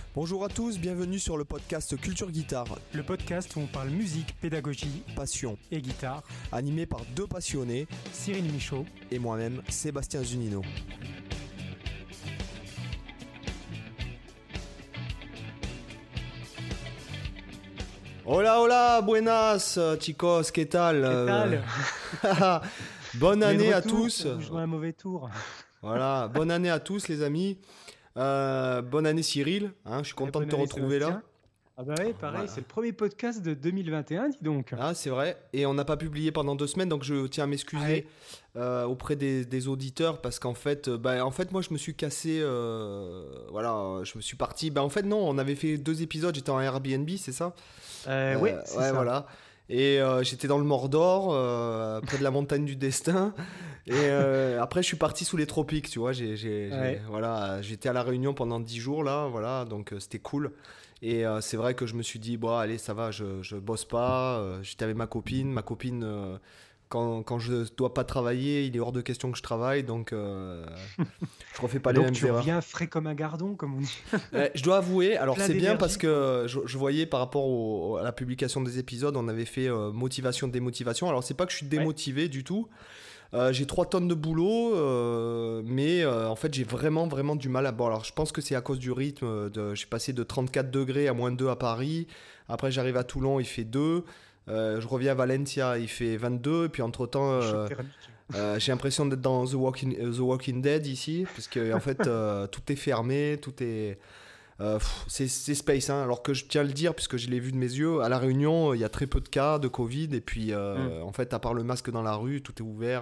Bonjour à tous, bienvenue sur le podcast Culture Guitare. Le podcast où on parle musique, pédagogie, passion et guitare. Animé par deux passionnés, Cyril Michaud et moi-même, Sébastien Zunino. Hola, hola, buenas, chicos, ¿qué tal? Bonne année à tous. Vous jouez un mauvais tour. Voilà, bonne année à tous les amis. Bonne année Cyril, je suis content de te retrouver Sébastien. là. Ah bah oui, pareil, c'est le premier podcast de 2021, dis donc. Ah, c'est vrai, et on n'a pas publié pendant 2 semaines, donc je tiens à m'excuser auprès des auditeurs, parce qu'en fait, moi je me suis cassé, je me suis parti, en fait non, on avait fait 2 épisodes, j'étais en Airbnb, c'est ça? Oui, c'est ça. Voilà. Et j'étais dans le Mordor, près de la montagne du destin. Et après, je suis parti sous les tropiques, tu vois. J'étais à La Réunion pendant 10 jours, là, voilà, donc c'était cool. Et c'est vrai que je me suis dit, bon, allez, ça va, je bosse pas. J'étais avec ma copine. Quand je dois pas travailler, il est hors de question que je travaille, donc je refais pas les mêmes erreurs. Donc tu reviens frais comme un gardon, comme on dit. Je dois avouer, alors Plein c'est bien d'énergie. parce que je voyais par rapport à la publication des épisodes, on avait fait motivation, démotivation. Alors c'est pas que je suis démotivé du tout. J'ai 3 tonnes de boulot, mais en fait j'ai vraiment du mal à... Bon, alors je pense que c'est à cause du rythme. J'ai passé de 34 degrés à moins 2 à Paris. Après j'arrive à Toulon, il fait 2. Je reviens à Valencia, il fait 22. Et puis entre-temps, j'ai l'impression d'être dans The Walking Dead ici. Parce que en fait, tout est fermé, tout est... c'est space, alors que je tiens à le dire, puisque je l'ai vu de mes yeux, à La Réunion, il y a très peu de cas de Covid, et puis en fait, à part le masque dans la rue, tout est ouvert.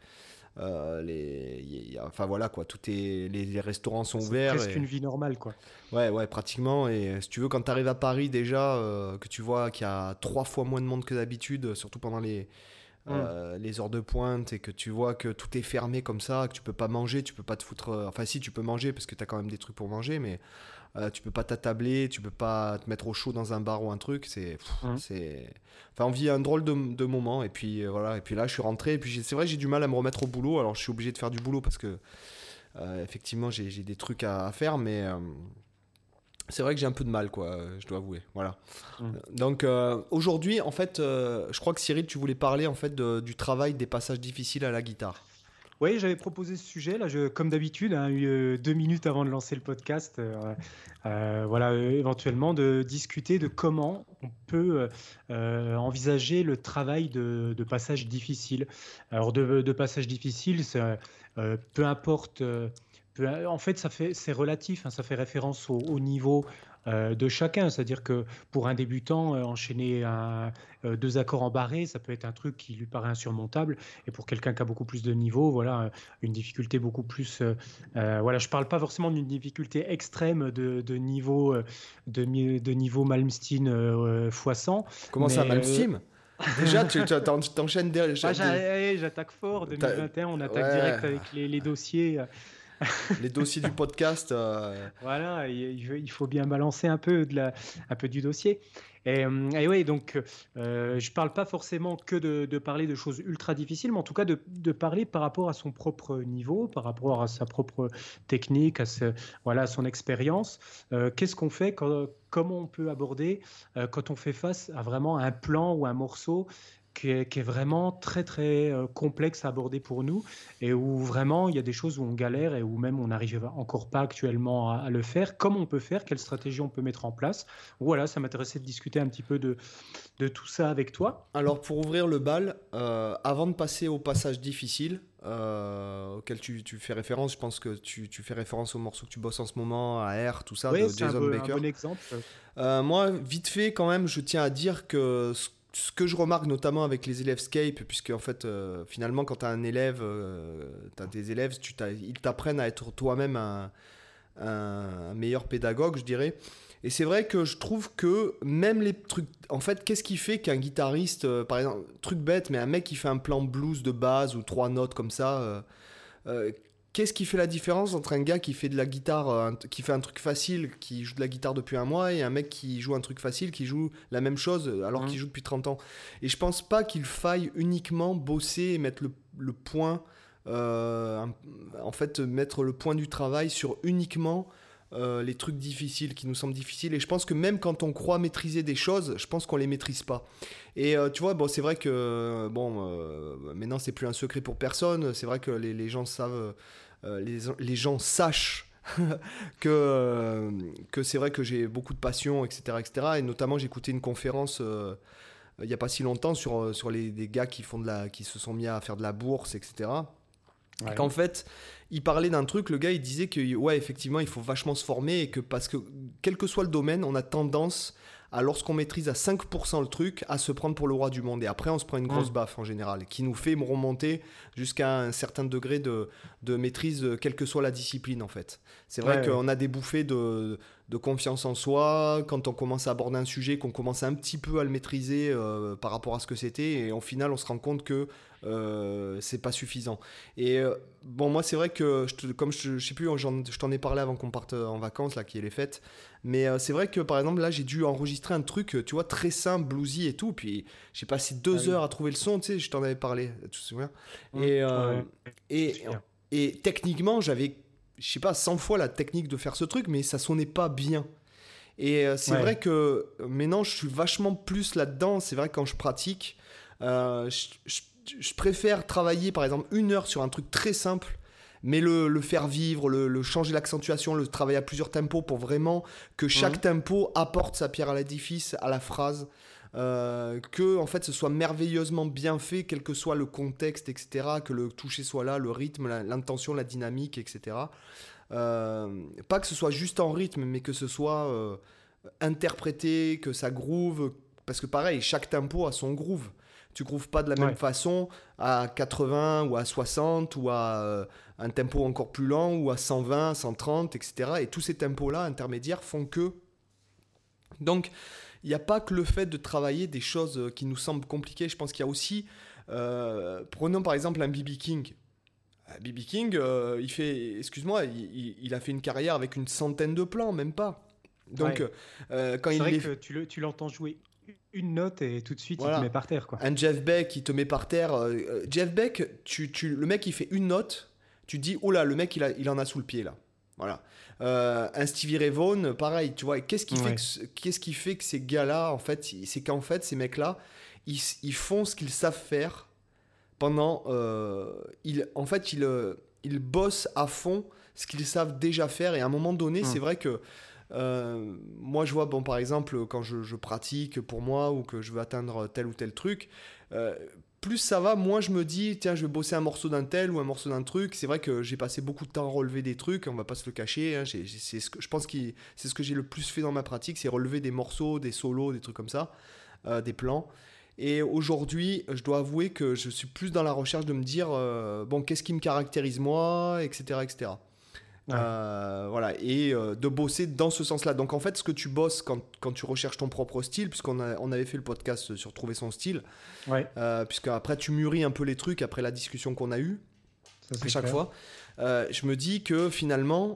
Enfin voilà quoi, les restaurants sont ouverts. C'est presque une vie normale, quoi. Ouais, pratiquement. Et si tu veux, quand tu arrives à Paris déjà, que tu vois qu'il y a 3 fois moins de monde que d'habitude, surtout pendant les heures de pointe, et que tu vois que tout est fermé comme ça, que tu peux pas manger, tu peux pas te foutre... Enfin si, tu peux manger parce que tu as quand même des trucs pour manger, mais tu peux pas t'attabler, tu peux pas te mettre au chaud dans un bar ou un truc, Enfin, on vit un drôle de moment, et puis voilà, et puis là je suis rentré, et puis c'est vrai, j'ai du mal à me remettre au boulot, alors je suis obligé de faire du boulot parce que effectivement j'ai des trucs à faire, mais c'est vrai que j'ai un peu de mal, quoi, je dois avouer, voilà. Donc aujourd'hui, en fait, je crois que Cyril, tu voulais parler en fait du travail des passages difficiles à la guitare. Oui, j'avais proposé ce sujet, là, comme d'habitude, 2 minutes avant de lancer le podcast, éventuellement de discuter de comment on peut envisager le travail de passages difficiles. Alors, de passages difficiles, peu importe... en fait, c'est relatif, ça fait référence au niveau de chacun. C'est-à-dire que pour un débutant, enchaîner 2 accords en barré, ça peut être un truc qui lui paraît insurmontable. Et pour quelqu'un qui a beaucoup plus de niveau, voilà, une difficulté beaucoup plus... je ne parle pas forcément d'une difficulté extrême de niveau, de niveau Malmsteen x100. Comment ça, Malmsteen déjà, tu t'enchaînes déjà. J'attaque fort. 2021, on attaque direct avec les dossiers. Les dossiers du podcast. Voilà, il faut bien balancer un peu du dossier. Et oui, donc je ne parle pas forcément que de parler de choses ultra difficiles, mais en tout cas de parler par rapport à son propre niveau, par rapport à sa propre technique, à son expérience. Qu'est-ce qu'on fait, comment on peut aborder quand on fait face à vraiment un plan ou un morceau qui est vraiment très très complexe à aborder pour nous, et où vraiment il y a des choses où on galère et où même on n'arrive encore pas actuellement à le faire. Comment on peut faire, quelle stratégie on peut mettre en place. Voilà, ça m'intéressait de discuter un petit peu de tout ça avec toi. Alors pour ouvrir le bal, avant de passer au passage difficile auquel tu fais référence, je pense que tu fais référence au morceau que tu bosses en ce moment, à Air, tout ça, oui, de c'est Jason Baker. un bon exemple. Moi, vite fait quand même, je tiens à dire que ce que je remarque notamment avec les élèves Scape, puisque en fait, finalement, quand tu as un élève, tu as des élèves, ils t'apprennent à être toi-même un meilleur pédagogue, je dirais. Et c'est vrai que je trouve que même les trucs... En fait, qu'est-ce qui fait qu'un guitariste, par exemple, truc bête, mais un mec qui fait un plan blues de base ou 3 notes comme ça... qu'est-ce qui fait la différence entre un gars qui fait de la guitare, qui fait un truc facile, qui joue de la guitare depuis un mois, et un mec qui joue un truc facile, qui joue la même chose alors qu'il joue depuis 30 ans. Et je pense pas qu'il faille uniquement bosser et mettre le point, en fait, mettre le point du travail sur uniquement les trucs difficiles, qui nous semblent difficiles. Et je pense que même quand on croit maîtriser des choses, je pense qu'on les maîtrise pas. Et tu vois, bon, c'est vrai que maintenant c'est plus un secret pour personne. C'est vrai que les gens savent, les gens sachent que c'est vrai que j'ai beaucoup de passion, etc., etc. Et notamment, j'ai écouté une conférence il n'y a pas si longtemps sur des gars qui se sont mis à faire de la bourse, etc. Ouais. Et qu'en fait, il parlait d'un truc, le gars, il disait que, ouais, effectivement, il faut vachement se former et que parce que, quel que soit le domaine, on a tendance lorsqu'on maîtrise à 5% le truc, à se prendre pour le roi du monde. Et après, on se prend une grosse baffe en général, qui nous fait remonter jusqu'à un certain degré de maîtrise, quelle que soit la discipline, en fait. C'est vrai qu'on a des bouffées de confiance en soi, quand on commence à aborder un sujet, qu'on commence un petit peu à le maîtriser par rapport à ce que c'était, et au final, on se rend compte que c'est pas suffisant. Et bon, moi, c'est vrai que, je sais plus, je t'en ai parlé avant qu'on parte en vacances, là, qui est les fêtes, mais c'est vrai que, par exemple, là, j'ai dû enregistrer un truc, tu vois, très simple, bluesy et tout, puis j'ai passé 2 heures à trouver le son, tu sais, je t'en avais parlé, tu te souviens? Et techniquement, j'avais, je sais pas, 100 fois la technique de faire ce truc, mais ça sonnait pas bien. Et c'est vrai que maintenant, je suis vachement plus là-dedans. C'est vrai que quand je pratique, je préfère travailler, par exemple, 1 heure sur un truc très simple, mais le faire vivre, le changer l'accentuation, le travailler à plusieurs tempos pour vraiment que chaque tempo apporte sa pierre à l'édifice, à la phrase. Que en fait ce soit merveilleusement bien fait, quel que soit le contexte, etc., que le toucher soit là, le rythme, l'intention, la dynamique, etc. Pas que ce soit juste en rythme, mais que ce soit interprété, que ça groove, parce que pareil, chaque tempo a son groove. Tu grooves pas de la même façon à 80 ou à 60 ou à un tempo encore plus lent ou à 120, 130, etc. Et tous ces tempos-là intermédiaires font que... Donc, il n'y a pas que le fait de travailler des choses qui nous semblent compliquées. Je pense qu'il y a aussi... prenons par exemple un B.B. King. B.B. King, il fait... Excuse-moi, il a fait une carrière avec une centaine de plans, même pas. Donc, quand c'est vrai que tu l'entends jouer une note et tout de suite il te met par terre, quoi. Un Jeff Beck, il te met par terre. Jeff Beck, le mec, il fait une note. Tu te dis, oh là, le mec, il en a sous le pied, là. Voilà. Un Stevie Ray Vaughan, pareil, tu vois. Qu'est-ce qui fait que ces gars-là, en fait, c'est qu'en fait, ces mecs-là, ils font ce qu'ils savent faire pendant... ils bossent à fond ce qu'ils savent déjà faire. Et à un moment donné, c'est vrai que moi, je vois, bon, par exemple, quand je pratique pour moi ou que je veux atteindre tel ou tel truc... plus ça va, moins je me dis, tiens, je vais bosser un morceau d'un tel ou un morceau d'un truc. C'est vrai que j'ai passé beaucoup de temps à relever des trucs, on va pas se le cacher. Hein. Je pense que c'est ce que j'ai le plus fait dans ma pratique, c'est relever des morceaux, des solos, des trucs comme ça, des plans. Et aujourd'hui, je dois avouer que je suis plus dans la recherche de me dire, bon, qu'est-ce qui me caractérise moi, etc., etc. Voilà, et de bosser dans ce sens-là. Donc en fait, ce que tu bosses quand tu recherches ton propre style, puisqu'on avait fait le podcast sur trouver son style, puisque après tu mûris un peu les trucs après la discussion qu'on a eue à chaque fois. Je me dis que finalement,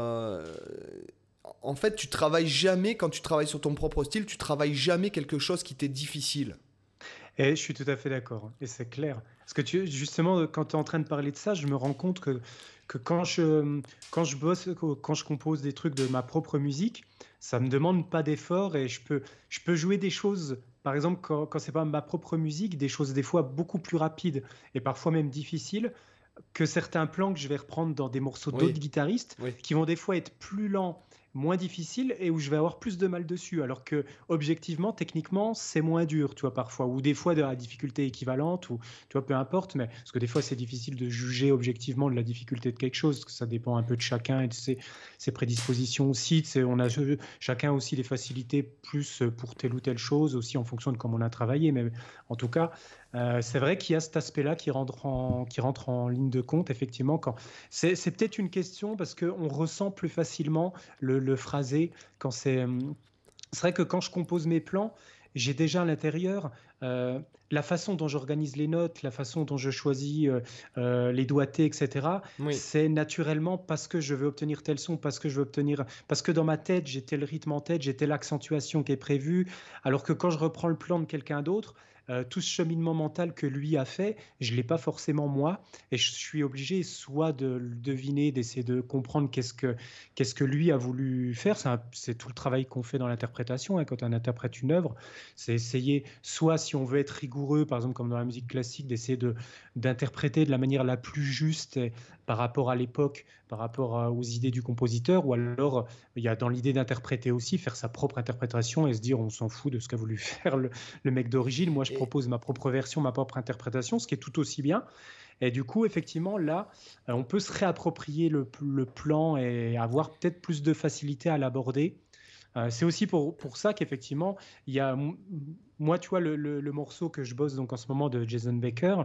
en fait, tu travailles jamais, quand tu travailles sur ton propre style, tu travailles jamais quelque chose qui t'est difficile. Et je suis tout à fait d'accord, et c'est clair. Parce que justement, quand tu es en train de parler de ça, je me rends compte que quand je bosse, quand je compose des trucs de ma propre musique, ça me demande pas d'effort et je peux jouer des choses, par exemple, quand c'est pas ma propre musique, des choses des fois beaucoup plus rapides et parfois même difficiles que certains plans que je vais reprendre dans des morceaux d'autres guitaristes qui vont des fois être plus lents, moins difficiles et où je vais avoir plus de mal dessus, alors que objectivement, techniquement, c'est moins dur, tu vois, parfois, ou des fois de la difficulté équivalente, ou tu vois, peu importe, mais parce que des fois c'est difficile de juger objectivement de la difficulté de quelque chose, parce que ça dépend un peu de chacun et de ses prédispositions aussi. On a chacun aussi des facilités plus pour telle ou telle chose aussi en fonction de comment on a travaillé, mais en tout cas. C'est vrai qu'il y a cet aspect-là qui rentre en ligne de compte, effectivement. C'est peut-être une question parce qu'on ressent plus facilement le phrasé. C'est vrai que quand je compose mes plans, j'ai déjà à l'intérieur la façon dont j'organise les notes, la façon dont je choisis les doigtés, etc. C'est naturellement parce que je veux obtenir tel son, parce que dans ma tête, j'ai tel rythme en tête, j'ai telle accentuation qui est prévue. Alors que quand je reprends le plan de quelqu'un d'autre, tout ce cheminement mental que lui a fait, je l'ai pas forcément moi, et je suis obligé soit de le deviner, d'essayer de comprendre qu'est-ce que lui a voulu faire. C'est tout le travail qu'on fait dans l'interprétation, hein, quand on interprète une œuvre, c'est essayer, soit si on veut être rigoureux, par exemple comme dans la musique classique, d'essayer d'interpréter de la manière la plus juste par rapport à l'époque, par rapport aux idées du compositeur, ou alors il y a dans l'idée d'interpréter aussi, faire sa propre interprétation et se dire on s'en fout de ce qu'a voulu faire le mec d'origine, moi je Et propose ma propre version, ma propre interprétation, ce qui est tout aussi bien. Et du coup, effectivement, là, on peut se réapproprier le plan et avoir peut-être plus de facilité à l'aborder. C'est aussi pour ça qu'effectivement, il y a, moi, tu vois, le morceau que je bosse donc en ce moment de Jason Baker,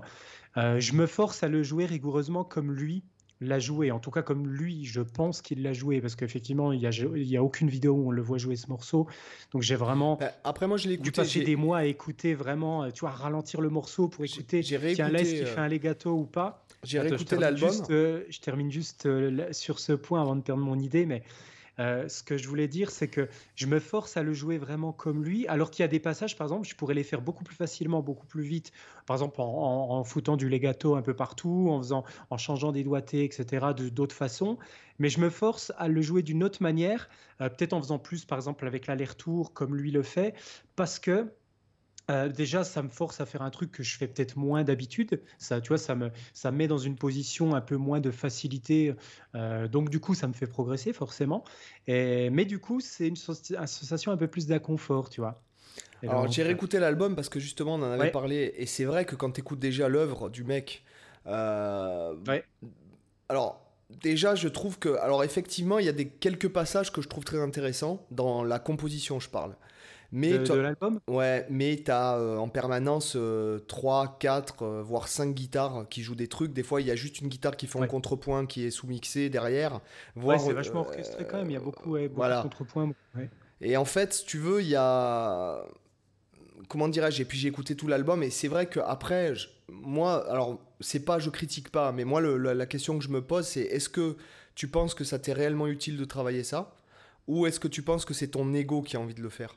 je me force à le jouer rigoureusement comme lui l'a joué, en tout cas comme lui, je pense qu'il l'a joué, parce qu'effectivement, il y a aucune vidéo où on le voit jouer ce morceau, donc j'ai vraiment bah, après, moi, je l'ai dû écouté. passer des mois à écouter vraiment, tu vois, à ralentir le morceau pour écouter, J'ai tiens, là, est-ce réécouté, qu'il fait un legato ou pas? j'ai Attends, réécouté l'album. je termine juste sur ce point avant de perdre mon idée, mais ce que je voulais dire, c'est que je me force à le jouer vraiment comme lui, alors qu'il y a des passages, par exemple, je pourrais les faire beaucoup plus facilement, beaucoup plus vite, par exemple en foutant du legato un peu partout, en changeant des doigtés, etc., d'autres façons, mais je me force à le jouer d'une autre manière, peut-être en faisant plus, par exemple, avec l'aller-retour, comme lui le fait, parce que déjà, ça me force à faire un truc que je fais peut-être moins d'habitude. Ça, tu vois, ça me met dans une position un peu moins de facilité. Donc, du coup, ça me fait progresser forcément. Mais du coup, c'est une sensation un peu plus d'inconfort, tu vois. Et Alors, j'ai donc, réécouté l'album parce que justement, on en avait ouais, parlé. Et c'est vrai que quand tu écoutes déjà l'œuvre du mec. euh, ouais. Alors, déjà, je trouve que. Alors, effectivement, il y a quelques passages que je trouve très intéressants. Dans la composition, je parle. Mais De l'album? ouais, mais t'as en permanence 3, 4, voire 5 guitares qui jouent des trucs. Des fois, il y a juste une guitare qui fait un Ouais. contrepoint qui est sous-mixé derrière. Ouais, Voire, c'est vachement orchestré quand même. Il y a beaucoup, ouais, beaucoup de voilà. contrepoints. Ouais. Et en fait, si tu veux, il y a. Comment dirais-je? Et puis j'ai écouté tout l'album et c'est vrai qu'après, moi, alors, c'est pas, je critique pas, mais moi, la question que je me pose, c'est est-ce que tu penses que ça t'est réellement utile de travailler ça? Ou est-ce que tu penses que c'est ton ego qui a envie de le faire?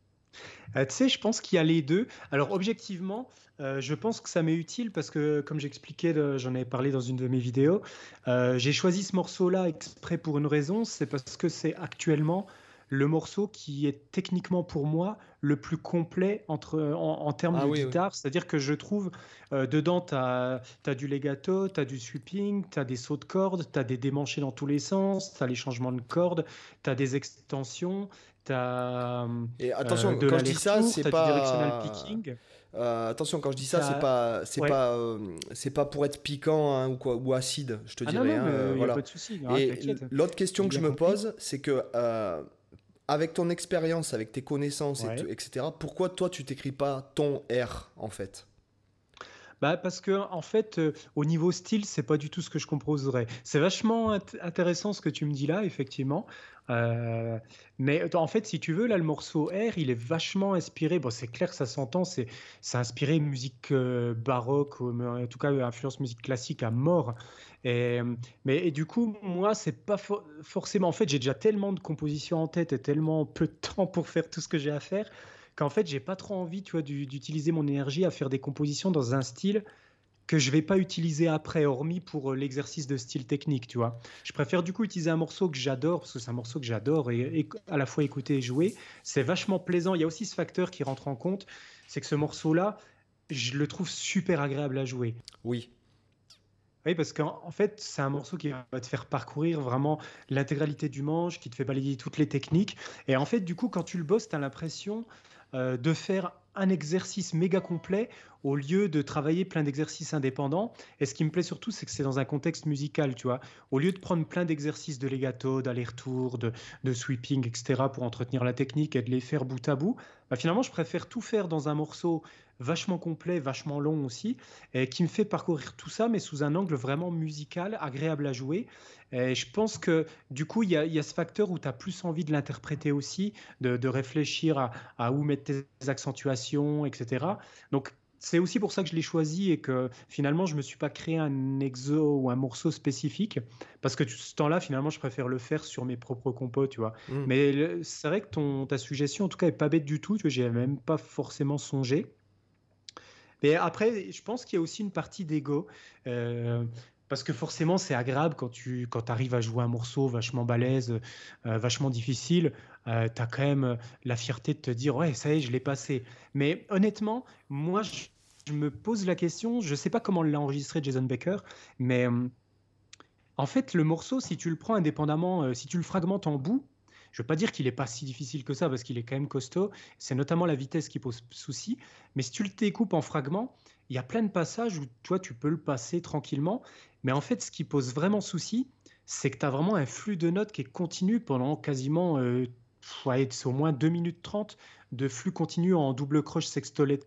Tu sais, je pense qu'il y a les deux. Alors, objectivement, je pense que ça m'est utile parce que, comme j'expliquais, j'en avais parlé dans une de mes vidéos, j'ai choisi ce morceau-là exprès pour une raison, c'est parce que c'est actuellement le morceau qui est techniquement pour moi le plus complet en termes Ah de oui, oui. guitare. C'est-à-dire que je trouve, dedans, tu as du legato, tu as du sweeping, tu as des sauts de cordes, tu as des démanchés dans tous les sens, tu as les changements de cordes, tu as des extensions, tu as Et attention, de quand je dis ça, l'aller-retour, c'est tu as du directional pas. picking, Attention, quand je dis ça, t'as... Ouais. c'est pas pour être piquant hein, ou quoi, ou acide, je te Ah non, dirais. non, Hein, mais il n'y a pas voilà. de souci, hein, Et t'inquiète, l'autre question j'ai que je bien me compris. pose, c'est que avec ton expérience, avec tes connaissances, Ouais. etc., pourquoi toi tu t'écris pas ton R en fait? Bah, parce que en fait, au niveau style, c'est pas du tout ce que je composerais. C'est vachement intéressant ce que tu me dis là, effectivement. Euh, mais en fait, si tu veux, là, le morceau R, il est vachement inspiré. Bon, c'est clair, ça s'entend. C'est inspiré musique baroque, ou en tout cas influence musique classique à mort. Et, et du coup, moi, c'est pas forcément. En fait, j'ai déjà tellement de compositions en tête et tellement peu de temps pour faire tout ce que j'ai à faire qu'en fait, j'ai pas trop envie, tu vois, d'utiliser mon énergie à faire des compositions dans un style que je vais pas utiliser après, hormis pour l'exercice de style technique, tu vois. Je préfère du coup utiliser un morceau que j'adore, parce que c'est un morceau que j'adore, et à la fois écouter et jouer. C'est vachement plaisant. Il y a aussi ce facteur qui rentre en compte, c'est que ce morceau-là, je le trouve super agréable à jouer. Oui. Oui, parce qu'en fait, c'est un morceau qui va te faire parcourir vraiment l'intégralité du manche, qui te fait balayer toutes les techniques. Et en fait, du coup, quand tu le bosses, tu as l'impression de faire un exercice méga complet au lieu de travailler plein d'exercices indépendants. Et ce qui me plaît surtout, c'est que c'est dans un contexte musical, tu vois. Au lieu de prendre plein d'exercices de legato, d'aller-retour, de sweeping, etc., pour entretenir la technique et de les faire bout à bout, bah, finalement, je préfère tout faire dans un morceau vachement complet, vachement long aussi, et qui me fait parcourir tout ça, mais sous un angle vraiment musical, agréable à jouer. Et je pense que du coup, il y a ce facteur où tu as plus envie de l'interpréter aussi, de réfléchir à où mettre tes accentuations, etc. Donc, c'est aussi pour ça que je l'ai choisi et que finalement, je ne me suis pas créé un exo ou un morceau spécifique, parce que ce temps-là, finalement, je préfère le faire sur mes propres compos, tu vois. Hmm. Mais c'est vrai que ta suggestion, en tout cas, est pas bête du tout, tu vois, j'y avais même pas forcément songé. Mais après, je pense qu'il y a aussi une partie d'ego. euh, Parce que forcément, c'est agréable quand arrives à jouer un morceau vachement balèze, vachement difficile. Tu as quand même la fierté de te dire, ouais, ça y est, je l'ai passé. Mais honnêtement, moi, je me pose la question, je sais pas comment l'a enregistré Jason Baker, mais en fait, le morceau, si tu le prends indépendamment, si tu le fragmentes en bout, je veux pas dire qu'il est pas si difficile que ça parce qu'il est quand même costaud. C'est notamment la vitesse qui pose souci. Mais si tu le découpes en fragments, il y a plein de passages où toi, tu peux le passer tranquillement. Mais en fait, ce qui pose vraiment souci, c'est que tu as vraiment un flux de notes qui est continu pendant quasiment, ouais, c'est au moins 2 minutes 30 de flux continu en double croche sextolette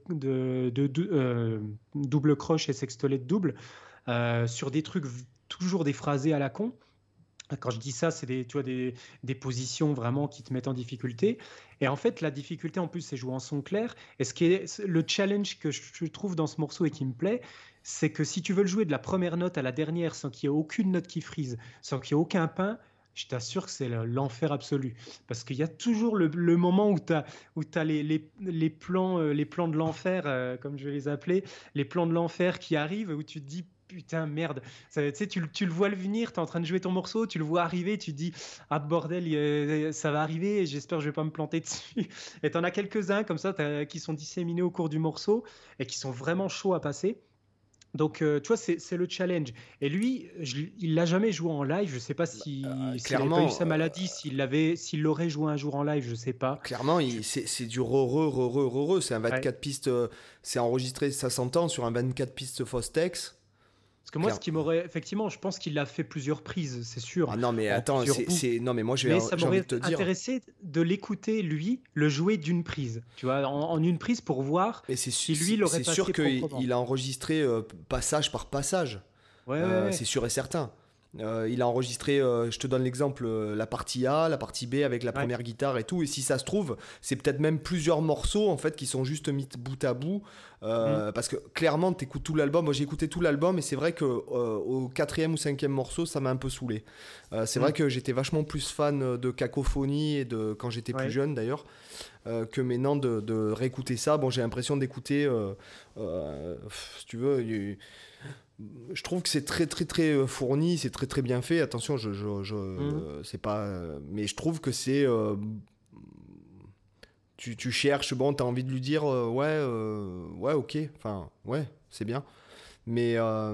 double croche et sextolette double sur des trucs toujours des phrasés à la con. Quand je dis ça, c'est tu vois, des positions vraiment qui te mettent en difficulté. Et en fait, la difficulté en plus, c'est jouer en son clair. Et ce qui est le challenge que je trouve dans ce morceau et qui me plaît, c'est que si tu veux le jouer de la première note à la dernière sans qu'il y ait aucune note qui frise, sans qu'il y ait aucun pain, je t'assure que c'est l'enfer absolu. Parce qu'il y a toujours le moment où tu as les plans de l'enfer, comme je vais les appeler, les plans de l'enfer qui arrivent, où tu te dis, putain, merde. Tu sais, tu le vois le venir, tu es en train de jouer ton morceau, tu le vois arriver, tu te dis, ah bordel, ça va arriver, j'espère que je vais pas me planter dessus. Et tu en as quelques-uns comme ça qui sont disséminés au cours du morceau et qui sont vraiment chauds à passer. Donc, tu vois, c'est le challenge. Et lui, il l'a jamais joué en live. Je sais pas s'il n'avait pas eu Clairement, sa maladie, s'il l'aurait joué un jour en live, je sais pas. clairement, c'est du re. C'est un Ouais. 24 pistes, c'est enregistré, ça s'entend, sur un 24 pistes Fostex. Parce que moi, Claire. ce qui m'aurait, effectivement, je pense qu'il l'a fait plusieurs prises, c'est sûr, Ah non, mais en attends, plusieurs bouts. non, mais moi Mais ça j'ai envie m'aurait de te dire, intéressé de l'écouter, lui, le jouer d'une prise, tu vois, en une prise pour voir mais si lui l'aurait c'est sûr passé proprement. qu'il a enregistré passage par passage. Ouais, ouais, ouais. C'est sûr et certain. Il a enregistré, je te donne l'exemple, la partie A, la partie B avec la Ouais. première guitare et tout. Et si ça se trouve, c'est peut-être même plusieurs morceaux en fait qui sont juste mis bout à bout. Mm. Parce que clairement, tu écoutes tout l'album. Moi, j'ai écouté tout l'album et c'est vrai que au quatrième ou cinquième morceau, ça m'a un peu saoulé. C'est Mm. vrai que j'étais vachement plus fan de Cacophonie et de quand j'étais plus Ouais. jeune d'ailleurs que maintenant de réécouter ça. Bon, j'ai l'impression d'écouter, si tu veux. Je trouve que c'est très très très fourni, c'est très très bien fait. Attention, Mm. c'est pas, mais je trouve que c'est, tu cherches, bon, t'as envie de lui dire, ouais, ouais, ok, enfin, ouais, c'est bien, mais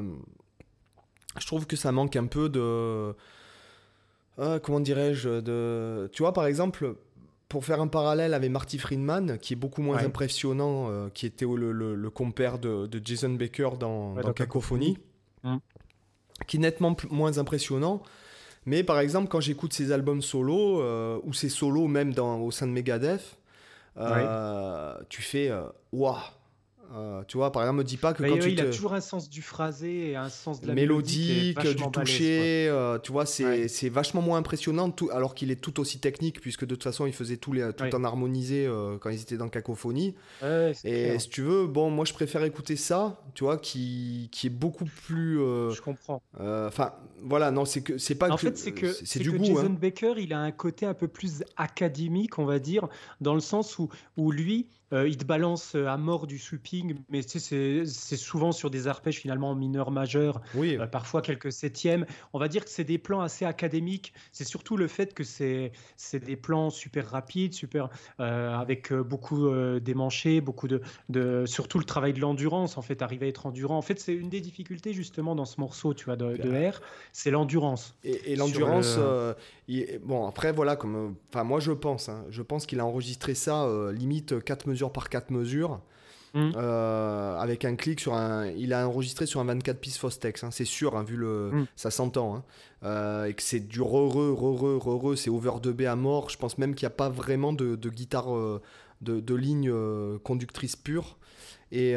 je trouve que ça manque un peu de, comment dirais-je, de, tu vois, par exemple. Pour faire un parallèle avec Marty Friedman, qui est beaucoup moins Ouais. impressionnant, qui était le compère de Jason Baker Ouais, dans donc cacophonie. Cacophonie, Mm. qui est nettement moins impressionnant. Mais par exemple, quand j'écoute ses albums solo, ou ses solos même au sein de Megadeth, Ouais. tu fais waouh. Tu vois, par exemple, me dis pas que Bah, quand tu il a te. toujours un sens du phrasé et un sens de la mélodie qui est Mélodique, du vachement balèze, quoi. toucher, tu vois, Ouais. c'est vachement moins impressionnant, alors qu'il est tout aussi technique, puisque de toute façon, il faisait tout Ouais. en harmonisé quand ils étaient dans Cacophonie. Ouais, ouais, c'est Et clair. si tu veux, bon, moi je préfère écouter ça, tu vois, qui est beaucoup plus. Je comprends. Enfin, voilà, non, c'est pas En que. fait, C'est c'est du que goût, Jason hein. Baker, il a un côté un peu plus académique, on va dire, dans le sens où lui, il te balance à mort du sweeping, mais tu sais, c'est souvent sur des arpèges finalement en mineur majeur, Oui, parfois quelques septièmes. On va dire que c'est des plans assez académiques. C'est surtout le fait que c'est des plans super rapides, super avec beaucoup d'émanchés, beaucoup surtout le travail de l'endurance. En fait, arriver à être endurant. En fait, c'est une des difficultés justement dans ce morceau, tu vois, de R, c'est l'endurance et sur l'endurance, le. bon, après, voilà, comme. Enfin, moi je pense, hein, je pense qu'il a enregistré ça limite 4 mesures par 4 mesures. Mm, Avec un clic sur un. Il a enregistré sur un 24 pistes Fostex, hein, c'est sûr, hein, vu le. mm. Ça s'entend, hein. Et que c'est du re, c'est over 2B à mort. Je pense même qu'il n'y a pas vraiment de guitare, de ligne conductrice pure. Et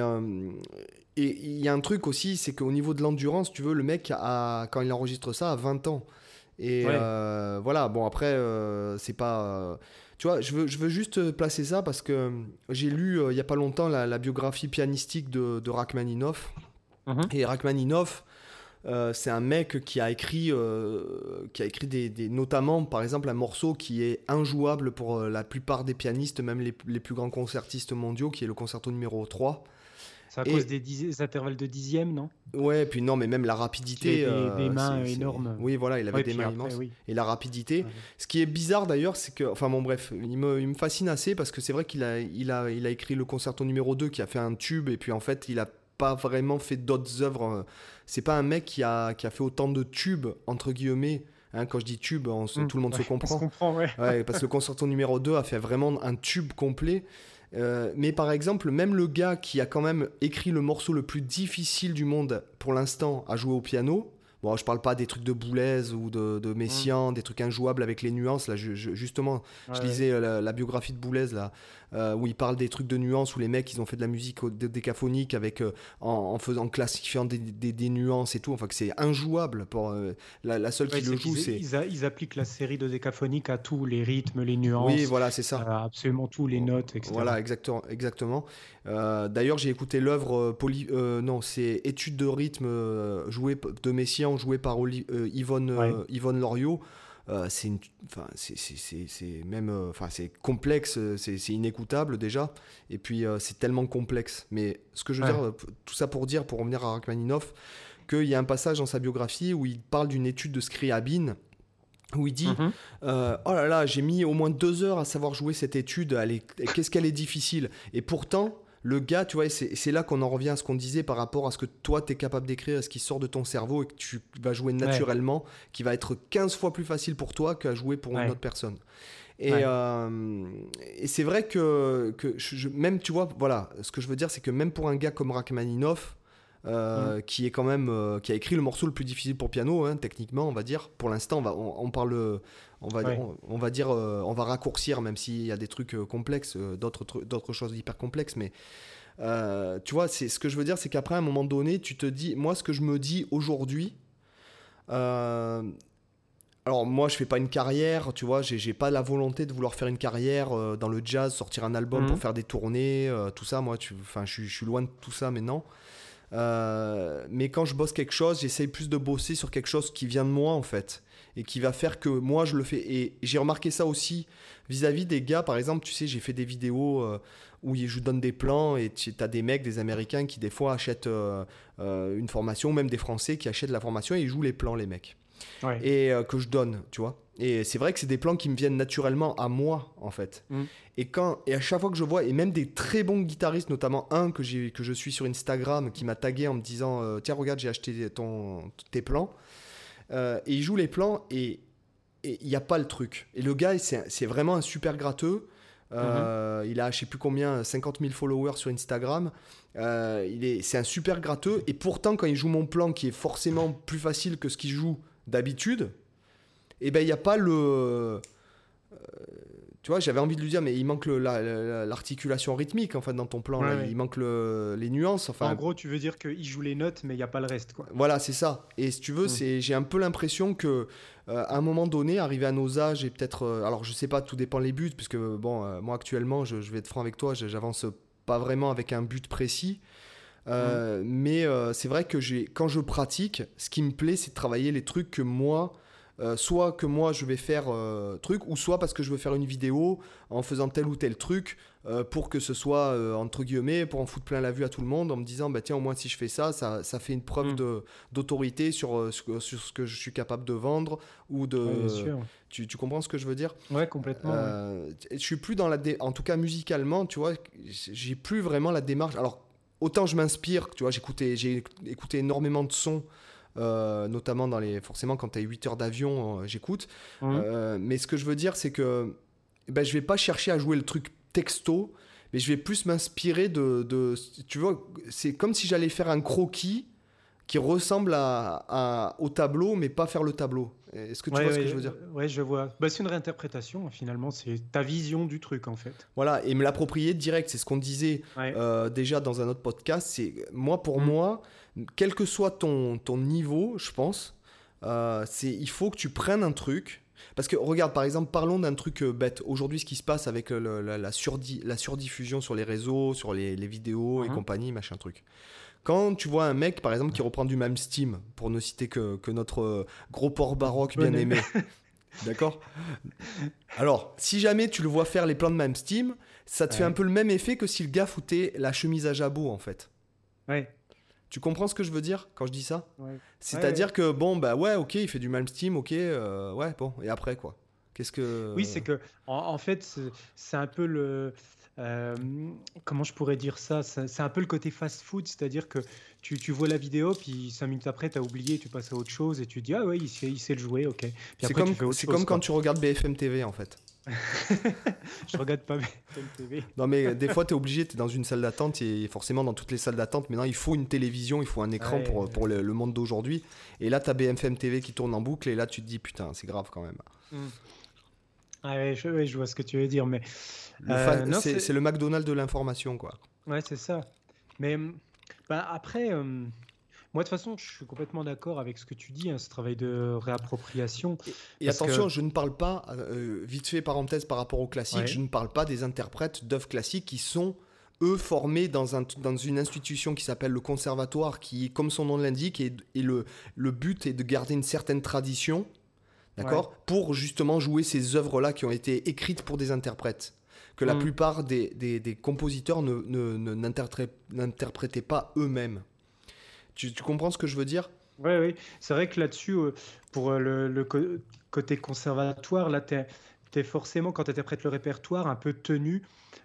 il y a un truc aussi, c'est qu'au niveau de l'endurance, tu veux, le mec, quand il enregistre ça, a 20 ans. Et Ouais. voilà, bon, après, c'est pas. Tu vois, je veux juste placer ça parce que j'ai lu il y a pas longtemps la biographie pianistique de Rachmaninoff. Mhm. Et Rachmaninoff, c'est un mec qui a écrit notamment, par exemple, un morceau qui est injouable pour la plupart des pianistes, même les plus grands concertistes mondiaux, qui est le concerto numéro 3. C'est à cause des intervalles de dixièmes, non? Ouais, puis non, mais même la Parce rapidité. qu'il avait des mains énormes. Oui, voilà, il avait Ouais, des puis mains après, immenses. oui. Et la rapidité. Ouais. Ce qui est bizarre d'ailleurs, c'est que. Enfin bon, bref, il me fascine assez parce que c'est vrai qu'il a écrit le concerto numéro 2 qui a fait un tube, et puis en fait, il a pas vraiment fait d'autres œuvres. C'est pas un mec qui a fait autant de tubes, entre guillemets. Hein, quand je dis tube, tout le monde se Ouais, on se comprend. comprend, ouais. Ouais, parce que le concerto numéro 2 a fait vraiment un tube complet. Mais par exemple, même le gars qui a quand même écrit le morceau le plus difficile du monde pour l'instant à jouer au piano, bon, je parle pas des trucs de Boulez ou de Messiaen, des trucs injouables avec les nuances. Là, justement, je Ouais. lisais la biographie de Boulez, là, où il parle des trucs de nuances, où les mecs, ils ont fait de la musique décaphonique avec, en classifiant des nuances et tout. Enfin, que c'est injouable. La seule Ouais, qui le c'est joue, qu'ils c'est... ils appliquent la série de décaphonique à tous les rythmes, les Oui, nuances, voilà, c'est ça. absolument tous les notes, Voilà, etc. exactement. D'ailleurs, j'ai écouté l'œuvre non, c'est Études de rythme de Messiaen, jouée par Ouais. Yvonne Loriot. Enfin, c'est même, enfin, c'est complexe, c'est inécoutable déjà. Et puis, c'est tellement complexe. Mais ce que je veux Ouais. dire, tout ça pour dire, pour revenir à Rachmaninoff, qu'il y a un passage dans sa biographie où il parle d'une étude de Scriabine, où il dit Mhm. oh là là, j'ai mis au moins 2 heures à savoir jouer cette étude, qu'est-ce qu'elle est difficile. Et pourtant, le gars, tu vois, c'est là qu'on en revient à ce qu'on disait par rapport à ce que toi, tu es capable d'écrire, à ce qui sort de ton cerveau et que tu vas jouer Ouais. naturellement, qui va être 15 fois plus facile pour toi qu'à jouer pour une Ouais. autre personne. Et, Ouais. et c'est vrai que même, tu vois, voilà, ce que je veux dire, c'est que même pour un gars comme Rachmaninoff, Mm. qui est quand même qui a écrit le morceau le plus difficile pour piano, hein, techniquement, on va dire. Pour l'instant, on parle, Ouais. on va dire, on va raccourcir, même s'il y a des trucs complexes, d'autres choses hyper complexes. Mais tu vois, c'est ce que je veux dire, c'est qu'après à un moment donné, tu te dis, moi, ce que je me dis aujourd'hui. euh, alors moi, je fais pas une carrière, tu vois, j'ai pas la volonté de vouloir faire une carrière dans le jazz, sortir un album pour Mhm. faire des tournées, tout ça. Moi, enfin, je suis loin de tout ça maintenant. Mais quand je bosse quelque chose, j'essaye plus de bosser sur quelque chose qui vient de moi en fait et qui va faire que moi je le fais. Et j'ai remarqué ça aussi vis-à-vis des gars. Par exemple, tu sais, j'ai fait des vidéos où je donne des plans et tu as des mecs, des Américains qui des fois achètent une formation, même des Français qui achètent la formation et ils jouent les plans, les mecs. Ouais. Et que je donne, tu vois. Et c'est vrai que c'est des plans qui me viennent naturellement à moi, en fait. Mm. Et à chaque fois que je vois, et même des très bons guitaristes, notamment un que je suis sur Instagram, qui m'a tagué en me disant tiens, regarde, j'ai acheté tes plans. Et il joue les plans et il n'y a pas le truc. Et le gars, c'est vraiment un super gratteux. Mhm. Il a, je sais plus combien, 50 000 followers sur Instagram. C'est un super gratteux. Et pourtant, quand il joue mon plan, qui est forcément plus facile que ce qu'il joue d'habitude, et ben il n'y a pas le. Tu vois, j'avais envie de lui dire, mais il manque l'articulation rythmique en fait dans ton plan Ouais, là. ouais. Il manque les nuances. En Enfin, gros, tu veux dire qu'il joue les notes, mais il n'y a pas le reste, quoi. voilà, c'est ça. Et si tu veux, Mm. j'ai un peu l'impression que à un moment donné, arrivé à nos âges et peut-être, alors je sais pas, tout dépend les buts, puisque bon, moi actuellement, je vais être franc avec toi, j'avance pas vraiment avec un but précis. Mm. Mais c'est vrai que quand je pratique, ce qui me plaît, c'est de travailler les trucs que moi, soit que moi je vais faire truc, ou soit parce que je veux faire une vidéo en faisant tel ou tel truc pour que ce soit entre guillemets, pour en foutre plein la vue à tout le monde, en me disant bah tiens, au moins si je fais ça, ça fait une preuve Mm. d'autorité sur ce que je suis capable de vendre ou Ouais, bien de. sûr. Tu comprends ce que je veux dire? Ouais, complètement. Ouais. Je suis plus dans en tout cas musicalement, tu vois, j'ai plus vraiment la démarche. Alors autant je m'inspire, tu vois, j'ai écouté énormément de sons, notamment forcément quand tu as 8 heures d'avion, j'écoute. Mm. Mais ce que je veux dire, c'est que ben, je vais pas chercher à jouer le truc texto, mais je vais plus m'inspirer tu vois, c'est comme si j'allais faire un croquis qui ressemble au tableau, mais pas faire le tableau. Est-ce que tu Ouais, vois ce que ouais, je veux dire? ouais, je vois. Bah, c'est une réinterprétation, finalement. C'est ta vision du truc, en fait. Voilà, et me l'approprier direct, c'est ce qu'on disait Ouais. déjà dans un autre podcast. C'est moi, pour Mm. moi, quel que soit ton niveau, je pense, il faut que tu prennes un truc. Parce que regarde, par exemple, parlons d'un truc bête. Aujourd'hui, ce qui se passe avec la surdiffusion sur les réseaux, sur les vidéos et Mhm. compagnie, machin truc. Quand tu vois un mec, par exemple, qui reprend du Malmsteen, pour ne citer que notre gros porc baroque bien Bonnet. aimé, d'accord? Alors, si jamais tu le vois faire les plans de Malmsteen, ça te fait Ouais. un peu le même effet que si le gars foutait la chemise à jabot, en fait. Ouais. Tu comprends ce que je veux dire quand je dis ça? Ouais. C'est-à-dire que, bon, bah ouais, ok, il fait du Malmsteen, ok, ouais, bon, et après, quoi? Qu'est-ce Oui, que... c'est que, en fait, c'est un peu le. euh, Comment je pourrais dire ça? C'est un peu le côté fast-food, c'est-à-dire que tu vois la vidéo, puis 5 minutes après, tu as oublié, tu passes à autre chose et tu te dis, ah ouais, il sait le jouer, ok. Puis après, tu fais autre C'est chose, comme quand quoi. tu regardes BFM TV, en fait. Je regarde pas BFM TV. Non, mais des fois, tu es obligé, tu es dans une salle d'attente, et forcément, dans toutes les salles d'attente, maintenant, il faut une télévision, il faut un écran Ouais, pour le monde d'aujourd'hui. Et là, tu as BFM TV qui tourne en boucle, et là, tu te dis, putain, c'est grave quand même. hmm. Ouais, je vois ce que tu veux dire, mais non, C'est le McDonald's de l'information, quoi. ouais, c'est ça. Mais bah, après, moi, de toute façon, je suis complètement d'accord avec ce que tu dis, hein, ce travail de réappropriation, Et parce attention, que, je ne parle pas, vite fait parenthèse par rapport au classique, je ouais, ne parle pas des interprètes d'œuvres classiques qui sont, eux, formés dans une institution qui s'appelle le conservatoire, qui, comme son nom l'indique, et le but est de garder une certaine tradition, ouais. d'accord, pour justement jouer ces œuvres-là qui ont été écrites pour des interprètes. Que la Hmm. plupart des compositeurs n'interprétaient pas eux-mêmes. Tu comprends ce que je veux dire? Ouais, oui, c'est vrai que là-dessus, pour côté conservatoire, là, t'es forcément, quand tu interprètes le répertoire, un peu tenu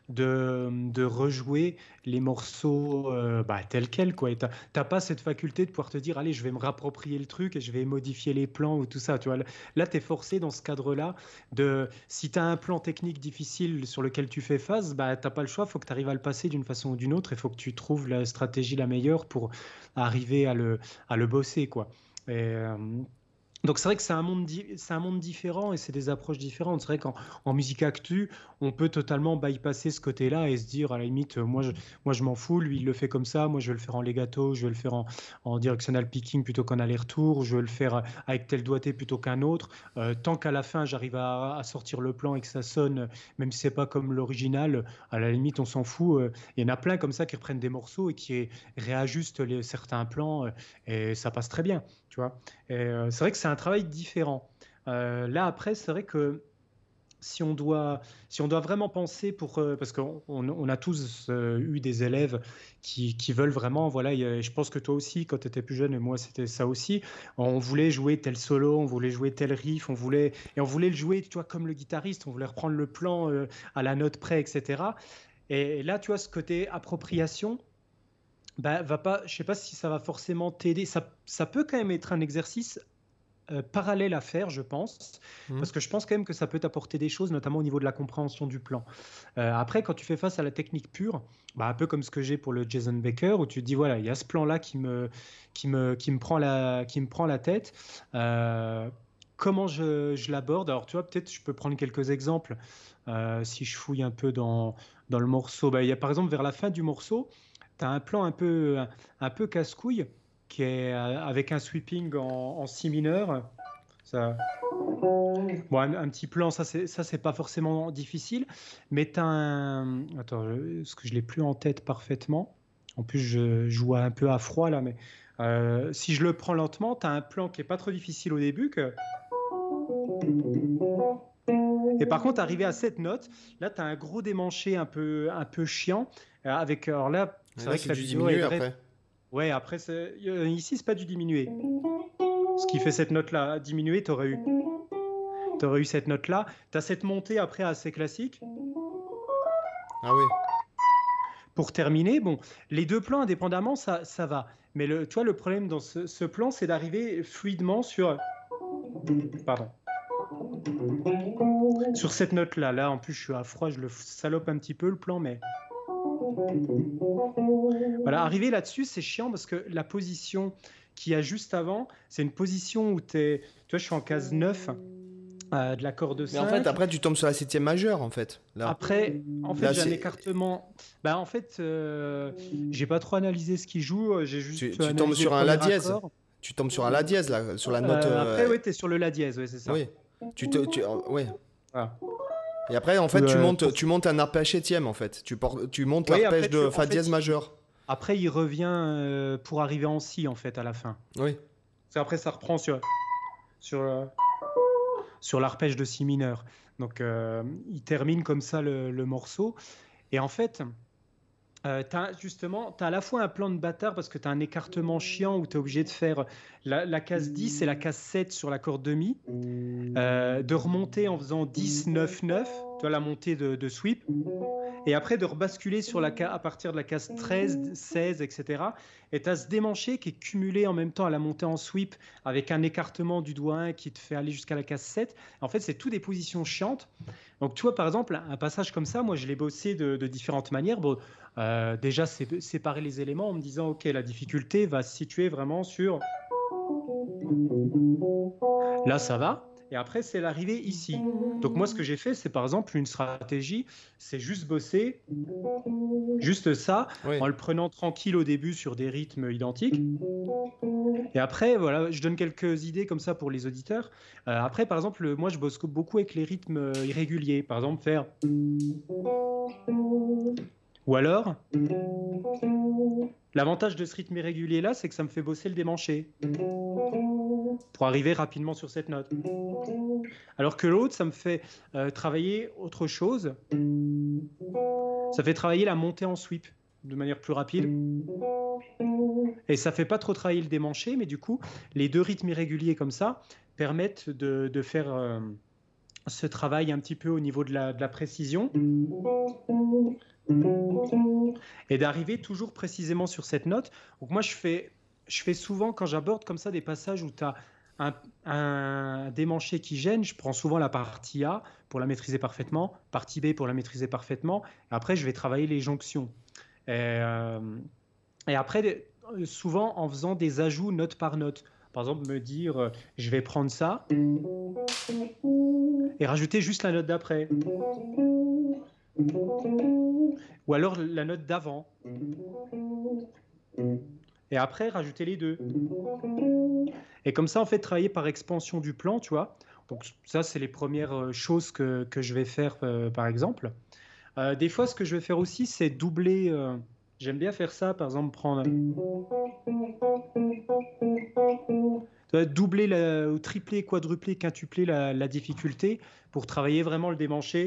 de rejouer les morceaux bah, tels quels, quoi. Et t'as pas cette faculté de pouvoir te dire, allez, je vais me réapproprier le truc et je vais modifier les plans ou tout ça, tu vois. Là, tu es forcé dans ce cadre-là si tu as un plan technique difficile sur lequel tu fais face, bah, t'as pas le choix, il faut que tu arrives à le passer d'une façon ou d'une autre, il faut que tu trouves la stratégie la meilleure pour arriver à le bosser, quoi. Et, donc c'est vrai que c'est un monde différent et c'est des approches différentes. C'est vrai qu'en musique actu, on peut totalement bypasser ce côté-là et se dire à la limite, moi je m'en fous, lui il le fait comme ça, moi je vais le faire en legato, je vais le faire en directional picking plutôt qu'en aller-retour, je vais le faire avec tel doigté plutôt qu'un autre. Tant qu'à la fin j'arrive à sortir le plan et que ça sonne, même si c'est pas comme l'original, à la limite on s'en fout. Il y en a plein comme ça qui reprennent des morceaux et qui réajustent certains plans et ça passe très bien, tu vois. Et c'est vrai que c'est un travail différent. Là, après, c'est vrai que si on doit, si on doit vraiment penser parce qu'on a tous eu des élèves qui veulent vraiment, voilà, je pense que toi aussi, quand tu étais plus jeune, et moi c'était ça aussi, on voulait jouer tel solo, on voulait jouer tel riff, on voulait le jouer, tu vois, comme le guitariste, on voulait reprendre le plan à la note près, etc. Et là, tu vois, ce côté appropriation, bah, je sais pas si ça va forcément t'aider. Ça peut quand même être un exercice parallèle à faire, je pense, Mhm. parce que je pense quand même que ça peut t'apporter des choses, notamment au niveau de la compréhension du plan. Après, quand tu fais face à la technique pure, bah, un peu comme ce que j'ai pour le Jason Baker, où tu te dis, voilà, il y a ce plan-là qui me prend la tête. Comment je l'aborde? Alors, tu vois, peut-être je peux prendre quelques exemples si je fouille un peu dans le morceau. Bah, il y a par exemple vers la fin du morceau, tu as un plan un peu casse-couille qui est avec un sweeping en si mineur. Ça, bon, un petit plan, ça c'est pas forcément difficile, mais tu as un. Attends, parce que je l'ai plus en tête parfaitement. En plus, je joue un peu à froid là, mais si je le prends lentement, tu as un plan qui est pas trop difficile au début. Et par contre, arrivé à cette note, là, tu as un gros démanché un peu chiant. Alors là, Et c'est là, vrai que c'est la du vidéo est diminué bref. après. Ouais, après, ici, c'est pas du diminué. Ce qui fait cette note-là. Diminué, t'aurais eu cette note-là. Tu as cette montée après assez classique. Ah oui. Pour terminer, bon, les deux plans indépendamment, ça va. Mais tu vois, le problème dans ce plan, c'est d'arriver fluidement pardon, sur cette note-là. Là, en plus, je suis à froid, je le salope un petit peu le plan, mais voilà, arriver là-dessus, c'est chiant parce que la position qu'il y a juste avant, c'est une position où tu vois, je suis en case 9 de la corde Mais en fait, 5. après, tu tombes sur la septième majeure, en fait. Là, Après, en fait, là j'ai un c'est... écartement. Bah, en fait, j'ai pas trop analysé ce qu'il joue. J'ai juste Tu tombes analysé le sur un la premier dièse. accord. Tu tombes sur un la dièse, là, sur la note... Après, ouais, t'es sur le la dièse, ouais, c'est ça. Oui. Ouais. Voilà. Et après, en fait, Pour- tu montes un arpège septième, en fait. Tu montes Oui, l'arpège après, de en fa fait, dièse majeur. après, il revient pour arriver en si, en fait, à la fin. Oui. Après, ça reprend sur, euh, sur l'arpège de si mineur. Donc, il termine comme ça le morceau. Et en fait, Justement, tu as à la fois un plan de bâtard parce que tu as un écartement chiant où tu es obligé de faire la case 10 et la case 7 sur la corde demi, de remonter en faisant 10, 9, 9, tu vois, la montée de sweep, et après de rebasculer à partir de la case 13, 16, etc. Et tu as ce démanché qui est cumulé en même temps à la montée en sweep avec un écartement du doigt 1 qui te fait aller jusqu'à la case 7. En fait, c'est tout des positions chiantes. Donc, tu vois, par exemple, un passage comme ça, moi, je l'ai bossé de différentes manières. Bon, déjà, séparer les éléments en me disant, OK, la difficulté va se situer vraiment sur... Là, ça va. Et après, c'est l'arrivée ici. Donc moi, ce que j'ai fait, c'est par exemple une stratégie, c'est juste bosser, juste ça, Oui. en le prenant tranquille au début sur des rythmes identiques. Et après, voilà, je donne quelques idées comme ça pour les auditeurs. Après, par exemple, moi, je bosse beaucoup avec les rythmes irréguliers. Par exemple, faire... Ou alors, l'avantage de ce rythme irrégulier là, c'est que ça me fait bosser le démanché pour arriver rapidement sur cette note. Alors que l'autre, ça me fait travailler autre chose. Ça fait travailler la montée en sweep de manière plus rapide. Et ça fait pas trop travailler le démanché, mais du coup, les deux rythmes irréguliers comme ça permettent de faire ce travail un petit peu au niveau de la précision et d'arriver toujours précisément sur cette note. Donc moi, je fais souvent, quand j'aborde comme ça des passages où tu as un démanché qui gêne, je prends souvent la partie A pour la maîtriser parfaitement, partie B pour la maîtriser parfaitement, et après, je vais travailler les jonctions. Et après, souvent en faisant des ajouts note par note. Par exemple, me dire, je vais prendre ça et rajouter juste la note d'après. Ou alors la note d'avant. Et après, rajouter les deux. Et comme ça, en fait, travailler par expansion du plan, tu vois. Donc ça, c'est les premières choses que je vais faire, par exemple. Des fois, ce que je vais faire aussi, c'est doubler... J'aime bien faire ça, par exemple, prendre... doubler, ou tripler, quadrupler, quintupler la difficulté pour travailler vraiment le démanché.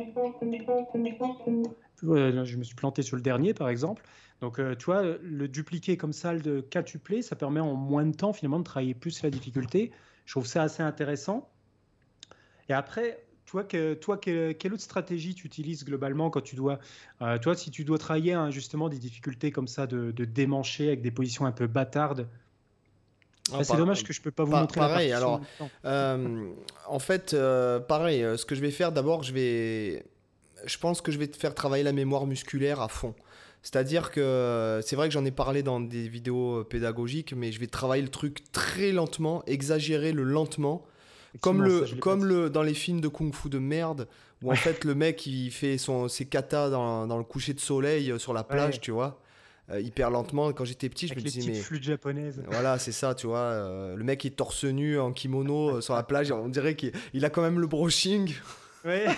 Je me suis planté sur le dernier, par exemple. Donc, tu vois, le dupliquer comme ça, le quintupler, ça permet en moins de temps, finalement, de travailler plus la difficulté. Je trouve ça assez intéressant. Et après, quelle autre stratégie tu utilises globalement quand tu dois, toi, si tu dois travailler justement des difficultés comme ça de démancher avec des positions un peu bâtardes? C'est dommage que je peux pas vous montrer pareil, la partition. Alors, en fait, pareil, ce que je vais faire d'abord, je pense que je vais te faire travailler la mémoire musculaire à fond. C'est-à-dire que c'est vrai que j'en ai parlé dans des vidéos pédagogiques, mais je vais travailler le truc très lentement, exagérer le lentement, comme dans les films de kung-fu de merde, où en fait le mec il fait ses katas dans le coucher de soleil sur la plage, tu vois. Hyper lentement. Quand j'étais petit, je me disais, mais flûtes japonaises. voilà, c'est ça, tu vois. Le mec est torse nu en kimono sur la plage, on dirait qu'il a quand même le brushing. Ouais.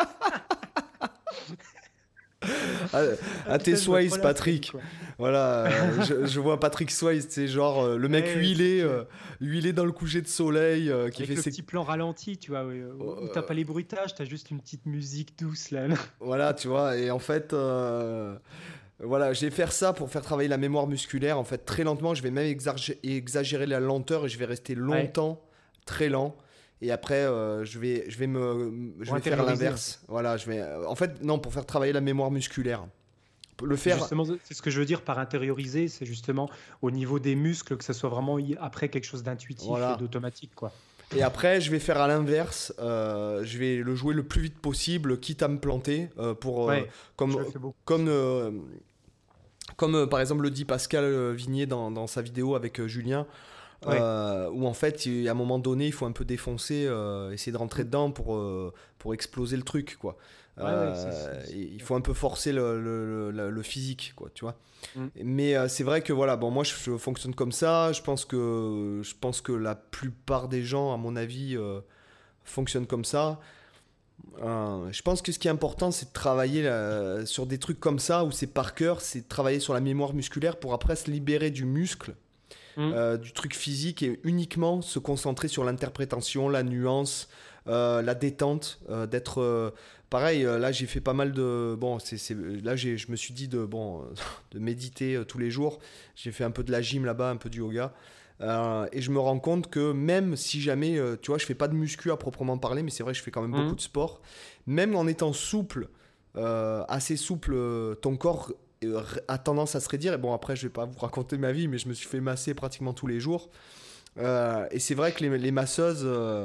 à tes Swayze, Patrick. Voilà, je vois Patrick Swayze, c'est genre le mec huilé dans le coucher de soleil qui avec fait le ses petit plan ralenti, tu vois, où t'as pas les bruitages, t'as juste une petite musique douce là. Voilà, tu vois, et en fait voilà, je vais faire ça pour faire travailler la mémoire musculaire. En fait, très lentement, je vais même exagérer la lenteur et je vais rester longtemps, très lent. Et après, je vais faire l'inverse. Voilà, en fait, non, pour faire travailler la mémoire musculaire. Justement, c'est ce que je veux dire par intérioriser, c'est justement au niveau des muscles que ça soit vraiment après quelque chose d'intuitif et d'automatique, quoi. Et après, je vais faire à l'inverse. Je vais le jouer le plus vite possible, quitte à me planter, comme par exemple le dit Pascal Vignier dans sa vidéo avec Julien. Où en fait, à un moment donné, il faut un peu défoncer, essayer de rentrer dedans pour exploser le truc, quoi. Il faut un peu forcer le physique, quoi, tu vois. Mais c'est vrai que voilà, bon, moi je fonctionne comme ça. Je pense que la plupart des gens, à mon avis, fonctionnent comme ça. Je pense que ce qui est important, c'est de travailler sur des trucs comme ça où c'est par cœur, c'est de travailler sur la mémoire musculaire pour après se libérer du muscle. Du truc physique et uniquement se concentrer sur l'interprétation, la nuance, la détente, d'être pareil, là j'ai fait pas mal de... Bon, là je me suis dit de méditer tous les jours. J'ai fait un peu de la gym là-bas, un peu du yoga. Et je me rends compte que même si jamais, tu vois, je fais pas de muscu à proprement parler, mais c'est vrai que je fais quand même beaucoup de sport. Même en étant souple, assez souple, ton corps a tendance à se raidir. Et bon, après, je vais pas vous raconter ma vie, mais je me suis fait masser pratiquement tous les jours. Et c'est vrai que les masseuses...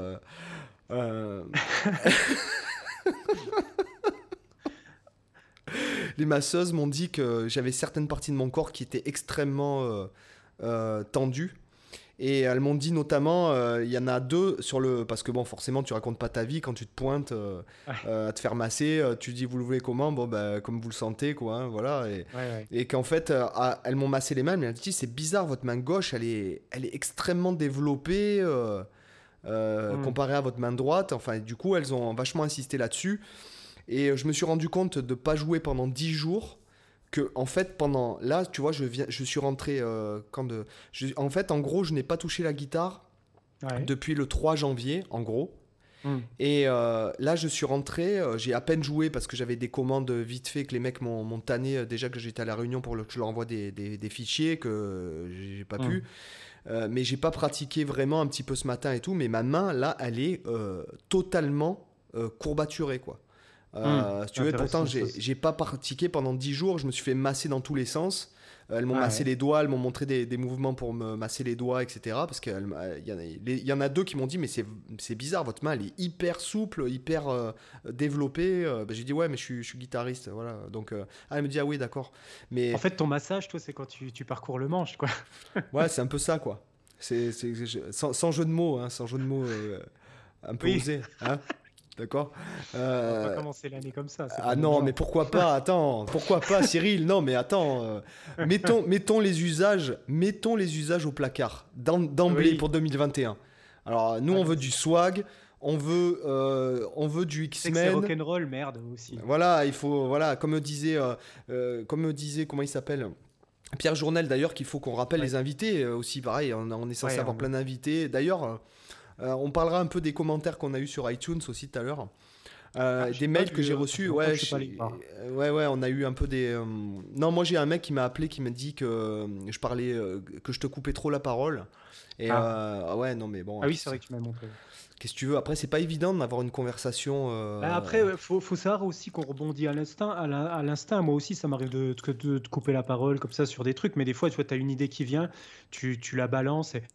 les masseuses m'ont dit que j'avais certaines parties de mon corps qui étaient extrêmement tendues. Et elles m'ont dit notamment, il y en a deux sur le... Parce que bon, forcément, tu racontes pas ta vie quand tu te pointes à te faire masser. Tu dis, vous le voulez comment? Bon, bah, comme vous le sentez, quoi. Hein, voilà. Et qu'en fait, elles m'ont massé les mains. Mais elles m'ont dit, c'est bizarre, votre main gauche, elle est extrêmement développée comparée à votre main droite. Enfin, du coup, elles ont vachement insisté là-dessus. Et je me suis rendu compte de ne pas jouer pendant 10 jours. Que en fait pendant là tu vois je suis rentré en fait en gros je n'ai pas touché la guitare depuis le 3 janvier en gros. Et là je suis rentré, j'ai à peine joué parce que j'avais des commandes vite fait que les mecs m'ont tanné déjà que j'étais à la réunion pour que je leur envoie des fichiers que j'ai pas pu, mais j'ai pas pratiqué vraiment un petit peu ce matin et tout, mais ma main là elle est totalement courbaturée quoi. Si tu veux, pourtant j'ai pas pratiqué pendant 10 jours, je me suis fait masser dans tous les sens. Elles m'ont massé les doigts, elles m'ont montré des mouvements pour me masser les doigts, etc. Parce qu'il y en a deux qui m'ont dit mais c'est bizarre, votre main elle est hyper souple, hyper développée. J'ai dit ouais mais je suis guitariste, voilà. Donc elle me dit ah oui d'accord. Mais en fait ton massage toi c'est quand tu parcours le manche quoi. Ouais c'est un peu ça quoi. Sans jeu de mots, hein, sans jeu de mots un peu osé, hein. D'accord. On va pas commencer l'année comme ça. Ah non, mais pourquoi pas? Attends, pourquoi pas, Cyril? Non, mais attends. Mettons les usages au placard d'emblée pour 2021. Alors nous, on veut du swag, on veut du X-Men. C'est rock'n'roll, merde aussi. Voilà, il faut, voilà, comme me disait, comment il s'appelle? Pierre Journel d'ailleurs, qu'il faut qu'on rappelle les invités aussi. Pareil, on est censé avoir plein d'invités. D'ailleurs. On parlera un peu des commentaires qu'on a eu sur iTunes aussi tout à l'heure. Des mails que j'ai reçus. On a eu un peu des. Non, moi j'ai un mec qui m'a appelé qui m'a dit que je parlais, que je te coupais trop la parole. Et ouais, non, mais bon. Ah oui, c'est vrai que tu m'as montré. Qu'est-ce que tu veux? Après, c'est pas évident d'avoir une conversation. Après, faut savoir aussi qu'on rebondit à l'instinct. Moi aussi, ça m'arrive de te couper la parole comme ça sur des trucs. Mais des fois, tu vois, as une idée qui vient, tu la balances et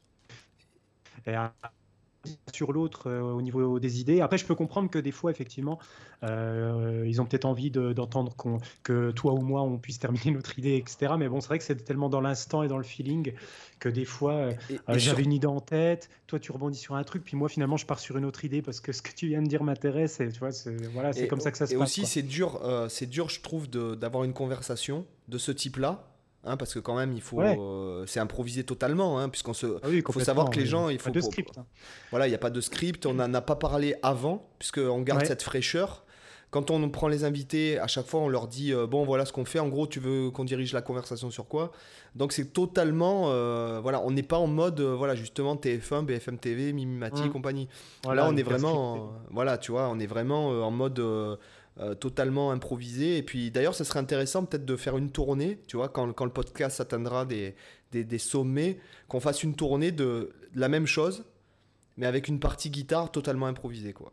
sur l'autre au niveau des idées. Après, je peux comprendre que des fois, effectivement, ils ont peut-être envie d'entendre que toi ou moi, on puisse terminer notre idée, etc. Mais bon, c'est vrai que c'est tellement dans l'instant et dans le feeling que des fois, j'avais une idée en tête, toi, tu rebondis sur un truc, puis moi, finalement, je pars sur une autre idée parce que ce que tu viens de dire m'intéresse. Et tu vois, c'est comme ça que ça se passe. Et aussi, c'est dur, je trouve, d'avoir une conversation de ce type-là. Hein, parce que quand même, il faut, c'est improvisé totalement, hein, puisqu'on se, faut savoir que les gens, il faut pas de script. Voilà, il n'y a pas de script, on n'en a pas parlé avant, puisqu'on garde cette fraîcheur. Quand on prend les invités, à chaque fois, on leur dit bon, voilà ce qu'on fait. En gros, tu veux qu'on dirige la conversation sur quoi? Donc c'est totalement, voilà, on n'est pas en mode, voilà, justement TF1, BFM TV, Mimimati et compagnie. Voilà, là, on est vraiment, voilà, tu vois, on est vraiment en mode. Totalement improvisé. Et puis d'ailleurs, ça serait intéressant peut-être de faire une tournée, tu vois, quand le podcast atteindra des sommets, qu'on fasse une tournée de la même chose, mais avec une partie guitare totalement improvisée, quoi.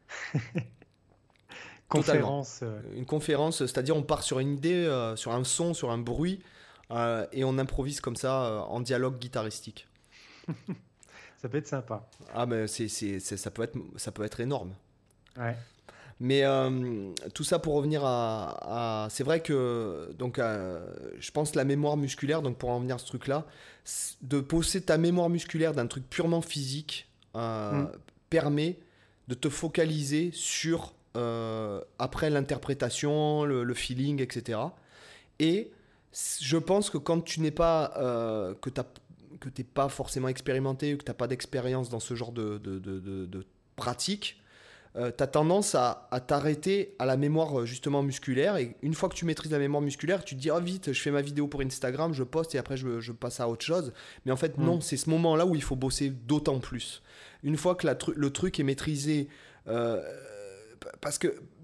Conférence. Une conférence, c'est-à-dire on part sur une idée, sur un son, sur un bruit, et on improvise comme ça en dialogue guitaristique. Ça peut être sympa. Ah, mais ça peut être énorme. Ouais. Mais tout ça pour revenir à c'est vrai que donc je pense la mémoire musculaire, donc pour en venir à ce truc-là, de posséder ta mémoire musculaire d'un truc purement physique permet de te focaliser sur après l'interprétation, le feeling, etc. Et je pense que quand tu n'es pas que t'es pas forcément expérimenté ou que t'as pas d'expérience dans ce genre de pratique, tu as tendance à t'arrêter à la mémoire justement musculaire, et une fois que tu maîtrises la mémoire musculaire, tu te dis vite, je fais ma vidéo pour Instagram, je poste et après je passe à autre chose. Mais en fait non, c'est ce moment-là où il faut bosser d'autant plus. Une fois que le truc est maîtrisé, parce que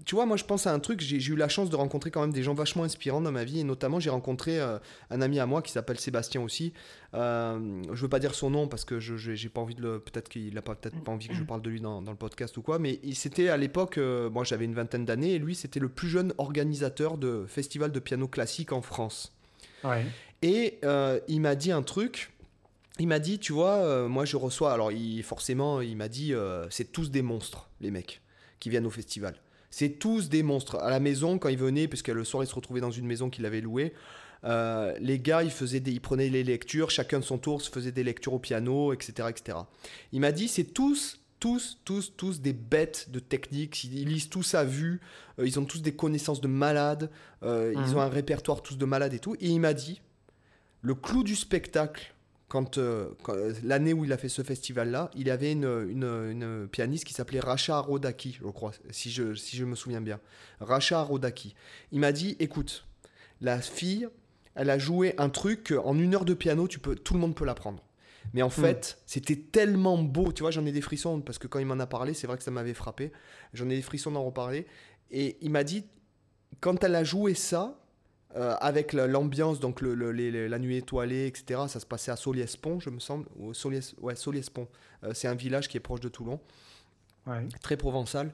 tu vois, moi je pense à un truc, j'ai eu la chance de rencontrer quand même des gens vachement inspirants dans ma vie, et notamment j'ai rencontré un ami à moi qui s'appelle Sébastien aussi. Je veux pas dire son nom parce que j'ai pas envie de le... Peut-être qu'il a peut-être pas envie que je parle de lui dans le podcast ou quoi, mais c'était à l'époque, moi j'avais une vingtaine d'années, et lui c'était le plus jeune organisateur de festival de piano classique en France. Ouais. Et il m'a dit un truc. Il m'a dit, tu vois, moi je reçois. Alors forcément, il m'a dit, c'est tous des monstres, les mecs qui viennent au festival. C'est tous des monstres. À la maison, quand ils venaient, parce que le soir ils se retrouvaient dans une maison qu'il avait louée, les gars, ils prenaient les lectures, chacun de son tour se faisait des lectures au piano, etc., etc. Il m'a dit, c'est tous des bêtes de technique. Ils lisent tous à vue. Ils ont tous des connaissances de malades. Ils ont un répertoire tous de malades et tout. Et il m'a dit, le clou du spectacle, quand l'année où il a fait ce festival-là, il y avait une pianiste qui s'appelait Rasha Arodaki, je crois, si je me souviens bien. Rasha Arodaki. Il m'a dit, écoute, la fille, elle a joué un truc en 1 heure de piano, tout le monde peut l'apprendre. Mais en fait, c'était tellement beau. Tu vois, j'en ai des frissons parce que quand il m'en a parlé, c'est vrai que ça m'avait frappé. J'en ai des frissons d'en reparler. Et il m'a dit, quand elle a joué ça, avec l'ambiance, donc la nuit étoilée, etc., ça se passait à Soliespont, je me semble. Soliespont. C'est un village qui est proche de Toulon. Ouais. Très provençal.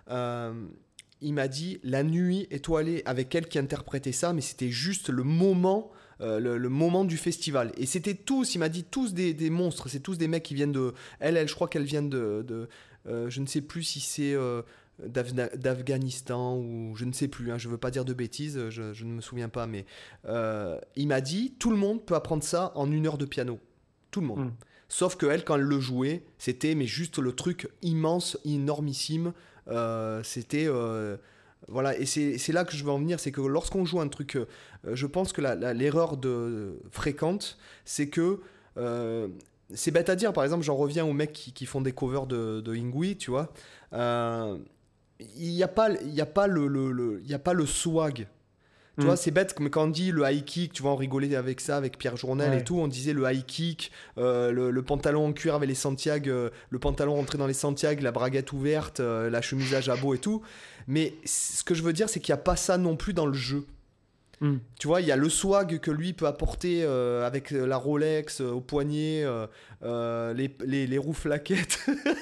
Il m'a dit, la nuit étoilée, avec elle qui interprétait ça, mais c'était juste le moment... le moment du festival. Et c'était tous, il m'a dit, tous des monstres. C'est tous des mecs qui viennent de... Elle je crois qu'elle vient de je ne sais plus si c'est d'Afghanistan ou je ne sais plus, hein, je ne veux pas dire de bêtises, je ne me souviens pas, mais il m'a dit, tout le monde peut apprendre ça en 1 heure de piano. Tout le monde. Sauf qu'elle, quand elle le jouait, c'était mais juste le truc immense, énormissime. C'était... Voilà, et c'est là que je veux en venir, c'est que lorsqu'on joue un truc, je pense que l'erreur fréquente, c'est que c'est bête à dire, par exemple, j'en reviens aux mecs qui font des covers de Ingui, tu vois, il n'y a pas le swag. Tu vois, c'est bête, mais quand on dit le high kick, tu vois, on rigolait avec ça, avec Pierre Journel et tout, on disait le high kick, le pantalon en cuir avec les Santiago, le pantalon rentré dans les Santiago, la braguette ouverte, la chemise à jabot et tout. Mais ce que je veux dire, c'est qu'il n'y a pas ça non plus dans le jeu. Tu vois, il y a le swag que lui peut apporter avec la Rolex au poignet, les roues flaquettes.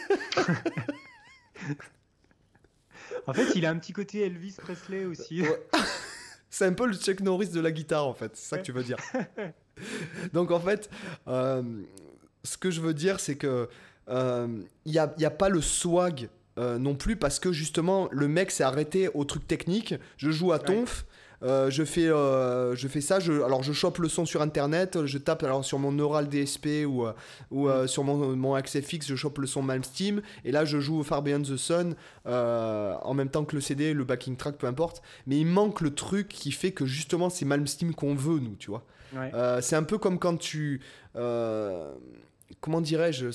En fait, il a un petit côté Elvis Presley aussi. Ouais. C'est un peu le Chuck Norris de la guitare, en fait. C'est ça que tu veux dire. Donc, en fait, ce que je veux dire, c'est que y a pas le swag non plus, parce que, justement, le mec s'est arrêté au truc technique. Je joue à tonf. Je fais ça, alors je chope le son sur internet, je tape alors sur mon Neural DSP ou sur mon AXFX, je chope le son Malmsteen, et là je joue Far Beyond the Sun en même temps que le CD, le backing track, peu importe, mais il manque le truc qui fait que justement c'est Malmsteen qu'on veut, nous, tu vois. C'est un peu comme quand tu... comment dirais-je,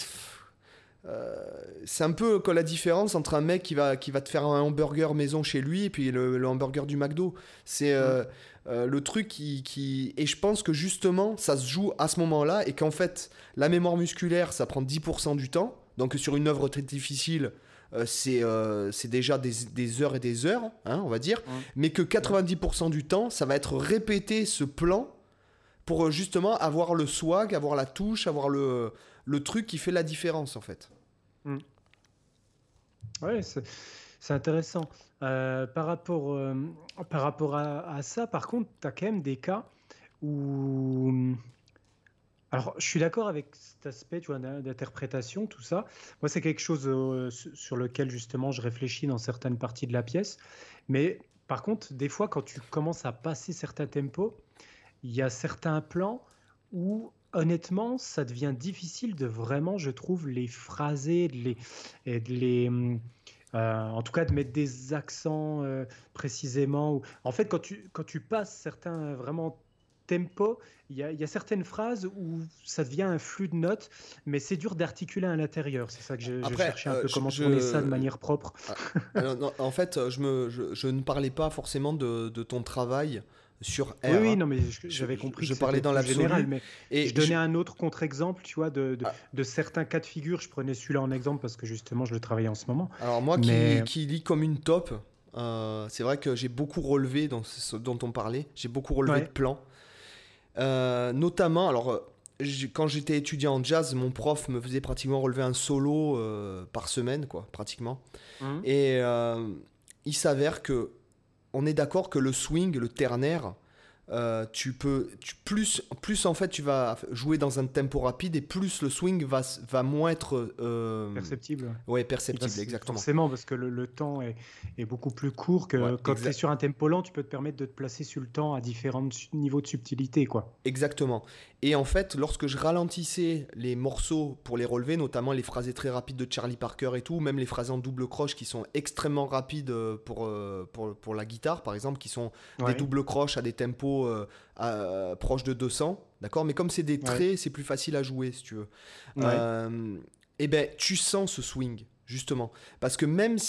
c'est un peu la différence entre un mec qui va te faire un hamburger maison chez lui et puis le hamburger du McDo. C'est le truc qui... Et je pense que justement, ça se joue à ce moment-là et qu'en fait, la mémoire musculaire, ça prend 10% du temps. Donc sur une œuvre très difficile, c'est déjà des heures et des heures, hein, on va dire. Mais que 90% du temps, ça va être répéter ce plan pour justement avoir le swag, avoir la touche, avoir le truc qui fait la différence, en fait. Ouais, c'est intéressant. Par rapport à ça, par contre, tu as quand même des cas où... Alors, je suis d'accord avec cet aspect, tu vois, d'interprétation, tout ça. Moi, c'est quelque chose sur lequel, justement, je réfléchis dans certaines parties de la pièce. Mais par contre, des fois, quand tu commences à passer certains tempos, il y a certains plans où... Honnêtement, ça devient difficile de vraiment, je trouve, les phraser, en tout cas de mettre des accents précisément. En fait, quand tu passes certains vraiment tempos, il y a certaines phrases où ça devient un flux de notes, mais c'est dur d'articuler à l'intérieur. C'est ça que je cherchais un peu comment tourner ça de manière propre. Alors, non, en fait, je ne parlais pas forcément de ton travail sur R. Oui, non, mais j'avais compris. Je parlais dans l'absolu. Général, mais je donnais un autre contre-exemple, tu vois, de certains cas de figure. Je prenais celui-là en exemple parce que justement, je le travaillais en ce moment. Alors moi, qui lis comme une taupe, C'est vrai que j'ai beaucoup relevé dans ce dont on parlait. J'ai beaucoup relevé de Ouais. plans. Notamment, alors, quand j'étais étudiant en jazz, mon prof me faisait pratiquement relever un solo par semaine, quoi, pratiquement. Mhm. Et il s'avère que on est d'accord que le swing, le ternaire, plus en fait tu vas jouer dans un tempo rapide et plus le swing va moins être Perceptible. ouais, perceptible, exactement. Forcément, parce que le temps est beaucoup plus court Ouais, que quand tu es sur un tempo lent, tu peux te permettre de te placer sur le temps à différents niveaux de subtilité, quoi. exactement. Et en fait, lorsque je ralentissais les morceaux pour les relever, notamment les phrasés très rapides de Charlie Parker et tout, même les phrasés en double croche qui sont extrêmement rapides pour la guitare, par exemple, qui sont des Ouais. doubles croches à des tempos proches de 200, d'accord? Mais comme c'est des Ouais. traits, c'est plus facile à jouer, si tu veux. Ouais. Et ben, tu sens ce swing, justement. Parce que même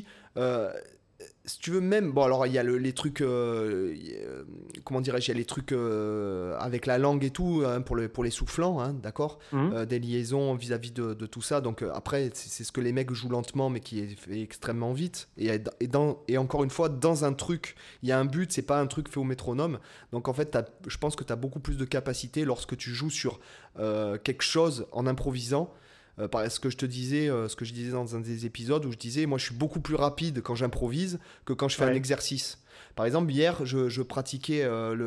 si tu veux même... Bon, alors, il y a les trucs... comment dirais-je? Il y a les trucs avec la langue et tout, hein, pour les soufflants, hein, d'accord? Mhm. Des liaisons vis-à-vis de tout ça. Donc, après, c'est ce que les mecs jouent lentement, mais qui est fait extrêmement vite. Et encore une fois, dans un truc, il y a un but, c'est pas un truc fait au métronome. Donc, en fait, je pense que tu as beaucoup plus de capacité lorsque tu joues sur quelque chose en improvisant. Par ce que je te disais, ce que je disais dans un des épisodes où je disais, moi je suis beaucoup plus rapide quand j'improvise que quand je fais un Ouais. exercice. Par exemple, hier, je pratiquais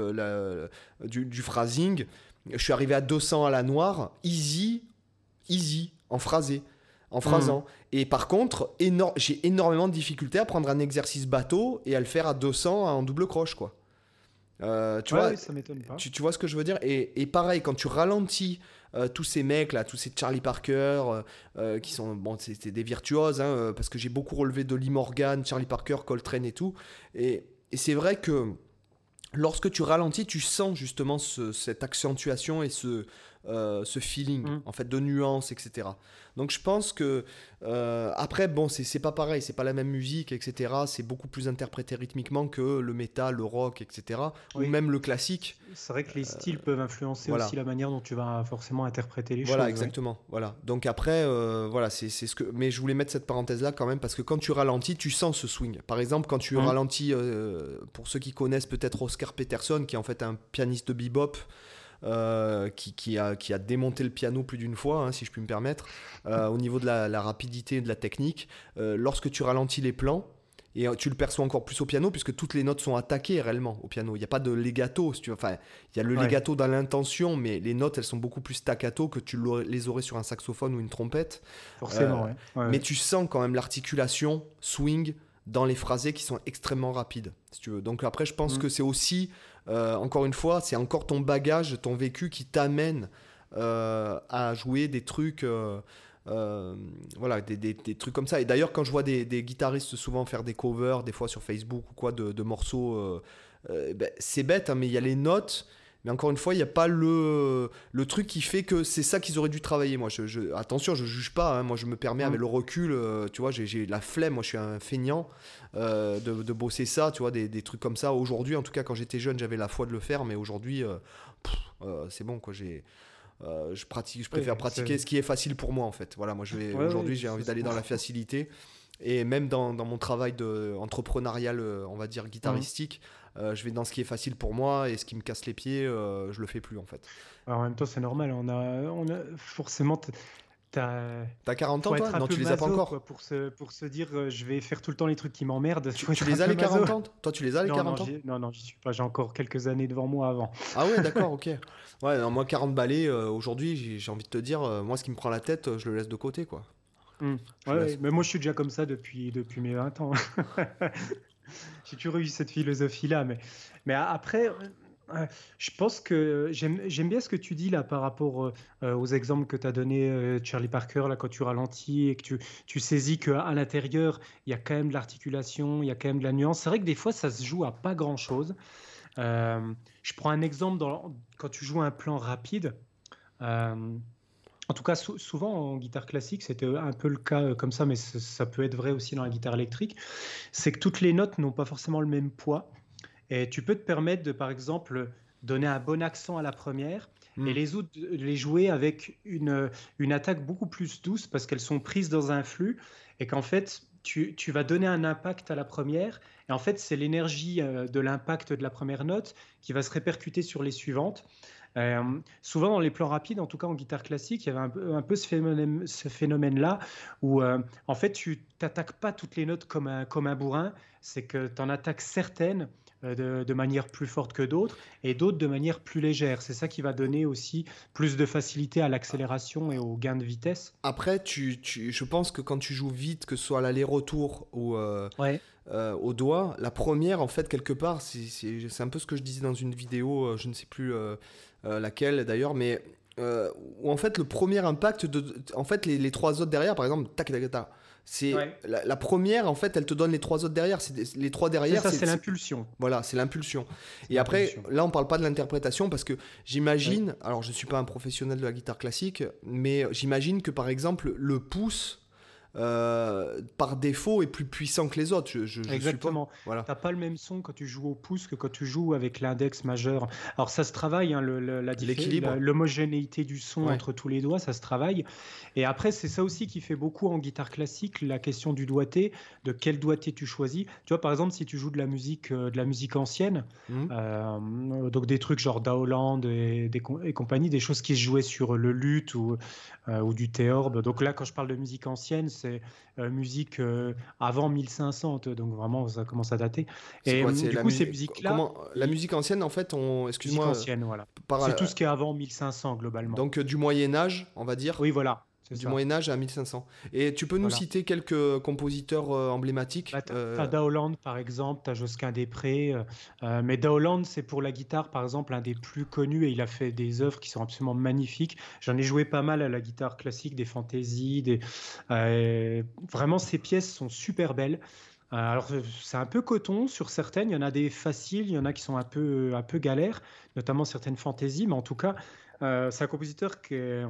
du phrasing. Je suis arrivé à 200 à la noire, easy, en phrasé, en phrasant. Et par contre, j'ai énormément de difficultés à prendre un exercice bateau et à le faire à 200 en double croche, quoi. Tu vois, Ouais, ça m'étonne pas. tu vois ce que je veux dire? Et pareil, quand tu ralentis tous ces mecs là, tous ces Charlie Parker qui sont bon, c'était des virtuoses, hein, parce que j'ai beaucoup relevé de Lee Morgan, Charlie Parker, Coltrane et tout. Et c'est vrai que lorsque tu ralentis, tu sens justement cette accentuation et ce feeling en fait de nuances, etc. Donc je pense que après bon c'est pas pareil, c'est pas la même musique, etc. C'est beaucoup plus interprété rythmiquement que le métal, le rock, etc. Oui. Ou même le classique. C'est vrai que les styles peuvent influencer voilà. aussi la manière dont tu vas forcément interpréter les Voilà, choses. exactement. Voilà. Donc après, voilà, c'est ce que. Mais je voulais mettre cette parenthèse là quand même parce que quand tu ralentis, tu sens ce swing. Par exemple, quand tu ralentis, pour ceux qui connaissent peut-être Oscar Peterson, qui est en fait un pianiste de bebop. Qui a démonté le piano plus d'une fois, hein, si je puis me permettre, au niveau de la rapidité et de la technique. Lorsque tu ralentis les plans, et tu le perçois encore plus au piano, puisque toutes les notes sont attaquées réellement au piano. Il n'y a pas de legato, si tu veux. Enfin, il y a le legato dans l'intention, mais les notes, elles sont beaucoup plus staccato que tu les aurais sur un saxophone ou une trompette. Forcément, mais tu sens quand même l'articulation, swing, dans les phrasés qui sont extrêmement rapides, si tu veux. Donc après, je pense que c'est aussi, encore une fois, c'est encore ton bagage, ton vécu qui t'amène à jouer des trucs... voilà, des trucs comme ça. Et d'ailleurs, quand je vois des guitaristes souvent faire des covers, des fois sur Facebook ou quoi, de morceaux, ben, c'est bête, hein, mais il y a les notes. Mais encore une fois, il n'y a pas le truc qui fait que c'est ça qu'ils auraient dû travailler. Moi, attention, je ne juge pas. Hein, moi, je me permets avec le recul. Tu vois, j'ai la flemme. Moi, je suis un feignant de bosser ça. Tu vois, des trucs comme ça. Aujourd'hui, en tout cas, quand j'étais jeune, j'avais la foi de le faire. Mais aujourd'hui, c'est bon, quoi. Je préfère pratiquer ce qui est facile pour moi, en fait. Voilà, moi, aujourd'hui, j'ai envie d'aller dans la facilité. Et même dans mon travail entrepreneurial, on va dire guitaristique, je vais dans ce qui est facile pour moi et ce qui me casse les pieds, je le fais plus en fait. Alors, en même temps, c'est normal. On a forcément. T'as 40 ans, faut toi? être un Non, peu tu les as pas maso, encore. quoi, pour se dire je vais faire tout le temps les trucs qui m'emmerdent. Tu les as les 40 ans? Toi, tu les as les 40 ans? Non, j'y suis pas. J'ai encore quelques années devant moi avant. Ah ouais, d'accord, ok. Ouais, non, moi 40 balais, aujourd'hui, j'ai envie de te dire, moi ce qui me prend la tête, je le laisse de côté, quoi. Ouais, mais moi je suis déjà comme ça depuis mes 20 ans. J'ai toujours eu cette philosophie-là. Mais après, je pense que j'aime bien ce que tu dis là par rapport aux exemples que tu as donnés, Charlie Parker, là, quand tu ralentis et que tu saisis qu'à l'intérieur, il y a quand même de l'articulation, il y a quand même de la nuance. C'est vrai que des fois, ça se joue à pas grand-chose. Je prends un exemple quand tu joues un plan rapide. En tout cas, souvent en guitare classique, c'était un peu le cas comme ça, mais ça peut être vrai aussi dans la guitare électrique. C'est que toutes les notes n'ont pas forcément le même poids. Et tu peux te permettre de, par exemple, donner un bon accent à la première et les autres, les jouer avec une attaque beaucoup plus douce parce qu'elles sont prises dans un flux et qu'en fait, tu vas donner un impact à la première, et en fait, c'est l'énergie de l'impact de la première note qui va se répercuter sur les suivantes. Souvent dans les plans rapides, en tout cas en guitare classique, il y avait un peu ce phénomène-là où en fait tu t'attaques pas toutes les notes comme un bourrin, c'est que tu en attaques certaines de manière plus forte que d'autres et d'autres de manière plus légère. C'est ça qui va donner aussi plus de facilité à l'accélération et au gain de vitesse. Après, je pense que quand tu joues vite, que ce soit à l'aller-retour ou Ouais. au doigt, la première, en fait, quelque part, c'est un peu ce que je disais dans une vidéo, je ne sais plus laquelle d'ailleurs, mais où en fait le premier impact, en fait les trois autres derrière, par exemple, tac tac tac, c'est Ouais. la première, en fait, elle te donne les trois autres derrière, les trois derrière, C'est l'impulsion. voilà, c'est l'impulsion. C'est Et après, l'impulsion. là, on parle pas de l'interprétation parce que Ouais. j'imagine, alors je ne suis pas un professionnel de la guitare classique, mais j'imagine que par exemple, le pouce, par défaut, est plus puissant que les autres, je suppose. Exactement. Voilà. T'as pas le même son quand tu joues au pouce que quand tu joues avec l'index majeur. Alors ça se travaille, hein, L'équilibre. l'homogénéité du son Ouais. entre tous les doigts, ça se travaille. Et après, c'est ça aussi qui fait beaucoup en guitare classique, la question du doigté, de quel doigté tu choisis. Tu vois, par exemple, si tu joues de la musique ancienne, Mhm. donc des trucs genre Daoland et compagnie, des choses qui se jouaient sur le luth ou du théorbe. Donc là, quand je parle de musique ancienne, c'est musique avant 1500, donc vraiment ça commence à dater. C'est Et quoi? C'est du la coup, ces musique. musiques-là, Comment la musique ancienne, en fait, musique excuse-moi, ancienne, voilà. par C'est tout ce qui est avant 1500 globalement. donc du Moyen Âge, on va dire. Oui, voilà, c'est Du ça. Moyen Âge à 1500. Et tu peux nous Voilà. citer quelques compositeurs emblématiques? Bah, t'as Daoland par exemple, t'as Josquin des Prés, mais Daoland c'est pour la guitare par exemple un des plus connus et il a fait des œuvres qui sont absolument magnifiques. J'en ai joué pas mal à la guitare classique, des fantaisies, vraiment ces pièces sont super belles. Alors c'est un peu coton sur certaines, il y en a des faciles, il y en a qui sont un peu galères, notamment certaines fantaisies, mais en tout cas c'est un compositeur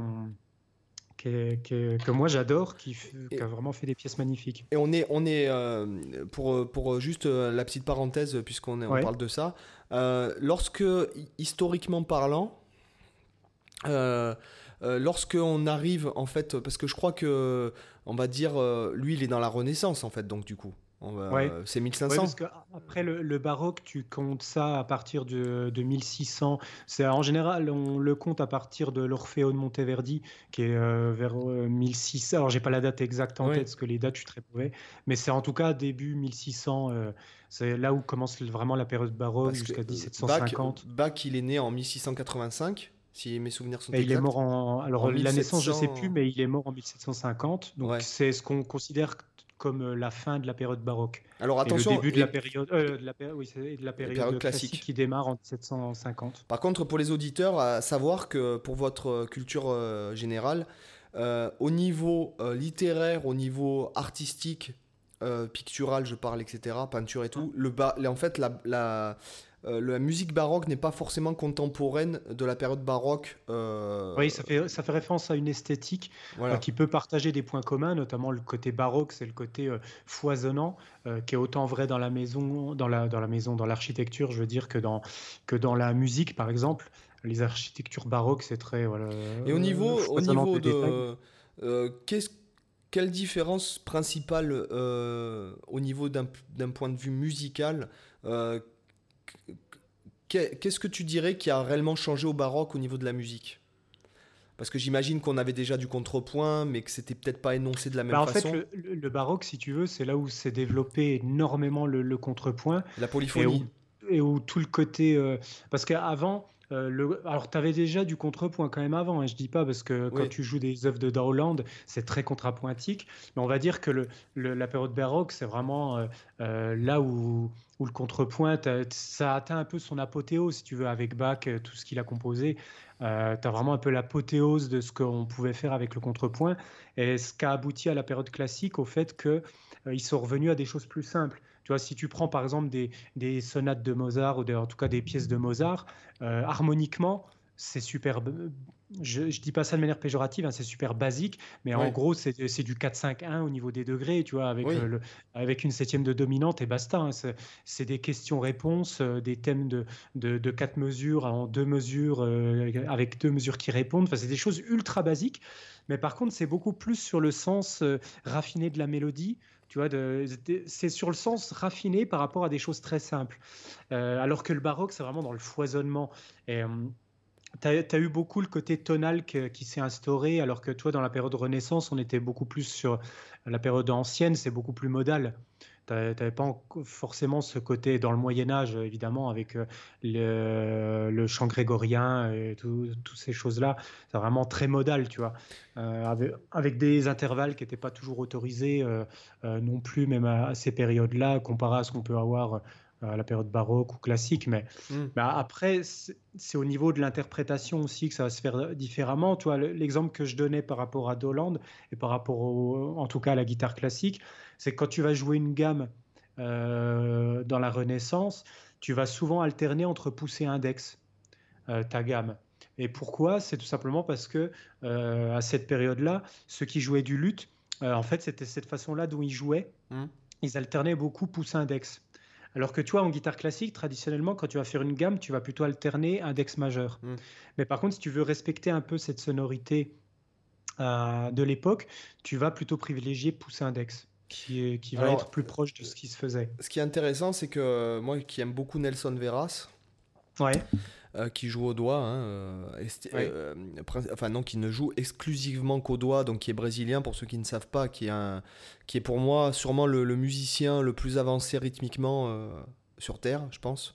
que moi j'adore, qui Et, a vraiment fait des pièces magnifiques. et on est pour juste la petite parenthèse, on Ouais. parle de ça, lorsque, historiquement parlant, lorsque on arrive, en fait, parce que je crois que, on va dire, lui, il est dans la Renaissance, en fait, donc du coup. Ouais. C'est Ouais, parce 1500. qu'après le baroque, tu comptes ça à partir de 1600. C'est, en général, on le compte à partir de l'Orfeo de Monteverdi, qui est vers 1600. Alors, j'ai pas la date exacte en Oui. tête, parce que les dates, je suis très mauvais. Mais c'est en tout cas début 1600. C'est là où commence vraiment la période baroque, Parce que jusqu'à Bach, 1750. Bach, il est né en 1685, si mes souvenirs sont Et il est exacts. mort en... En Alors, la naissance, je sais plus, 1700. mais il est mort en 1750. Donc, Ouais. c'est ce qu'on considère comme la fin de la période baroque. Alors Et le attention, début de la période, oui, de la les périodes période classique classiques. qui démarre en 1750. Par contre, pour les auditeurs, à savoir que pour votre culture générale, au niveau littéraire, au niveau artistique, pictural, je parle, etc., peinture et tout, en fait, la musique baroque n'est pas forcément contemporaine de la période baroque. Oui, ça fait référence à une esthétique Voilà. qui peut partager des points communs, notamment le côté baroque, c'est le côté foisonnant, qui est autant vrai dans la maison, dans l'architecture, je veux dire, que dans la musique, par exemple. Les architectures baroques, c'est très voilà, Et au foisonnant niveau de détails. de qu'est-ce quelle différence principale au niveau d'un point de vue musical, euh, qu'est-ce que tu dirais qui a réellement changé au baroque au niveau de la musique? Parce que j'imagine qu'on avait déjà du contrepoint, mais que c'était peut-être pas énoncé de la même Bah, en fait, façon. le baroque, si tu veux, c'est là où s'est développé énormément le contrepoint. La Et polyphonie. où tout le côté. Parce qu'avant, alors tu avais déjà du contrepoint quand même avant, hein, je dis pas, parce que quand Oui. tu joues des œuvres de Dowland, c'est très contrapointique. Mais on va dire que la période baroque, c'est vraiment là où le contrepoint, ça a atteint un peu son apothéose, si tu veux, avec Bach, tout ce qu'il a composé. Tu as vraiment un peu l'apothéose de ce qu'on pouvait faire avec le contrepoint. Et ce qui a abouti à la période classique, au fait qu'ils sont revenus à des choses plus simples. Tu vois, si tu prends par exemple des sonates de Mozart ou en tout cas des pièces de Mozart, harmoniquement, c'est super. Je ne dis pas ça de manière péjorative, hein, c'est super basique, mais en Oui. gros, c'est du 4-5-1 au niveau des degrés, tu vois, avec, Oui. avec une septième de dominante et basta. Hein, c'est des questions-réponses, des thèmes de 4 mesures en 2 mesures, avec 2 mesures qui répondent. Enfin, c'est des choses ultra basiques, mais par contre, c'est beaucoup plus sur le sens raffiné de la mélodie Tu vois, c'est sur le sens raffiné par rapport à des choses très simples. Alors que le baroque, c'est vraiment dans le foisonnement. Et tu as eu beaucoup le côté tonal qui s'est instauré, alors que toi, dans la période Renaissance, on était beaucoup plus sur la période ancienne, c'est beaucoup plus modal. Tu n'avais pas forcément ce côté dans le Moyen Âge, évidemment, avec le chant grégorien et toutes ces choses-là. C'est vraiment très modal, tu vois, avec des intervalles qui n'étaient pas toujours autorisés non plus, même à ces périodes-là, comparé à ce qu'on peut avoir à la période baroque ou classique. Mais après, c'est au niveau de l'interprétation aussi que ça va se faire différemment. Tu vois, l'exemple que je donnais par rapport à Doland et par rapport en tout cas à la guitare classique, c'est que quand tu vas jouer une gamme dans la Renaissance, tu vas souvent alterner entre pouce et index ta gamme. Et pourquoi? C'est tout simplement parce que à cette période-là, ceux qui jouaient du luth, en fait, c'était cette façon-là dont ils jouaient. Ils alternaient beaucoup pouce-index. Alors que tu vois, en guitare classique, traditionnellement, quand tu vas faire une gamme, tu vas plutôt alterner index majeur. Mais par contre, si tu veux respecter un peu cette sonorité de l'époque, tu vas plutôt privilégier pouce-index, qui va être plus proche de ce qui se faisait. Ce qui est intéressant, c'est que moi qui aime beaucoup Nelson Veras, qui joue au doigt, enfin non, qui ne joue exclusivement qu'au doigt, donc qui est brésilien pour ceux qui ne savent pas, qui est pour moi sûrement le musicien le plus avancé rythmiquement sur Terre, je pense.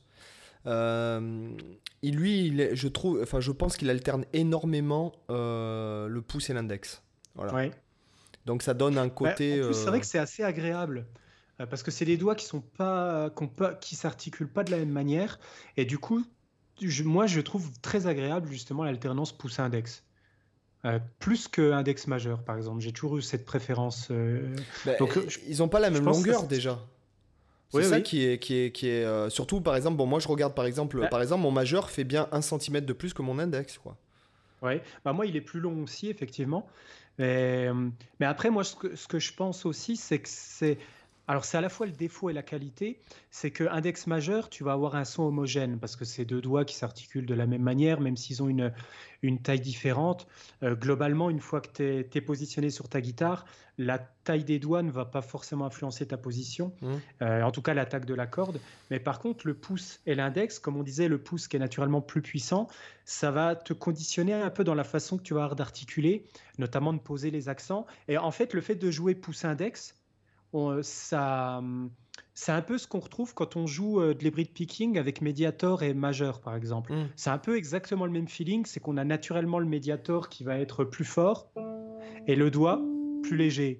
Je pense qu'il alterne énormément le pouce et l'index. Voilà. Ouais. Donc ça donne un côté. En plus, c'est vrai que c'est assez agréable. Parce que c'est des doigts qui s'articulent pas de la même manière. Et du coup, moi, je trouve très agréable justement l'alternance pouce-index. Plus que index majeur, par exemple. J'ai toujours eu cette préférence. Donc, ils n'ont pas la même longueur déjà. C'est ça qui est surtout, par exemple, moi je regarde par exemple, mon majeur fait bien 1 cm de plus que mon index, quoi. Ouais, moi il est plus long aussi, effectivement. Mais après, moi, ce que je pense aussi, c'est que c'est à la fois le défaut et la qualité, c'est que index majeur, tu vas avoir un son homogène parce que c'est deux doigts qui s'articulent de la même manière, même s'ils ont une taille différente. Globalement, une fois que tu es positionné sur ta guitare, la taille des doigts ne va pas forcément influencer ta position, en tout cas l'attaque de la corde. Mais par contre, le pouce et l'index, comme on disait, le pouce qui est naturellement plus puissant, ça va te conditionner un peu dans la façon que tu vas avoir d'articuler, notamment de poser les accents. Et en fait, le fait de jouer pouce-index, c'est un peu ce qu'on retrouve quand on joue de l'hybrid picking avec médiator et majeur, par exemple. C'est un peu exactement le même feeling, c'est qu'on a naturellement le médiator qui va être plus fort et le doigt plus léger.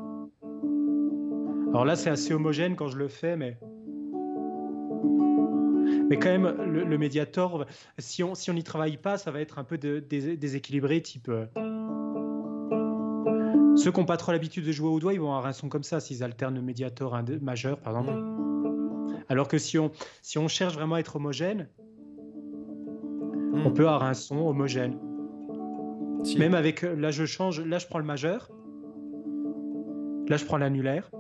Alors là, c'est assez homogène quand je le fais, mais quand même, le médiator, si on n'y travaille pas, ça va être un peu déséquilibré, type... Ceux qui n'ont pas trop l'habitude de jouer au doigt, ils vont avoir un son comme ça s'ils alternent le médiator majeur, par exemple. Alors que si on cherche vraiment à être homogène, on peut avoir un son homogène. Même avec... Là, je change. Là, je prends le majeur. Là, je prends l'annulaire.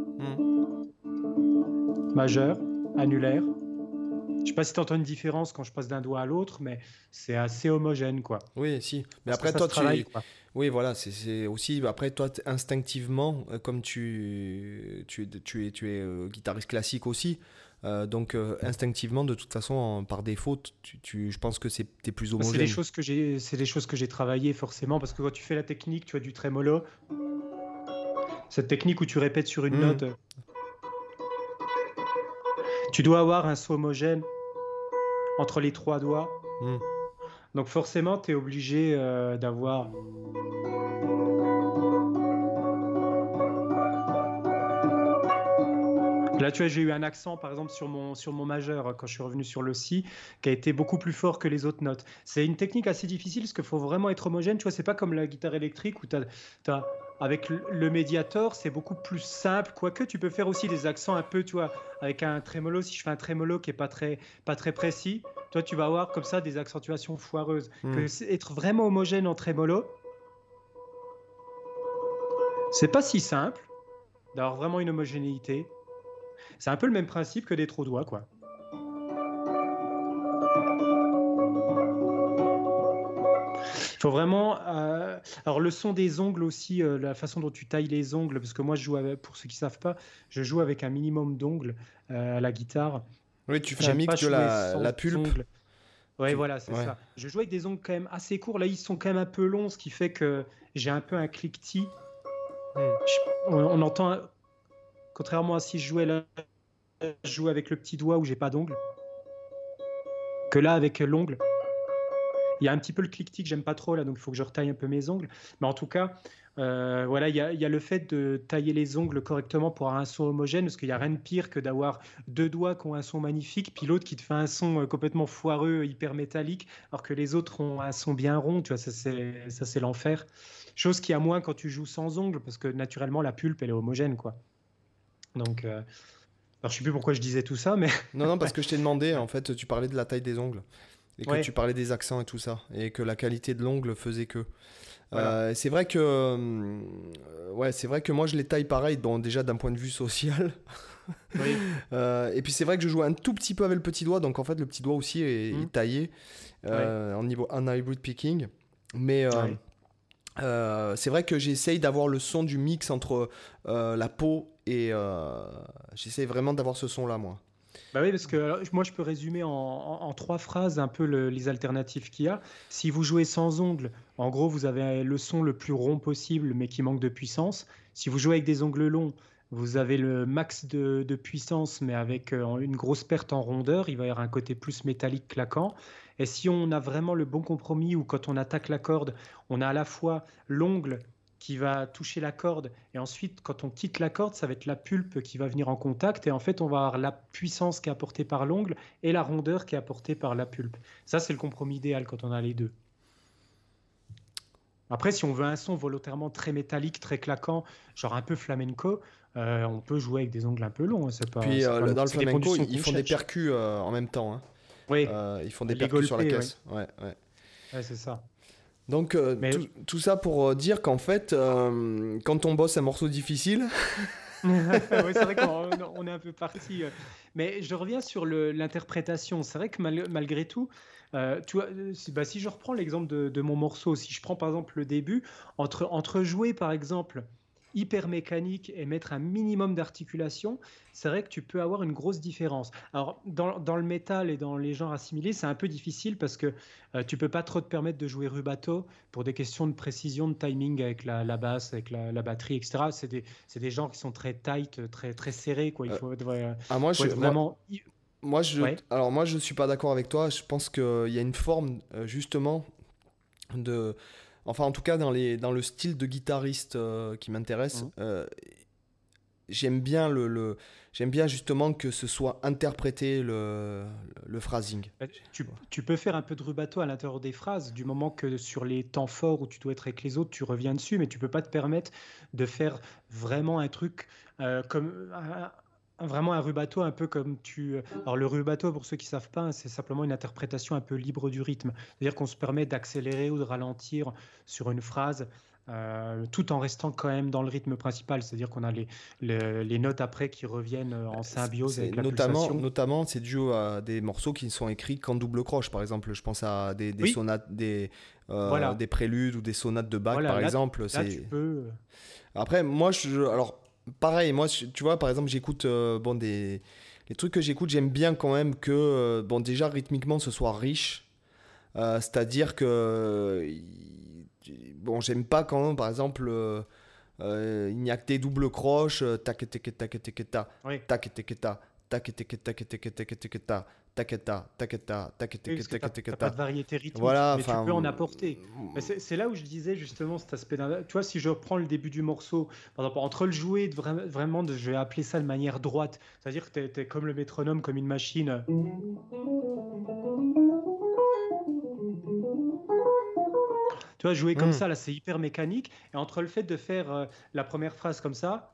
Majeur, annulaire. Je ne sais pas si tu entends une différence quand je passe d'un doigt à l'autre, mais c'est assez homogène, quoi. Oui, si. Mais après, toi, oui, voilà, c'est aussi... Après, toi, instinctivement, comme tu es guitariste classique aussi, donc instinctivement, de toute façon, par défaut, je pense que t'es plus homogène. C'est des choses que j'ai travaillées, forcément, parce que quand tu fais la technique, tu as du trémolo. Cette technique où tu répètes sur une note... Tu dois avoir un son homogène entre les trois doigts. Donc forcément, tu es obligé d'avoir... Là, tu vois, j'ai eu un accent, par exemple, sur mon majeur, quand je suis revenu sur le si, qui a été beaucoup plus fort que les autres notes. C'est une technique assez difficile, parce qu'il faut vraiment être homogène. Tu vois, c'est pas comme la guitare électrique, où avec le médiator, c'est beaucoup plus simple. Quoique, tu peux faire aussi des accents un peu, tu vois, avec un trémolo. Si je fais un trémolo qui est pas très précis, toi, tu vas avoir comme ça des accentuations foireuses. Être vraiment homogène en trémolo, c'est pas si simple d'avoir vraiment une homogénéité. C'est un peu le même principe que d'être au doigt, quoi. Faut vraiment. Alors le son des ongles aussi, la façon dont tu tailles les ongles, parce que moi pour ceux qui savent pas, je joue avec un minimum d'ongles à la guitare. Oui, tu fais un J'aime pas mix de jouer la sans pulpe. ongles. Ouais, Tu... voilà, c'est Ouais. ça. Je joue avec des ongles quand même assez courts. Là, ils sont quand même un peu longs, ce qui fait que j'ai un peu un cliquetis. Hmm. On entend, contrairement à si je jouais là, je joue avec le petit doigt où j'ai pas d'ongles, que là avec l'ongle. Il y a un petit peu le cliquetis que j'aime pas trop là, donc il faut que je retaille un peu mes ongles. Mais en tout cas, voilà, il y a le fait de tailler les ongles correctement pour avoir un son homogène, parce qu'il n'y a rien de pire que d'avoir deux doigts qui ont un son magnifique, puis l'autre qui te fait un son complètement foireux, hyper métallique, alors que les autres ont un son bien rond. Tu vois, ça c'est l'enfer. Chose qui a moins quand tu joues sans ongles, parce que naturellement la pulpe elle est homogène, quoi. Donc, alors je sais plus pourquoi je disais tout ça, mais Non, non, parce que je t'ai demandé, en fait, tu parlais de la taille des ongles. Et que tu ouais, parlais des accents et tout ça. Et que la qualité de l'ongle faisait que. voilà. C'est vrai que. Ouais, c'est vrai que moi je les taille pareil, bon, déjà d'un point de vue social. Oui. Et puis c'est vrai que je joue un tout petit peu avec le petit doigt, donc en fait le petit doigt aussi est taillé Ouais. en hybrid picking. Mais Ouais. c'est vrai que j'essaye d'avoir le son du mix entre la peau et. J'essaye vraiment d'avoir ce son là, moi. Bah oui, parce que alors, moi je peux résumer en trois phrases un peu les alternatives qu'il y a. Si vous jouez sans ongles, en gros vous avez le son le plus rond possible mais qui manque de puissance. Si vous jouez avec des ongles longs, vous avez le max de puissance mais avec une grosse perte en rondeur. Il va y avoir un côté plus métallique claquant. Et si on a vraiment le bon compromis où quand on attaque la corde, on a à la fois l'ongle qui va toucher la corde. Et ensuite, quand on quitte la corde, ça va être la pulpe qui va venir en contact. Et en fait, on va avoir la puissance qui est apportée par l'ongle et la rondeur qui est apportée par la pulpe. Ça, c'est le compromis idéal quand on a les deux. Après, si on veut un son volontairement très métallique, très claquant, genre un peu flamenco, on peut jouer avec des ongles un peu longs. Puis C'est pas dans le ça dépend du flamenco, son ils qu'on font des cherche. percus en même temps, hein. Oui, Ils font des les percus sur la golpes, oui. caisse. Ouais, ouais. Ouais, c'est ça. Donc Mais tout ça pour dire qu'en fait, quand on bosse un morceau difficile, oui, c'est vrai qu'on est un peu parti. Mais je reviens sur l'interprétation. C'est vrai que malgré tout, tu vois, si je reprends l'exemple de mon morceau, si je prends par exemple le début, entre jouer par exemple hyper mécanique et mettre un minimum d'articulation, c'est vrai que tu peux avoir une grosse différence. Alors, dans le métal et dans les genres assimilés, c'est un peu difficile parce que tu peux pas trop te permettre de jouer rubato pour des questions de précision, de timing avec la basse, avec la batterie, etc. C'est des genres qui sont très tight, très, très serrés, quoi. euh, moi, Faut être vraiment. Ouais. alors moi je suis pas d'accord avec toi. Je pense qu'il y a une forme justement de, enfin en tout cas dans le style de guitariste qui m'intéresse. Mhm. J'aime bien j'aime bien justement que ce soit interprété le phrasing. Bah, tu peux faire un peu de rubato à l'intérieur des phrases, du moment que sur les temps forts où tu dois être avec les autres, tu reviens dessus, mais tu peux pas te permettre de faire vraiment un truc comme vraiment un rubato, un peu comme tu. Alors le rubato, pour ceux qui savent pas, hein, c'est simplement une interprétation un peu libre du rythme, c'est-à-dire qu'on se permet d'accélérer ou de ralentir sur une phrase. Tout en restant quand même dans le rythme principal, c'est-à-dire qu'on a les notes après qui reviennent en symbiose C'est avec la pulsation. notamment c'est dû à des morceaux qui ne sont écrits qu'en double croche. Par exemple, je pense à des Oui, sonates, voilà. des préludes ou des sonates de Bach, Voilà, par là, exemple. là tu C'est peux. après moi, alors pareil, moi, tu vois, par exemple, j'écoute bon les trucs que j'écoute, j'aime bien quand même que bon déjà rythmiquement ce soit riche. C'est-à-dire que bon, j'aime pas quand par exemple il n'y a que des doubles croches, tac tac tac tac tac Oui, tac tac tac tac tac tac tac tac tac tac tac tac tac tac tac oui, tac parce que tu tac tac n'as pas tac. de variété rythmique, Voilà, mais tu enfin peux en apporter. Mais c'est là où je disais justement cet aspect. Tu vois, si je reprends le début du morceau, par exemple, entre le jouer, vraiment, je vais appeler ça de manière droite, c'est-à-dire que tu es comme le métronome, comme une machine. Tu vois, jouer comme hmm. ça, là, c'est hyper mécanique. Et entre le fait de faire la première phrase comme ça,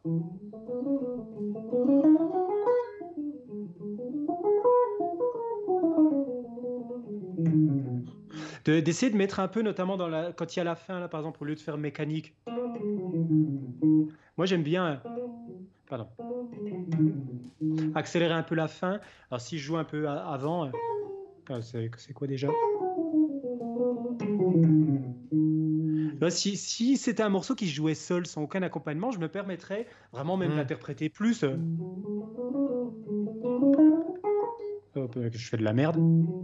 d'essayer de mettre un peu, notamment quand il y a la fin, là, par exemple, au lieu de faire mécanique. Moi, j'aime bien. Pardon. Accélérer un peu la fin. Alors, si je joue un peu avant, c'est quoi déjà? Si c'était un morceau qui se jouait seul, sans aucun accompagnement, je me permettrais vraiment même d'interpréter plus. Je fais de la merde.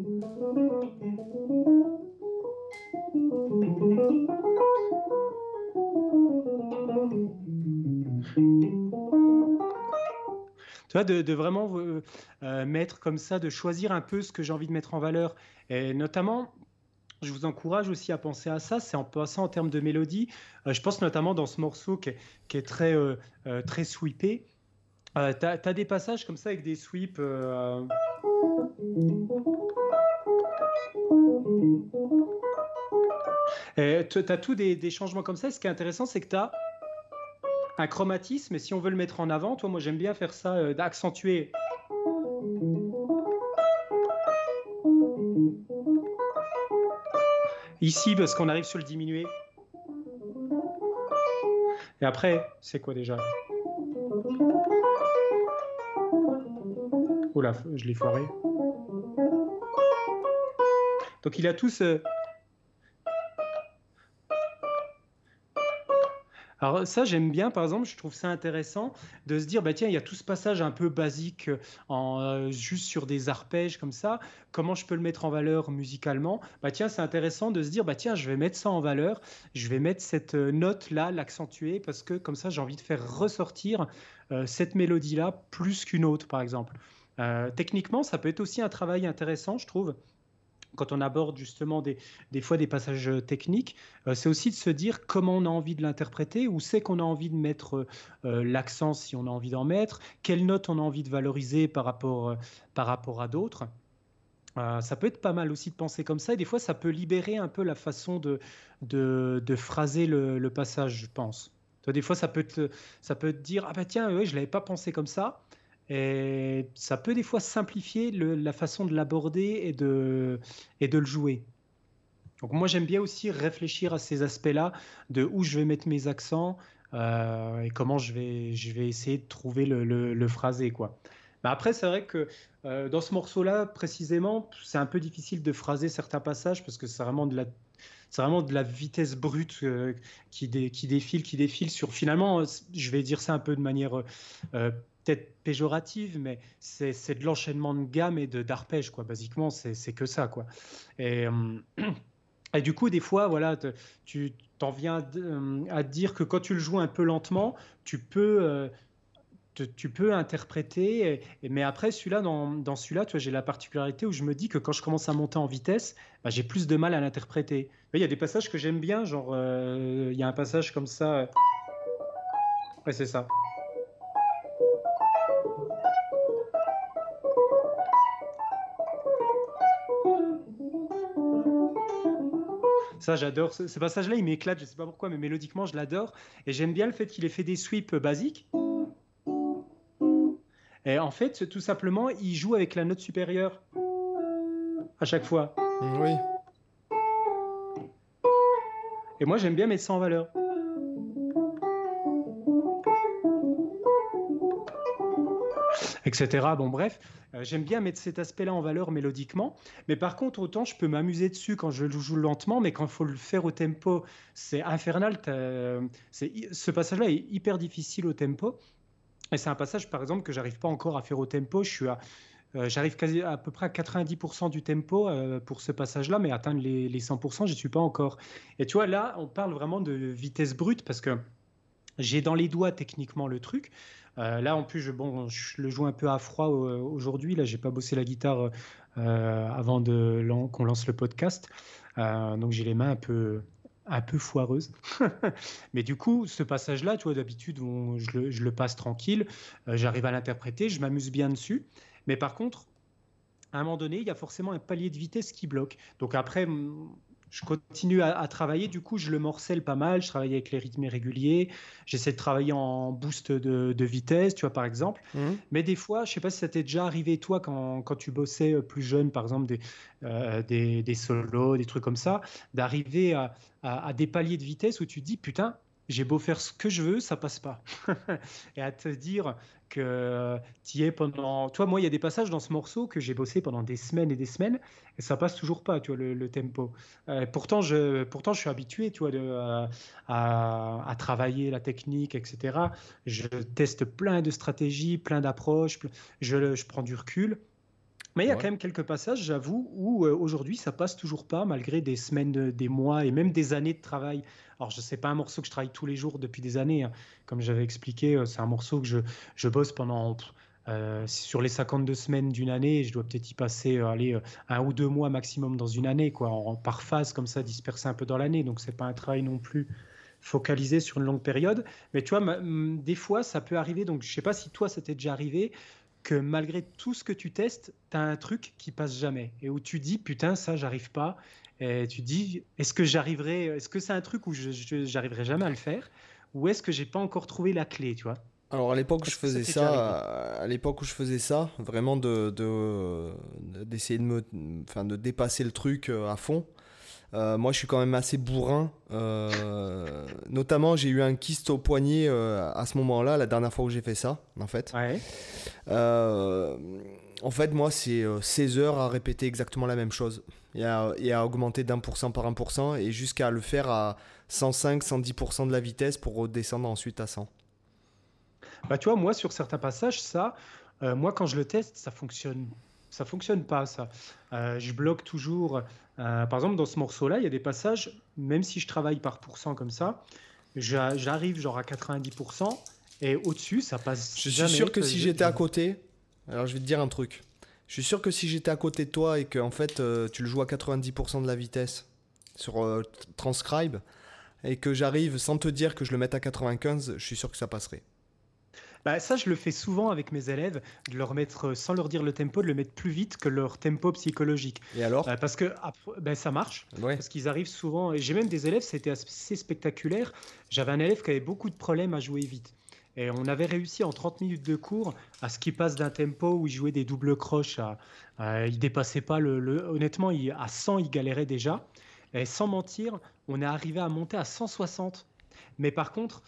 Tu vois, de vraiment mettre comme ça, de choisir un peu ce que j'ai envie de mettre en valeur. Et notamment, je vous encourage aussi à penser à ça, c'est en passant en termes de mélodie. Je pense notamment dans ce morceau qui est très, très sweepé. Tu as des passages comme ça avec des sweeps. Tu as tous des changements comme ça. Et ce qui est intéressant, c'est que tu as un chromatisme. Et si on veut le mettre en avant, moi j'aime bien faire ça, d'accentuer. Ici, parce qu'on arrive sur le diminué. Et après, c'est quoi déjà? Oula, je l'ai foiré. Donc il a tout ce... Alors ça, j'aime bien, par exemple, je trouve ça intéressant de se dire, bah tiens, il y a tout ce passage un peu basique juste sur des arpèges comme ça, comment je peux le mettre en valeur musicalement? Bah tiens, c'est intéressant de se dire, bah tiens, je vais mettre ça en valeur, je vais mettre cette note-là, l'accentuer, parce que comme ça, j'ai envie de faire ressortir cette mélodie-là plus qu'une autre, par exemple. Techniquement, ça peut être aussi un travail intéressant, je trouve. Quand on aborde justement des fois des passages techniques, c'est aussi de se dire comment on a envie de l'interpréter, où c'est qu'on a envie de mettre l'accent si on a envie d'en mettre, quelle note on a envie de valoriser par rapport à d'autres. Ça peut être pas mal aussi de penser comme ça, et des fois ça peut libérer un peu la façon de phraser le passage, je pense. Toi, des fois ça peut te dire, ah bah tiens, ouais, je l'avais pas pensé comme ça. Et ça peut des fois simplifier la façon de l'aborder et de le jouer. Donc moi j'aime bien aussi réfléchir à ces aspects-là, de où je vais mettre mes accents et comment je vais essayer de trouver le phrasé, quoi. Mais après c'est vrai que dans ce morceau-là précisément, c'est un peu difficile de phraser certains passages parce que c'est vraiment de la vitesse brute qui défile sur finalement, je vais dire ça un peu de manière peut-être péjorative, mais c'est de l'enchaînement de gamme et d'arpèges, quoi. Basiquement, c'est que ça, quoi. Et, et du coup, des fois, voilà, tu t'en viens à te dire que quand tu le joues un peu lentement, tu peux interpréter, mais après celui-là, dans celui-là, tu vois, j'ai la particularité où je me dis que quand je commence à monter en vitesse, bah, j'ai plus de mal à l'interpréter. Il y a des passages que j'aime bien, genre il y a un passage comme ça. Ouais, c'est ça. Ça, j'adore. Ce passage-là, il m'éclate, je sais pas pourquoi, mais mélodiquement, je l'adore. Et j'aime bien le fait qu'il ait fait des sweeps basiques. Et en fait, tout simplement, il joue avec la note supérieure à chaque fois. Oui. Et moi, j'aime bien mettre ça en valeur. Etc. Bon, bref, j'aime bien mettre cet aspect-là en valeur mélodiquement. Mais par contre, autant je peux m'amuser dessus quand je le joue lentement, mais quand il faut le faire au tempo, c'est infernal. Ce passage-là est hyper difficile au tempo. Et c'est un passage, par exemple, que j'arrive pas encore à faire au tempo. J'arrive à peu près à 90% du tempo pour ce passage-là, mais atteindre les 100%, je n'y suis pas encore. Et tu vois, là, on parle vraiment de vitesse brute parce que j'ai dans les doigts techniquement le truc. Là, en plus, je le joue un peu à froid aujourd'hui. Là, j'ai pas bossé la guitare avant qu'on lance le podcast. Donc, j'ai les mains un peu foireuses. Mais du coup, ce passage-là, tu vois, d'habitude, je le passe tranquille. J'arrive à l'interpréter, je m'amuse bien dessus. Mais par contre, à un moment donné, il y a forcément un palier de vitesse qui bloque. Donc après, je continue à travailler. Du coup, je le morcelle pas mal. Je travaille avec les rythmes irréguliers. J'essaie de travailler en boost de vitesse, tu vois, par exemple. Mais des fois, je sais pas si ça t'est déjà arrivé, toi, quand tu bossais plus jeune, par exemple, des solos, des trucs comme ça, d'arriver à des paliers de vitesse où tu te dis, putain, j'ai beau faire ce que je veux, ça passe pas. Et à te dire que tu y es pendant. Toi, moi, il y a des passages dans ce morceau que j'ai bossé pendant des semaines et des semaines, et ça passe toujours pas, tu vois, le tempo. Pourtant, je suis habitué, tu vois, à travailler la technique, etc. Je teste plein de stratégies, plein d'approches, je prends du recul. Mais il y a Ouais. quand même quelques passages, j'avoue, où aujourd'hui ça passe toujours pas, malgré des semaines, des mois et même des années de travail. Alors, je sais pas un morceau que je travaille tous les jours depuis des années, hein. Comme j'avais expliqué, c'est un morceau que je bosse pendant sur les 52 semaines d'une année. Et je dois peut-être y passer allez, 1 ou 2 mois maximum dans une année, quoi, par phase comme ça, dispersé un peu dans l'année. Donc, c'est pas un travail non plus focalisé sur une longue période. Mais tu vois, des fois, ça peut arriver. Donc, je sais pas si toi, ça t'est déjà arrivé que malgré tout ce que tu testes, tu as un truc qui passe jamais et où tu dis putain ça j'arrive pas et tu dis est-ce que j'arriverai, est-ce que c'est un truc où j'arriverai jamais à le faire ou est-ce que j'ai pas encore trouvé la clé, tu vois? Alors Est-ce que ça t'est déjà arrivé? à l'époque où je faisais ça, vraiment d'essayer enfin, de dépasser le truc à fond. Moi, je suis quand même assez bourrin. Notamment, j'ai eu un kyste au poignet à ce moment-là, la dernière fois où j'ai fait ça, en fait. Ouais. Euh, En fait, moi, c'est 16 heures à répéter exactement la même chose et à augmenter d'1% par 1% et jusqu'à le faire à 105-110% de la vitesse pour redescendre ensuite à 100. Bah, tu vois, moi, sur certains passages, moi, quand je le teste, ça fonctionne pas, ça. Je bloque toujours. Par exemple, dans ce morceau-là, il y a des passages, même si je travaille par pourcent comme ça, j'arrive genre à 90% et au-dessus, ça passe Je suis jamais. sûr que si j'étais à côté, alors je vais te dire un truc. Je suis sûr que si j'étais à côté de toi et que en fait tu le joues à 90% de la vitesse sur Transcribe et que j'arrive sans te dire que je le mette à 95, je suis sûr que ça passerait. Bah, ça, je le fais souvent avec mes élèves, de leur mettre, sans leur dire le tempo, de le mettre plus vite que leur tempo psychologique. Et alors? Parce que ben, ça marche, Ouais. parce qu'ils arrivent souvent, et j'ai même des élèves, c'était assez spectaculaire. J'avais un élève qui avait beaucoup de problèmes à jouer vite. Et on avait réussi en 30 minutes de cours à ce qu'il passe d'un tempo où il jouait des doubles croches il dépassait pas honnêtement, à 100, il galérait déjà. Et sans mentir, on est arrivé à monter à 160. Mais par contre,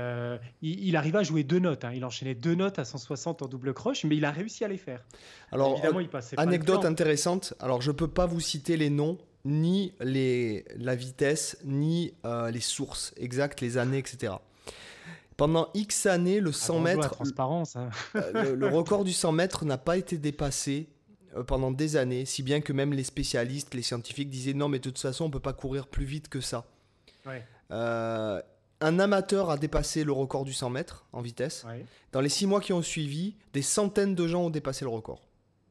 il arrivait à jouer 2 notes, hein. Il enchaînait 2 notes à 160 en double croche, mais il a réussi à les faire. Alors, Évidemment, il passait pas le anecdote temps. intéressante. Alors, je peux pas vous citer les noms, ni la vitesse, ni les sources exactes, les années, etc. Pendant X années, le 100 Bonjour, la mètres, transparence, hein. le record du 100 mètres n'a pas été dépassé pendant des années, si bien que même les spécialistes, les scientifiques disaient non, mais de toute façon, on peut pas courir plus vite que ça. Ouais, Euh, un amateur a dépassé le record du 100 mètres en vitesse. ouais, Dans les 6 mois qui ont suivi, des centaines de gens ont dépassé le record.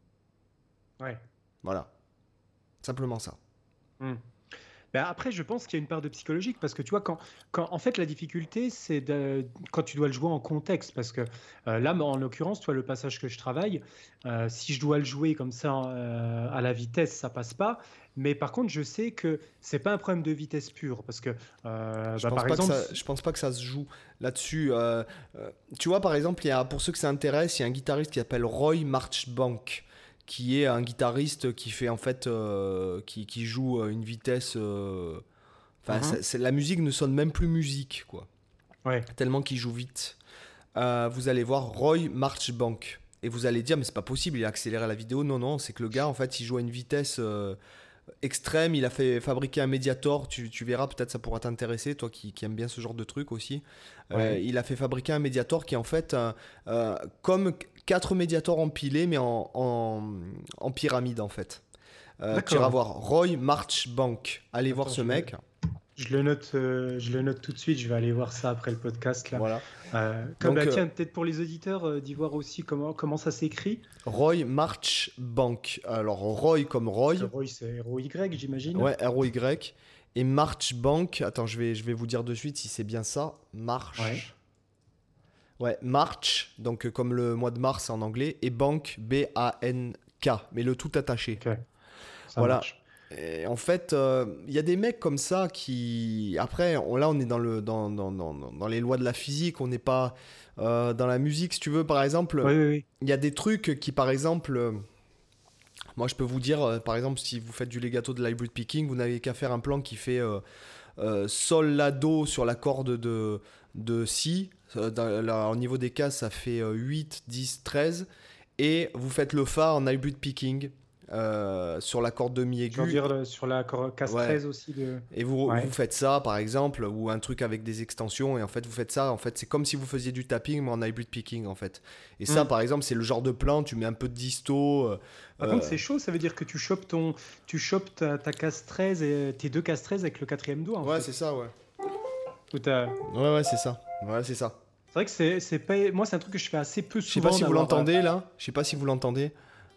ouais. Voilà, simplement ça. Hmm. Ben après, je pense qu'il y a une part de psychologique parce que tu vois, en fait, la difficulté, c'est quand tu dois le jouer en contexte. Parce que là, en l'occurrence, toi, le passage que je travaille, si je dois le jouer comme ça à la vitesse, ça passe pas. Mais par contre, je sais que c'est pas un problème de vitesse pure parce que, par exemple, Je pense pas que ça se joue là-dessus. Tu vois, par exemple, pour ceux que ça intéresse, il y a un guitariste qui s'appelle Roy Marchbank, qui est un guitariste qui fait en fait, qui joue une vitesse. Enfin, la musique ne sonne même plus musique, quoi. ouais. Tellement qu'il joue vite. Vous allez voir Roy Marchbank et vous allez dire mais c'est pas possible, il a accéléré la vidéo. Non, non, c'est que le gars en fait il joue à une vitesse extrême. Il a fait fabriquer un Mediator. Tu verras, peut-être ça pourra t'intéresser, toi qui aimes bien ce genre de truc aussi. Ouais. Il a fait fabriquer un Mediator qui est en fait comme 4 Mediators empilés mais en pyramide en fait. Tu iras D'accord. voir Roy Marchbank. Allez voir Attends, ce mec. je le note tout de suite. Je vais aller voir ça après le podcast là. Voilà. Bah, Donc, tiens, peut-être pour les auditeurs, d'y voir aussi comment ça s'écrit. Roy Marchbank. Alors, Roy comme Roy. Parce que Roy, c'est R-O-Y, j'imagine. Ouais, R-O-Y. Et Marchbank. Attends, je vais vous dire de suite si c'est bien ça. March. Ouais. Ouais, March. Donc, comme le mois de mars en anglais. Et Bank, B-A-N-K. Mais le tout attaché. Ok, ça Voilà. marche. Et en fait, il y a des mecs comme ça qui. Après, là, on est dans les lois de la physique. On n'est pas dans la musique, si tu veux. Par exemple, Oui, oui, oui. il y a des trucs qui, par exemple. Moi, je peux vous dire, par exemple, si vous faites du legato de l'hybrid picking, vous n'avez qu'à faire un plan qui fait sol, la, do sur la corde de si. Au niveau des cases, ça fait 8, 10, 13. Et vous faites le fa en hybrid picking sur la corde de mi Je veux aiguë. dire sur la case Ouais. 13 aussi. Et vous Ouais. faites ça, par exemple, ou un truc avec des extensions, et en fait, vous faites ça, en fait, c'est comme si vous faisiez du tapping, mais en hybrid picking, en fait. Et ça, par exemple, c'est le genre de plan, tu mets un peu de disto. Par contre, c'est chaud, ça veut dire que tu chopes ta case 13 et tes deux cases 13 avec le quatrième doigt. En ouais, fait. c'est ça, ouais. Ouais, C'est ça. Ouais, c'est ça. C'est vrai que c'est pas. Moi, c'est un truc que je fais assez peu Je sais souvent. pas si vous l'entendez, là. Je sais pas si vous l'entendez.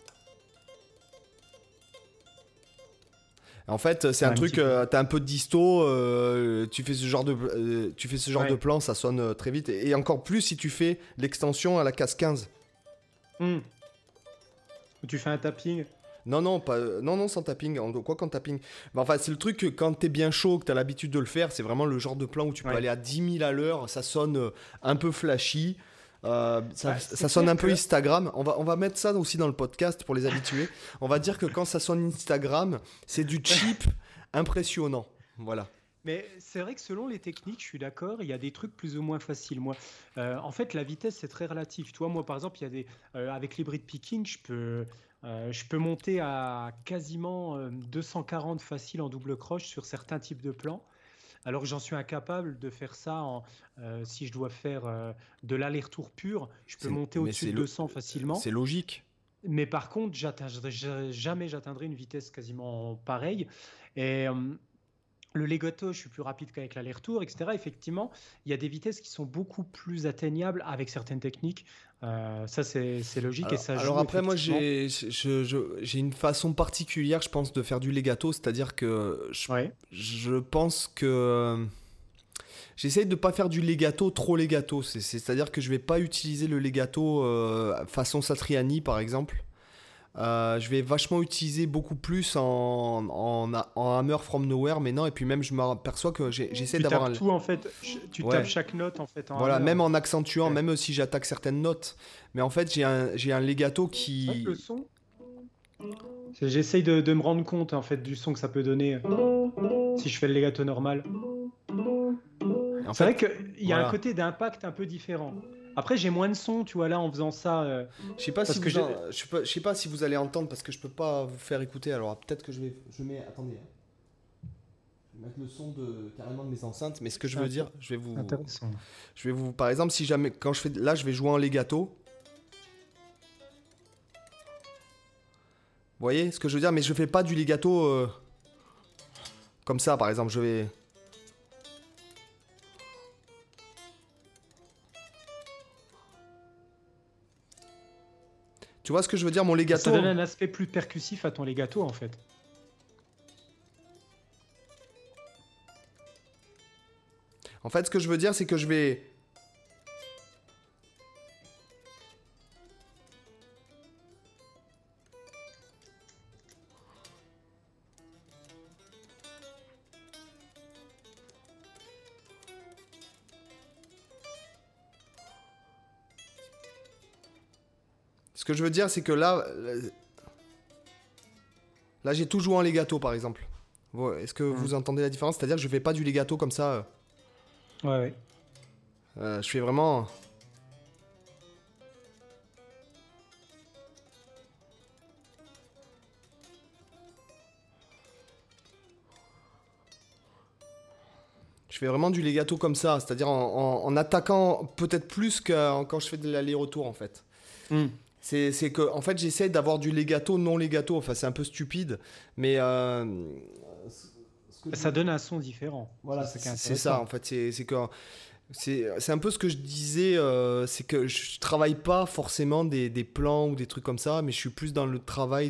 En fait, c'est un truc, t'as un peu de disto, tu fais ce genre de plan, ça sonne très vite. Et encore plus si tu fais l'extension à la case 15. Ou tu fais un tapping. Non, sans tapping. Quoi qu'en tapping. Mais enfin, c'est le truc que quand t'es bien chaud, que t'as l'habitude de le faire, c'est vraiment le genre de plan où tu peux aller à 10 000 à l'heure, ça sonne un peu flashy. Ça sonne un peu Instagram. On va mettre ça aussi dans le podcast pour les habitués. On va dire que quand ça sonne Instagram, c'est du cheap impressionnant. Voilà. Mais c'est vrai que selon les techniques, je suis d'accord, il y a des trucs plus ou moins faciles. Moi, en fait, la vitesse, c'est très relatif. Tu vois, moi, par exemple, il y a des, avec l'hybrid picking, je peux monter à quasiment 240 facile en double croche sur certains types de plans. Alors que j'en suis incapable de faire ça si je dois faire de l'aller-retour pur, je peux monter au-dessus de 200 facilement. C'est logique. Mais par contre, jamais j'atteindrai une vitesse quasiment pareille. Et le legato, je suis plus rapide qu'avec l'aller-retour, etc. Effectivement, il y a des vitesses qui sont beaucoup plus atteignables avec certaines techniques. Ça, c'est logique et ça joue. Alors après, moi, j'ai une façon particulière, je pense, de faire du legato. C'est-à-dire que je pense que j'essaye de ne pas faire du legato trop legato. C'est-à-dire que je ne vais pas utiliser le legato façon Satriani, par exemple. Je vais vachement utiliser beaucoup plus en Hammer from Nowhere, mais non, et puis même je m'aperçois que j'essaie d'avoir tout en fait, tu tapes chaque note en fait en voilà, hammer. même en accentuant, même si j'attaque certaines notes, mais en fait j'ai un legato qui... Le son, j'essaye de me rendre compte en fait du son que ça peut donner si je fais le legato normal. C'est vrai qu'il y a un côté d'impact un peu différent. Après, j'ai moins de son, tu vois, là, en faisant ça. Je sais pas sais pas si vous allez entendre parce que je peux pas vous faire écouter. Alors peut-être que je mets. Attendez. Je vais mettre le son carrément de mes enceintes. Mais ce que je veux dire, je vais vous. Par exemple, si jamais quand je fais là, je vais jouer en legato. Vous voyez ce que je veux dire? Mais je fais pas du legato comme ça. Par exemple, je vais. Tu vois ce que je veux dire, mon legato? Ça donne un aspect plus percussif à ton legato, en fait. En fait, ce que je veux dire, c'est que je vais... Ce que je veux dire, c'est que là j'ai tout joué en legato, par exemple. Est-ce que vous entendez la différence? C'est-à-dire que je fais pas du legato comme ça. Ouais. Je fais vraiment... Je fais vraiment du legato comme ça, c'est-à-dire en attaquant peut-être plus que quand je fais de l'aller-retour, en fait. C'est que, en fait, j'essaie d'avoir du legato, non legato. Enfin, c'est un peu stupide, mais... ça donne un son différent. Voilà, c'est ça, en fait. C'est un peu ce que je disais, c'est que je travaille pas forcément des plans ou des trucs comme ça, mais je suis plus dans le travail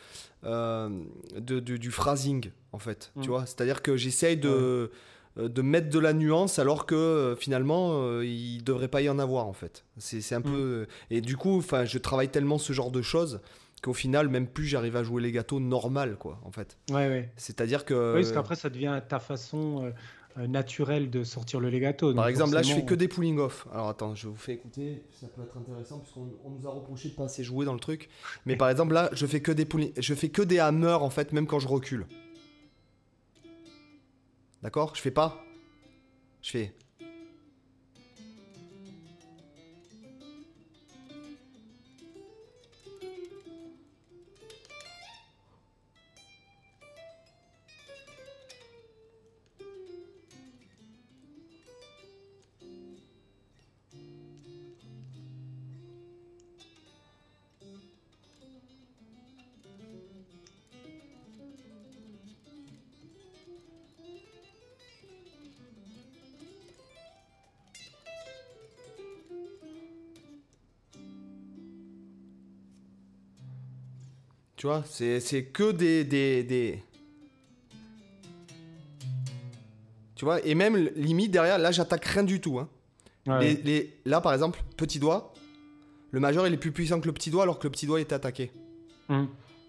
du phrasing, en fait. Tu vois, c'est-à-dire que j'essaye de mettre de la nuance alors que finalement il devrait pas y en avoir, en fait. C'est un peu... Et du coup, je travaille tellement ce genre de choses qu'au final, même plus j'arrive à jouer legato normal, quoi, en fait. Ouais. C'est-à-dire que... Oui, parce qu'après, ça devient ta façon naturelle de sortir le legato. Par exemple, là, je fais que des pulling off. Alors, attends, je vous fais écouter. Ça peut être intéressant, puisqu'on nous a reproché de pas assez jouer dans le truc. Mais par exemple, là, je fais que des hammers, en fait, même quand je recule. D'accord? Je fais pas. Je fais. Tu vois, c'est que des... Tu vois, et même limite derrière, là j'attaque rien du tout. Hein. Ouais. Là par exemple, petit doigt, le majeur il est plus puissant que le petit doigt alors que le petit doigt est attaqué. Mmh.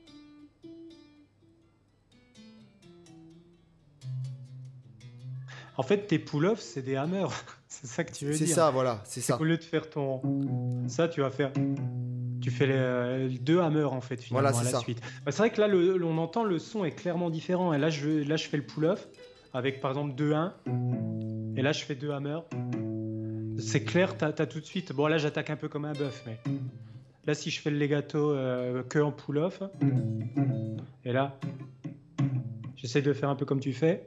En fait, tes pull-offs, c'est des hammers. C'est ça que tu veux C'est dire. ça, voilà, c'est C'est ça. qu'au lieu de faire ça, tu vas faire... Tu fais les deux hammers, en fait, finalement, Voilà, c'est à la ça. suite. Bah, c'est vrai que là, on entend le son est clairement différent. Et là, je fais le pull-off avec, par exemple, 2-1. Et là, je fais deux hammers. C'est clair, t'as tout de suite... Bon, là, j'attaque un peu comme un bœuf, mais... Là, si je fais le legato que en pull-off, et là, j'essaie de faire un peu comme tu fais.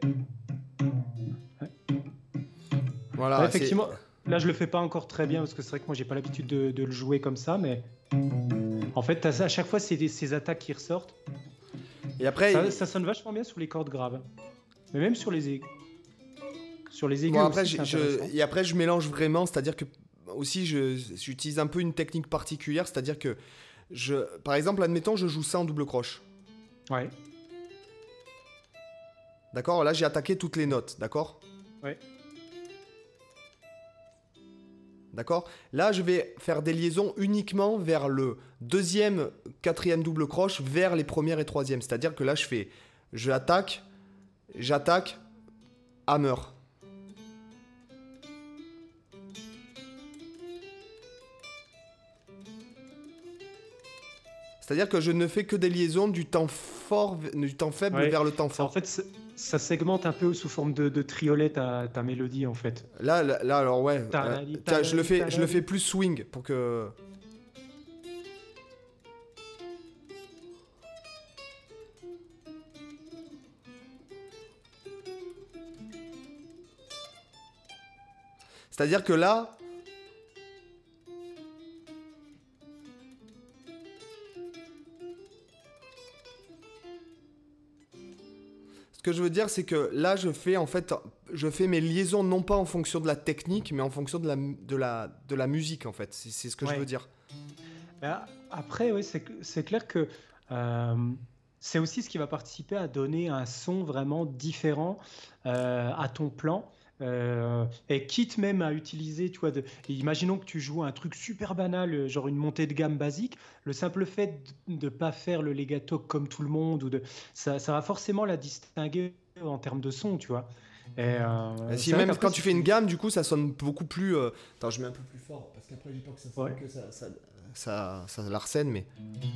Voilà, Ouais, effectivement, là, je le fais pas encore très bien parce que c'est vrai que moi, j'ai pas l'habitude de le jouer comme ça, mais en fait, t'as ça, à chaque fois, c'est ces attaques qui ressortent. Et après, Ça sonne vachement bien sur les cordes graves, mais même sur les aigus. Sur les aigus bon, après, aussi, c'est intéressant. et après, je mélange vraiment, c'est-à-dire que aussi, j'utilise un peu une technique particulière, c'est-à-dire que par exemple, admettons, je joue ça en double croche. Ouais. D'accord? Là, j'ai attaqué toutes les notes, d'accord? Ouais. D'accord? Là, je vais faire des liaisons uniquement vers le deuxième, quatrième double croche, vers les premières et troisièmes. C'est-à-dire que là, j'attaque, hammer. C'est-à-dire que je ne fais que des liaisons du temps faible Ouais. vers le temps En fort. fait, ça segmente un peu sous forme de triolet ta mélodie, en fait. Là, alors ouais, tiens, je le Tarali. fais plus swing pour que... C'est-à-dire que là... Ce que je veux dire, c'est que là, je fais mes liaisons non pas en fonction de la technique, mais en fonction de la musique, en fait. C'est ce que je veux dire. Bah, après, ouais, c'est clair que c'est aussi ce qui va participer à donner un son vraiment différent à ton plan. Et quitte même à utiliser, tu vois, imaginons que tu joues un truc super banal, genre une montée de gamme basique, le simple fait de ne pas faire le legato comme tout le monde, ça va forcément la distinguer en termes de son, tu vois. Et, Si c'est vrai même qu'après, quand tu fais une gamme, du coup, ça sonne beaucoup plus... Attends, je mets un peu plus fort, parce qu'après, j'ai peur que ça sonne Ouais. que ça l'arsène, mais...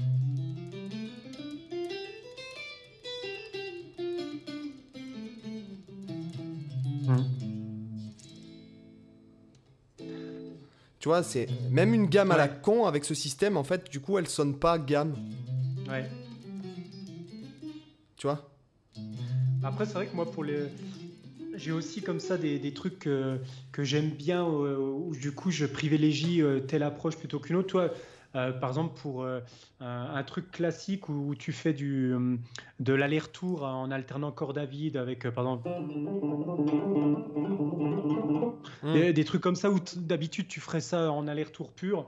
Tu vois, c'est même une gamme à la con avec ce système, en fait, du coup, elle sonne pas gamme. Ouais. Tu vois? Après, c'est vrai que moi, j'ai aussi comme ça des trucs que j'aime bien, où du coup, je privilégie telle approche plutôt qu'une autre. Toi, par exemple, pour un truc classique où tu fais de l'aller-retour en alternant corde à vide avec, par exemple, des trucs comme ça où d'habitude tu ferais ça en aller-retour pur.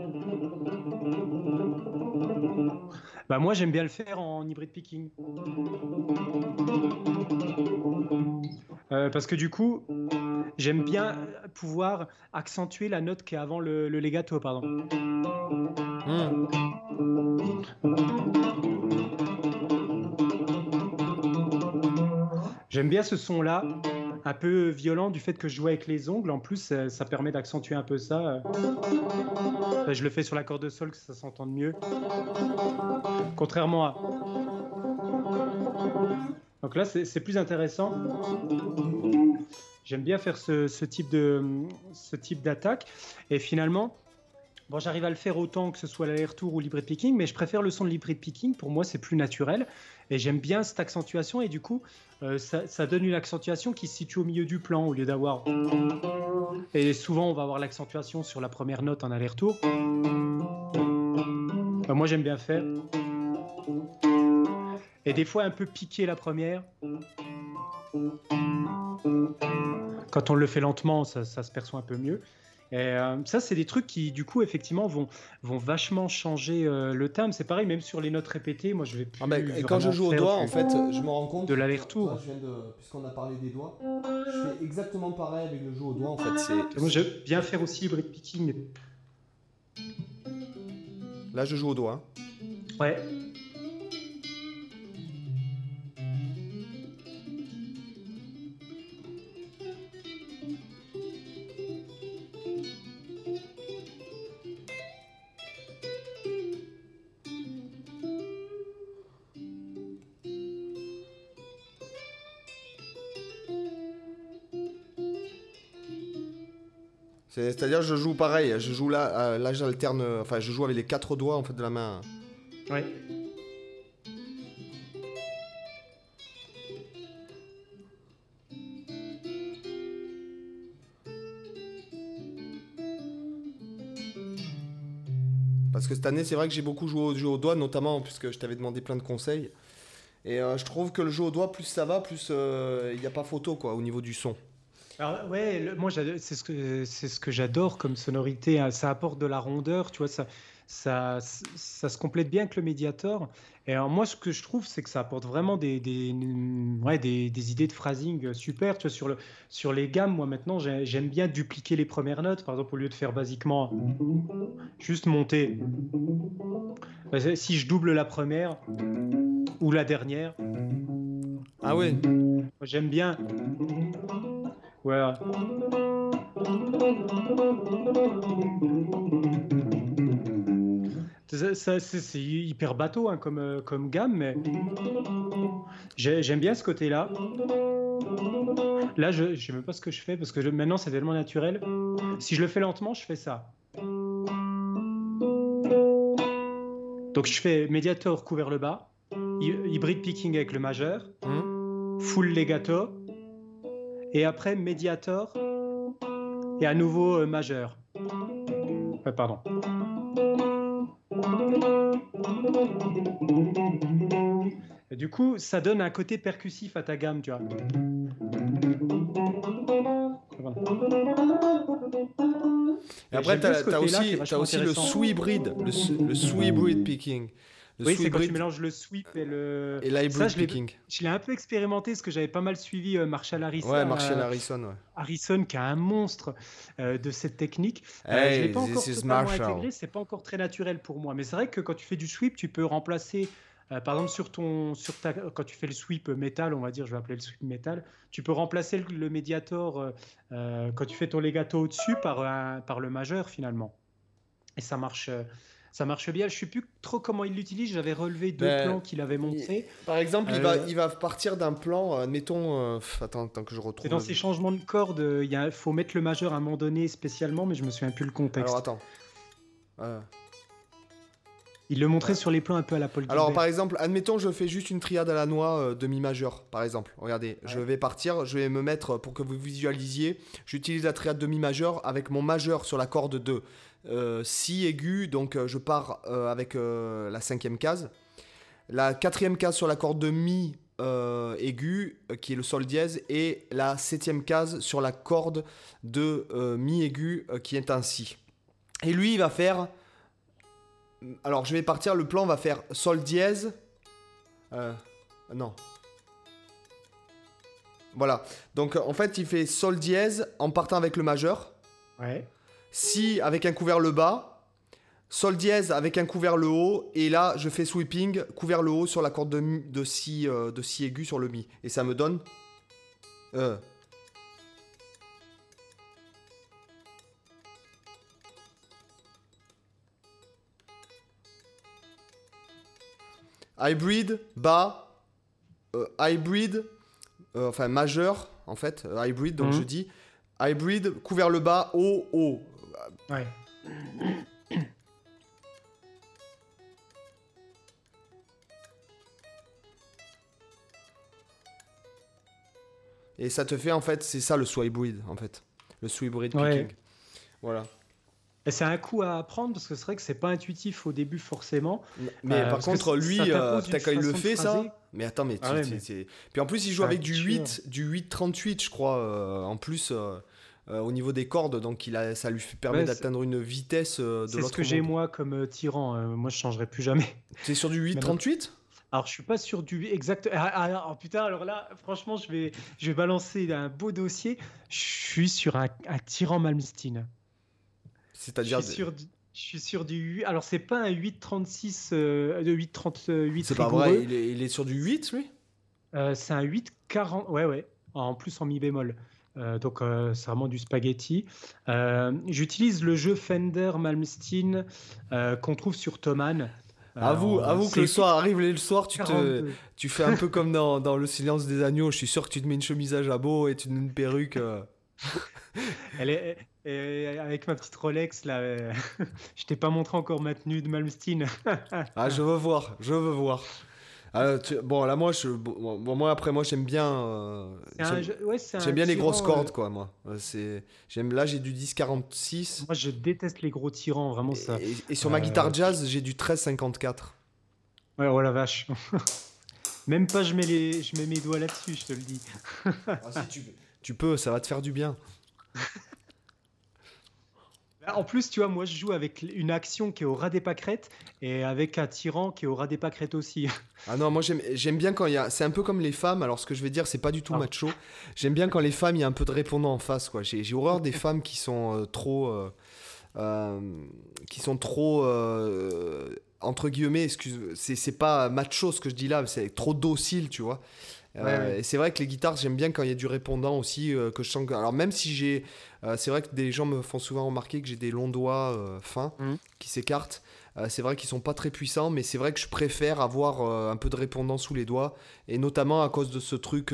Bah, moi, j'aime bien le faire en hybrid picking. Parce que du coup, j'aime bien pouvoir accentuer la note qui est avant le legato, pardon. J'aime bien ce son-là, un peu violent du fait que je joue avec les ongles. En plus, ça permet d'accentuer un peu ça. Je le fais sur la corde de sol, que ça s'entende mieux. Contrairement à... Donc là, c'est plus intéressant. J'aime bien faire ce type d'attaque. Et finalement, bon, j'arrive à le faire autant que ce soit l'aller-retour ou l'hybrid picking, mais je préfère le son de l'hybrid picking. Pour moi, c'est plus naturel. Et j'aime bien cette accentuation. Et du coup, ça donne une accentuation qui se situe au milieu du plan au lieu d'avoir. Et souvent, on va avoir l'accentuation sur la première note en aller-retour. Moi, j'aime bien faire. Et des fois, un peu piquer la première. Quand on le fait lentement, ça se perçoit un peu mieux. Et ça, c'est des trucs qui, du coup, effectivement, vont vachement changer le timbre. C'est pareil, même sur les notes répétées. Moi, je vais plus. Et quand je joue au doigt, en fait, je me rends compte de l'aller-retour. Puisqu'on a parlé des doigts, je fais exactement pareil avec le jeu au doigt. En fait, moi, j'aime bien faire aussi hybrid picking. Là, je joue au doigt. Ouais. C'est-à-dire, je joue pareil. Je joue là, j'alterne. Enfin, je joue avec les 4 doigts en fait de la main. Ouais. Parce que cette année, c'est vrai que j'ai beaucoup joué au jeu au doigt, notamment puisque je t'avais demandé plein de conseils. Et je trouve que le jeu au doigt, plus ça va, plus il n'y a pas photo quoi, au niveau du son. Alors, ouais, moi, c'est ce que j'adore comme sonorité, hein. Ça apporte de la rondeur, tu vois, ça se complète bien avec le Mediator. Et alors, moi, ce que je trouve, c'est que ça apporte vraiment des idées de phrasing super. Tu vois, sur les gammes, moi, maintenant, j'aime bien dupliquer les premières notes. Par exemple, au lieu de faire basiquement juste monter, si je double la première ou la dernière. Ah ouais. J'aime bien. Ouais. C'est hyper bateau hein, comme gamme, mais j'aime bien ce côté-là. Là, je ne sais même pas ce que je fais parce que maintenant c'est tellement naturel. Si je le fais lentement, je fais ça. Donc je fais Mediator couvert le bas, hybrid picking avec le majeur, full legato, et après Mediator et à nouveau majeur. Pardon. Et du coup, ça donne un côté percussif à ta gamme, tu vois. Et après, tu as aussi le sous-hybride, le sous-hybride picking. Oui, c'est quand tu mélanges le sweep et l'hybrid picking. Je l'ai un peu expérimenté parce que j'avais pas mal suivi Marshall Harrison. Ouais, Marshall Harrison, ouais. Harrison qui est un monstre de cette technique. Hey, je l'ai pas encore totalement intégré, c'est pas encore très naturel pour moi. Mais c'est vrai que quand tu fais du sweep, tu peux remplacer, par exemple quand tu fais le sweep métal, on va dire, je vais appeler le sweep métal, tu peux remplacer le Mediator quand tu fais ton legato au-dessus par le majeur finalement. Et ça marche bien. Je ne sais plus trop comment il l'utilise. J'avais relevé deux plans qu'il avait montrés. Par exemple, il va partir d'un plan, admettons... attends que je retrouve... C'est dans ses changements de cordes. Il faut mettre le majeur à un moment donné spécialement, mais je me souviens plus le contexte. Alors, attends. Il le montrait sur les plans un peu à la Paul Gilbert. Alors, par exemple, admettons, je fais juste une triade à la noix de mi majeur, par exemple. Regardez, je vais partir, je vais me mettre, pour que vous visualisiez, j'utilise la triade de mi majeur avec mon majeur sur la corde de si aigu, donc je pars avec la 5e case. La 4e case sur la corde de mi aigu, qui est le sol dièse, et la 7e case sur la corde de mi aigu, qui est un si. Et lui, il va faire... Alors, je vais partir, le plan va faire sol dièse. Non. Voilà. Donc, en fait, il fait sol dièse en partant avec le majeur. Ouais. Si avec un couvert le bas. Sol dièse avec un couvert le haut. Et là, je fais sweeping, couvert le haut sur la corde de si aigu sur le mi. Et ça me donne... Hybrid, bas, hybrid, enfin majeur, en fait, hybrid. Donc je dis hybrid, couvert le bas, haut, haut. Ouais. Et ça te fait, en fait, c'est ça le saut hybrid, en fait. Le saut hybrid picking. Voilà. Et c'est un coup à apprendre parce que c'est vrai que c'est pas intuitif au début forcément. Mais par contre, lui, t'as quand il le fait ça. Mais attends, mais, puis en plus, il joue avec du 8,38, je crois. En plus, au niveau des cordes, donc ça lui permet d'atteindre une vitesse de l'autre. C'est ce que j'ai moi comme tyran. Moi, je changerai plus jamais. C'est sur du 8,38 ? Alors, je suis pas sûr du exact. Oh putain, alors là, franchement, je vais balancer un beau dossier. Je suis sur un tyran Malmsteen. C'est-à-dire. Je suis sur du 8. Alors, c'est pas un 8,36 de 8,38. C'est pas vrai, il est sur du 8, lui c'est un 8,40. Ouais. En plus, en mi bémol. Donc, c'est vraiment du spaghetti. J'utilise le jeu Fender Malmsteen qu'on trouve sur Thomann. Avoue que le soir arrive, le soir, tu fais un peu comme dans Le Silence des Agneaux. Je suis sûr que tu te mets une chemise à jabot et tu te mets une perruque. Avec ma petite Rolex, là, je t'ai pas montré encore ma tenue de Malmsteen. Je veux voir. Bon, là, moi, après, moi, j'aime bien. J'aime bien les grosses cordes, quoi, moi. Là, j'ai du 10,46. Moi, je déteste les gros tyrans, vraiment ça. Et sur ma guitare jazz, j'ai du 13,54. Ouais, oh la vache. Même pas, je mets mes doigts là-dessus, je te le dis. Si, tu peux, ça va te faire du bien. En plus, tu vois, moi, je joue avec une action qui est au ras des pâquerettes et avec un tyran qui est au ras des pâquerettes aussi. Ah non, moi, j'aime bien quand il y a... C'est un peu comme les femmes, alors ce que je vais dire, c'est pas du tout macho. J'aime bien quand les femmes, il y a un peu de répondant en face, quoi. J'ai horreur des femmes qui sont trop... entre guillemets, c'est pas macho ce que je dis là, c'est trop docile, tu vois. Et c'est vrai que les guitares, j'aime bien quand il y a du répondant aussi, que je sens que... Alors même si j'ai... c'est vrai que des gens me font souvent remarquer que j'ai des longs doigts fins qui s'écartent. C'est vrai qu'ils sont pas très puissants, mais c'est vrai que je préfère avoir un peu de répondant sous les doigts, et notamment à cause de ce truc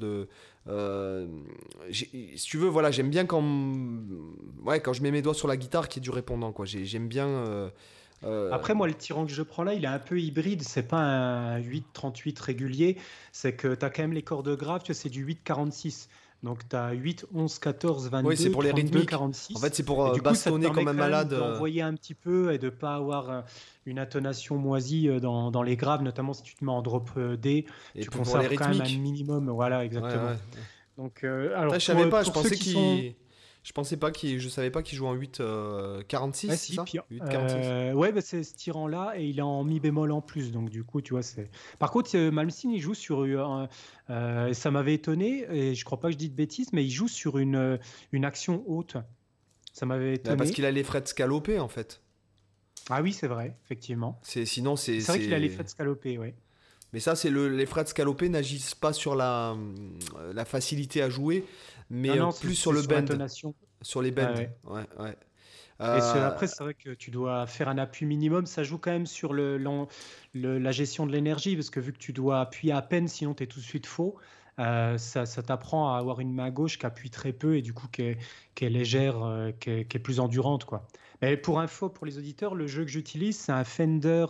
si tu veux, voilà, j'aime bien quand je mets mes doigts sur la guitare qu'il y ait du répondant, quoi. J'aime bien... Après, moi, le tyran que je prends là, il est un peu hybride. C'est pas un 8,38 régulier. C'est que tu as quand même les cordes graves. Tu vois, c'est du 8,46. Donc, tu as 8, 11, 14, 22, oui, c'est pour les 32, rythmiques. 46. En fait, c'est pour bastonner comme un malade. D'envoyer un petit peu et de pas avoir une intonation moisie dans les graves, notamment si tu te mets en drop D. Et tu conserves quand même un minimum. Voilà, exactement. Ouais. Donc, alors, je savais pas. Je pensais pas je savais pas qu'il jouait en 8,46. Ouais, si, puis, 8,46. C'est ce tyran-là et il est en mi bémol en plus. Donc du coup, tu vois, c'est. Par contre, Malmsteen, il joue sur ça m'avait étonné et je crois pas que je dis de bêtises, mais il joue sur une action haute. Ça m'avait étonné. Parce qu'il a les frettes scalopées en fait. Ah oui, c'est vrai, effectivement. C'est vrai qu'il a les frettes scalopées, ouais. Mais ça, les frettes scalopées n'agissent pas sur la facilité à jouer, mais plus sur le bend. Sur les bends. Ouais. Et après, c'est vrai que tu dois faire un appui minimum. Ça joue quand même sur la gestion de l'énergie, parce que vu que tu dois appuyer à peine, sinon tu es tout de suite faux. Ça t'apprend à avoir une main gauche qui appuie très peu et du coup qui est légère, qui est plus endurante, quoi. Mais pour info, pour les auditeurs, le jeu que j'utilise, c'est un Fender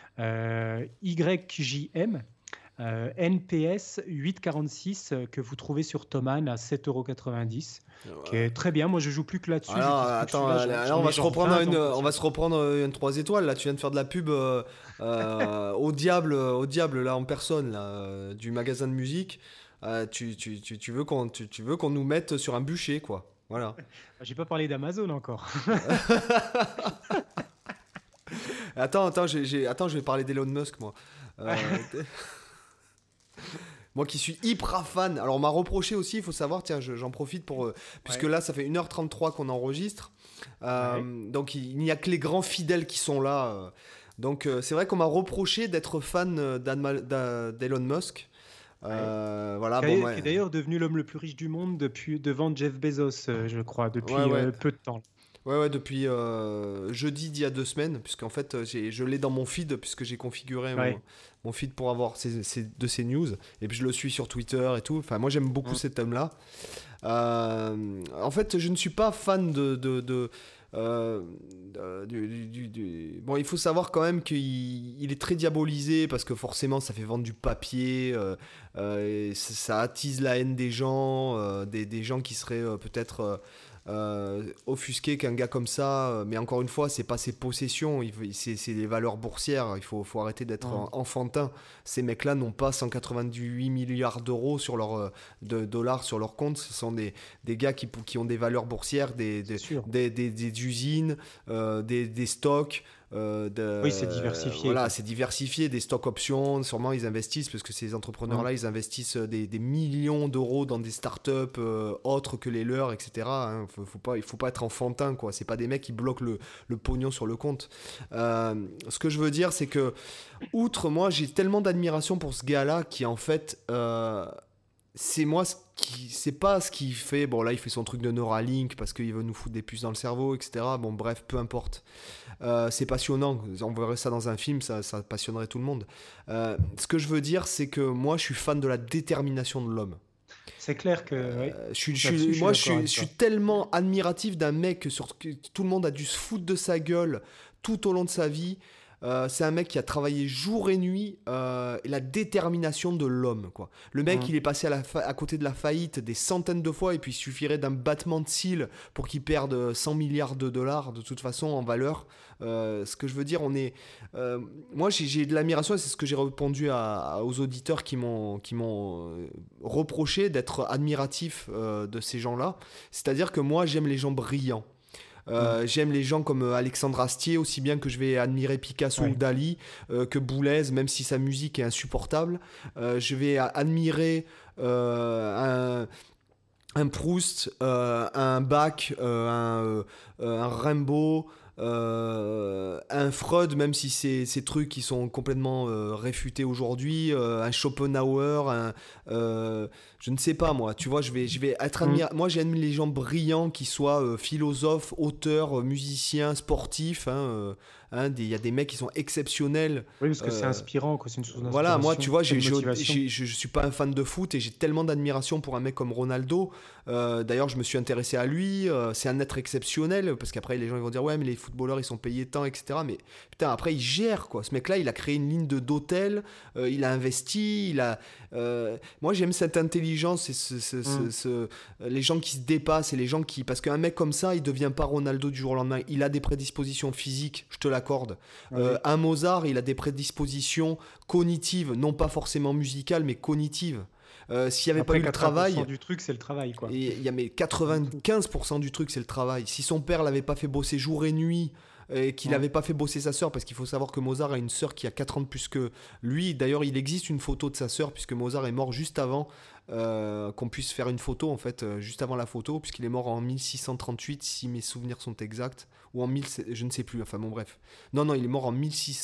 YJM NPS 846 que vous trouvez sur Thomann à 7,90 €, qui est très bien. Moi, je joue plus que là-dessus. Alors, attends, on va se reprendre une 3 étoiles. Là, tu viens de faire de la pub au diable là en personne là, du magasin de musique. Tu veux qu'on nous mette sur un bûcher, quoi. Voilà. J'ai pas parlé d'Amazon encore. Attends, je vais parler d'Elon Musk, moi. Moi qui suis hyper fan. Alors on m'a reproché aussi, il faut savoir, tiens, j'en profite puisque là ça fait 1h33 qu'on enregistre. Donc il n'y a que les grands fidèles qui sont là. Donc c'est vrai qu'on m'a reproché d'être fan d'Elon Musk. Voilà, qui est d'ailleurs devenu l'homme le plus riche du monde devant Jeff Bezos, je crois, depuis peu de temps. Ouais, depuis jeudi d'il y a 2 semaines, puisqu'en fait, je l'ai dans mon feed, puisque j'ai configuré Ouais. mon feed pour avoir de ces news. Et puis je le suis sur Twitter et tout. Enfin, moi, j'aime beaucoup Mm. cet homme-là. En fait, je ne suis pas fan euh, Bon, il faut savoir quand même qu'il est très diabolisé parce que forcément, ça fait vendre du papier, et ça attise la haine des gens, des gens qui seraient peut-être offusqués qu'un gars comme ça. Mais encore une fois, c'est pas ses possessions, c'est les valeurs boursières. Faut arrêter d'être Mm. enfantin. Ces mecs-là n'ont pas 188 milliards d'euros de dollars sur leur compte. Ce sont des gars qui ont des valeurs boursières, C'est sûr. des usines, des stocks. Oui, c'est diversifié, Voilà, quoi. c'est diversifié, des stock options. Sûrement, ils investissent parce que ces entrepreneurs-là, ils investissent des millions d'euros dans des startups autres que les leurs, etc. Hein. Il faut pas être enfantin, quoi. C'est pas des mecs qui bloquent le pognon sur le compte. Ce que je veux dire, c'est que, outre moi, j'ai tellement d'admiration pour ce gars-là qui, en fait, c'est pas ce qu'il fait. Bon, là, il fait son truc de Neuralink parce qu'il veut nous foutre des puces dans le cerveau, etc. Bon, bref, peu importe. C'est passionnant. On verrait ça dans un film, ça passionnerait tout le monde. Ce que je veux dire, c'est que moi, je suis fan de la détermination de l'homme. C'est clair que, oui, Je là-dessus, je suis moi, d'accord avec je toi. suis tellement admiratif d'un mec que tout le monde a dû se foutre de sa gueule tout au long de sa vie. C'est un mec qui a travaillé jour et nuit, et la détermination de l'homme, quoi. Le mec, Mm. il est passé à côté de la faillite des centaines de fois et puis il suffirait d'un battement de cils pour qu'il perde 100 milliards de dollars de toute façon en valeur. Ce que je veux dire, moi, j'ai de l'admiration et c'est ce que j'ai répondu aux auditeurs qui m'ont reproché d'être admiratif de ces gens-là. C'est-à-dire que moi, j'aime les gens brillants. Mm. J'aime les gens comme Alexandre Astier, aussi bien que je vais admirer Picasso ou Ouais. Dali, que Boulez, même si sa musique est insupportable. Je vais admirer un Proust, un Bach, un Rimbaud, un Freud, même si c'est ces trucs qui sont complètement réfutés aujourd'hui, un Schopenhauer, je ne sais pas moi, tu vois, je vais être Mm. moi j'aime les gens brillants qui soient philosophes, auteurs, musiciens, sportifs, il y a des mecs qui sont exceptionnels. Oui, parce que c'est euh, inspirant, quoi. C'est une source voilà, moi, tu d'inspiration vois, et de motivation. je suis pas un fan de foot et j'ai tellement d'admiration pour un mec comme Ronaldo. D'ailleurs, je me suis intéressé à lui. C'est un être exceptionnel parce qu'après, les gens ils vont dire ouais, mais les footballeurs ils sont payés tant, etc. Mais putain, après, il gère quoi. Ce mec-là, il a créé une ligne d'hôtel, il a investi, moi, j'aime cette intelligence et Mm. les gens qui se dépassent et les gens qui. Parce qu'un mec comme ça, il devient pas Ronaldo du jour au lendemain. Il a des prédispositions physiques, je te l'accorde. Oui. Un Mozart, il a des prédispositions cognitives, non pas forcément musicales, mais cognitives. S'il n'y avait pas Après, eu le 80% travail, du truc, c'est le travail, quoi. et il y a mais Avant tout. 95% du truc, c'est le travail. Si son père l'avait pas fait bosser jour et nuit, et qu'il Mm. n'avait pas fait bosser sa sœur, parce qu'il faut savoir que Mozart a une sœur qui a 4 ans de plus que lui. D'ailleurs, il existe une photo de sa sœur, puisque Mozart est mort juste avant qu'on puisse faire une photo, en fait, juste avant la photo, puisqu'il est mort en 1638, si mes souvenirs sont exacts, ou en 1000, je ne sais plus, enfin bon, bref. Non, il est mort en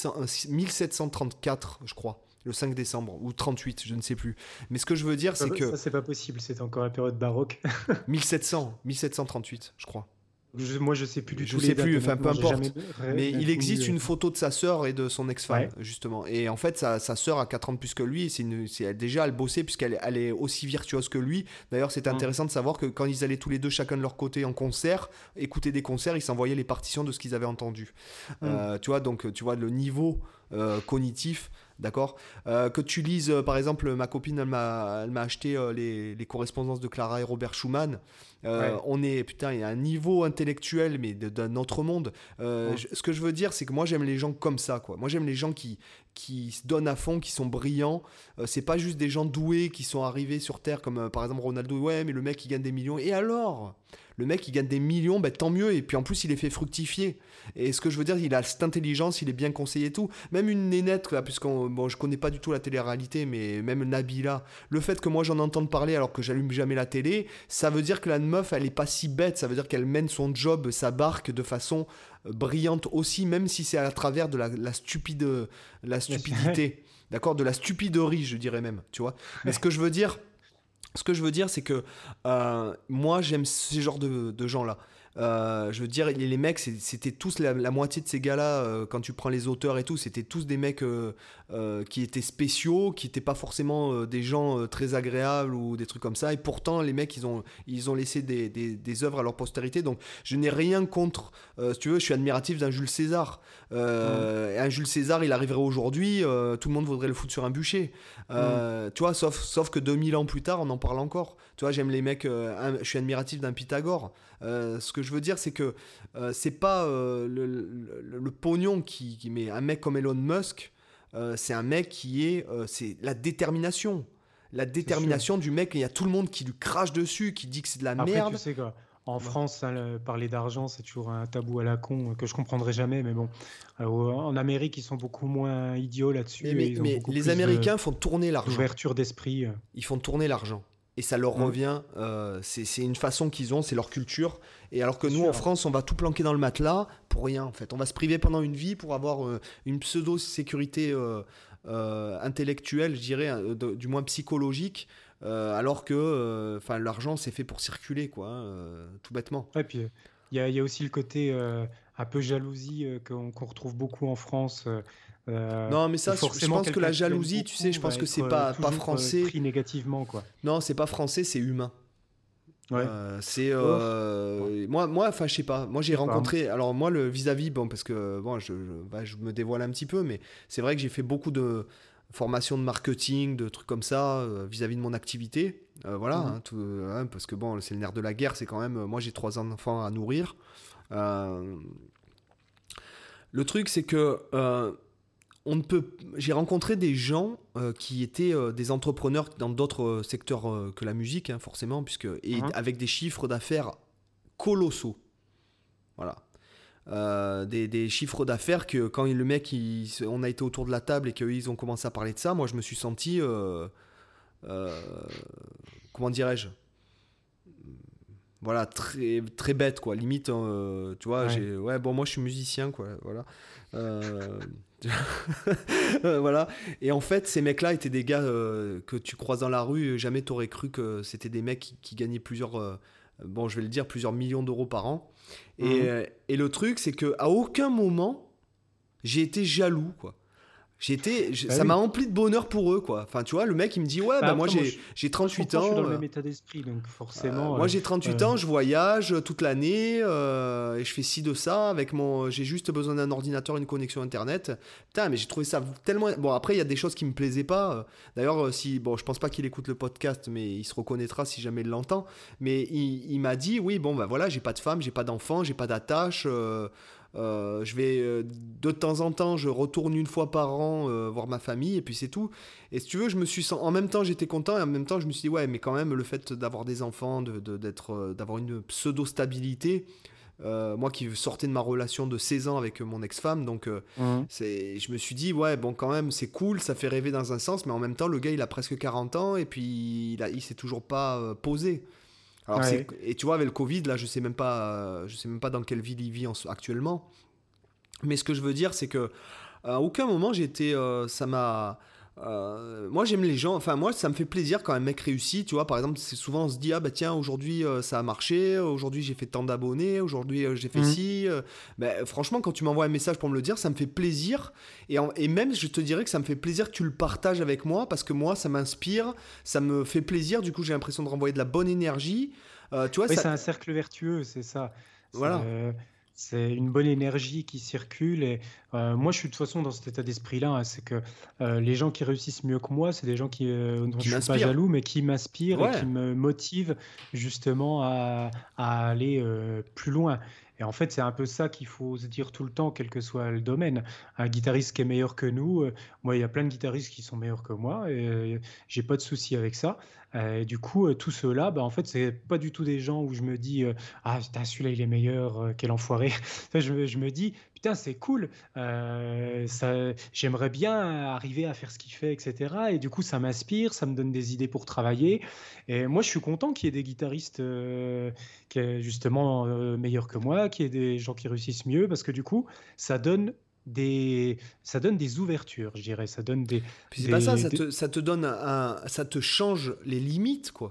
1734, je crois. Le 5 décembre, ou 38, je ne sais plus. Mais ce que je veux dire, c'est que Ça, c'est pas possible. C'est encore la période baroque. 1738, je crois. Moi, je sais plus du Je tout les sais dates, plus, enfin peu honnêtement. J'ai importe. jamais Mais il existe d'infos. une photo de sa sœur et de son ex-femme, Ouais. justement. Et en fait, sa sœur a 4 ans de plus que lui. Déjà, elle bossait puisqu'elle est aussi virtuose que lui. D'ailleurs, c'était Mm. intéressant de savoir que quand ils allaient tous les deux, chacun de leur côté, en concert, écouter des concerts, ils s'envoyaient les partitions de ce qu'ils avaient entendu. Mm. Tu vois, donc, tu vois le niveau cognitif. D'accord. Que tu lises, par exemple, ma copine, elle m'a acheté les correspondances de Clara et Robert Schumann. Ouais. Putain, il y a un niveau intellectuel, mais d'un autre monde. Mm. Ce que je veux dire, c'est que moi, j'aime les gens comme ça, quoi. Moi, j'aime les gens qui se donnent à fond, qui sont brillants. C'est pas juste des gens doués qui sont arrivés sur Terre, comme par exemple Ronaldo. Ouais, mais le mec, il gagne des millions. Et alors? Le mec, il gagne des millions, ben, tant mieux. Et puis en plus, il les fait fructifier. Et ce que je veux dire, il a cette intelligence, il est bien conseillé et tout. Même une nénette, là, bon, je connais pas du tout la télé-réalité, mais même Nabila, le fait que moi j'en entende parler alors que j'allume jamais la télé, ça veut dire que la meuf, elle est pas si bête. Ça veut dire qu'elle mène son job, sa barque de façon brillante aussi, même si c'est à travers de la stupidité. D'accord, de la stupiderie, je dirais même, tu vois. Mais ce que je veux dire, c'est que moi, j'aime ces genres de gens-là. Je veux dire, les mecs, c'était tous la moitié de ces gars-là, quand tu prends les auteurs et tout, c'était tous des mecs qui étaient spéciaux, qui n'étaient pas forcément des gens très agréables ou des trucs comme ça. Et pourtant, les mecs, ils ont laissé des œuvres à leur postérité. Donc, je n'ai rien contre. Si tu veux, je suis admiratif d'un Jules César. Et un Jules César, il arriverait aujourd'hui, tout le monde voudrait le foutre sur un bûcher. Tu vois, sauf que 2000 ans plus tard, on en parle encore. Tu vois, j'aime les mecs, je suis admiratif d'un Pythagore. Ce que je veux dire, c'est que c'est pas le pognon qui met un mec comme Elon Musk, c'est un mec c'est la détermination. La détermination du mec, il y a tout le monde qui lui crache dessus, qui dit que c'est de la Après, merde. tu sais quoi, en France, parler d'argent, c'est toujours un tabou à la con que je comprendrai jamais. Mais bon, en Amérique, ils sont beaucoup moins idiots là-dessus. Mais Ils ont beaucoup les plus Américains font tourner l'argent. d'ouverture d'esprit. Ils font tourner l'argent. Et ça leur revient. C'est une façon qu'ils ont, c'est leur culture. Et alors que nous, en France, on va tout planquer dans le matelas pour rien, en fait. On va se priver pendant une vie pour avoir une pseudo-sécurité intellectuelle, je dirais, du moins psychologique. Alors que l'argent, c'est fait pour circuler, quoi, tout bêtement. Ouais, puis il y a aussi le côté un peu jalousie qu'on retrouve beaucoup en France. Non, mais ça, je pense que la jalousie, tu sais, je pense que c'est pas français. Pris négativement, quoi. Non, c'est pas français, c'est humain. Ouais. Moi, enfin, je sais pas. Moi, j'ai rencontré. Alors, moi, le vis-à-vis, bon, parce que bon, je me dévoile un petit peu, mais c'est vrai que j'ai fait beaucoup de formations de marketing, de trucs comme ça, vis-à-vis de mon activité. Voilà, parce que bon, c'est le nerf de la guerre. C'est quand même. Moi, j'ai 3 enfants à nourrir. Le truc, c'est que j'ai rencontré des gens qui étaient des entrepreneurs dans d'autres secteurs que la musique, forcément, avec des chiffres d'affaires colossaux. Voilà. Des chiffres d'affaires que quand le mec, on a été autour de la table et qu'ils ont commencé à parler de ça, moi je me suis senti, comment dirais-je, voilà, très, très bête, quoi. Limite, tu vois, moi je suis musicien, quoi. Voilà. Voilà. Et en fait, ces mecs-là étaient des gars que tu croises dans la rue, jamais t'aurais cru que c'était des mecs qui gagnaient plusieurs millions d'euros par an. Et le truc, c'est qu'à aucun moment, j'ai été jaloux, quoi. Ça m'a empli de bonheur pour eux, quoi. Enfin, tu vois, le mec, il me dit, ouais, moi, j'ai 38 ans. Je suis dans le même état d'esprit, donc forcément. Moi, j'ai 38 ans, je voyage toute l'année, et je fais ci de ça, j'ai juste besoin d'un ordinateur, une connexion Internet. Putain, mais j'ai trouvé ça tellement... Bon, après, il y a des choses qui me plaisaient pas. D'ailleurs, je pense pas qu'il écoute le podcast, mais il se reconnaîtra si jamais il l'entend. Mais il m'a dit, oui, bon, voilà, j'ai pas de femme, j'ai pas d'enfant, j'ai pas d'attache... je vais de temps en temps, je retourne une fois par an voir ma famille et puis c'est tout. Et si tu veux, en même temps j'étais content et en même temps je me suis dit ouais, mais quand même le fait d'avoir des enfants, d'avoir une pseudo stabilité. Moi qui sortais de ma relation de 16 ans avec mon ex-femme, donc je me suis dit ouais, bon, quand même c'est cool, ça fait rêver dans un sens, mais en même temps le gars il a presque 40 ans et puis il s'est toujours pas posé. Alors et tu vois, avec le Covid, là, je sais même pas dans quelle ville il vit actuellement. Mais ce que je veux dire, c'est que à aucun moment moi, j'aime les gens. Enfin, moi, ça me fait plaisir quand un mec réussit. Tu vois, par exemple, c'est souvent on se dit ah bah tiens, aujourd'hui ça a marché. Aujourd'hui j'ai fait tant d'abonnés. Aujourd'hui j'ai fait ci. Franchement, quand tu m'envoies un message pour me le dire, ça me fait plaisir. Et même, je te dirais que ça me fait plaisir que tu le partages avec moi parce que moi, ça m'inspire, ça me fait plaisir. Du coup, j'ai l'impression de renvoyer de la bonne énergie. Tu vois, c'est un cercle vertueux, c'est ça. Voilà. C'est une bonne énergie qui circule et moi je suis de toute façon dans cet état d'esprit-là, hein, c'est que les gens qui réussissent mieux que moi, c'est des gens dont je ne suis pas jaloux, mais qui m'inspirent et qui me motivent justement à aller plus loin. Et en fait, c'est un peu ça qu'il faut se dire tout le temps, quel que soit le domaine. Un guitariste qui est meilleur que nous, moi, il y a plein de guitaristes qui sont meilleurs que moi, et j'ai pas de souci avec ça. Et du coup, tous ceux-là, en fait, c'est pas du tout des gens où je me dis ah putain, celui-là il est meilleur, quel enfoiré. je me dis putain, c'est cool, j'aimerais bien arriver à faire ce qu'il fait, etc. Et du coup, ça m'inspire, ça me donne des idées pour travailler. Et moi, je suis content qu'il y ait des guitaristes qui est justement meilleurs que moi, qu'il y ait des gens qui réussissent mieux, parce que du coup, ça donne des ouvertures, je dirais. Ça donne Puis c'est pas ça, ça te donne ça te change les limites, quoi.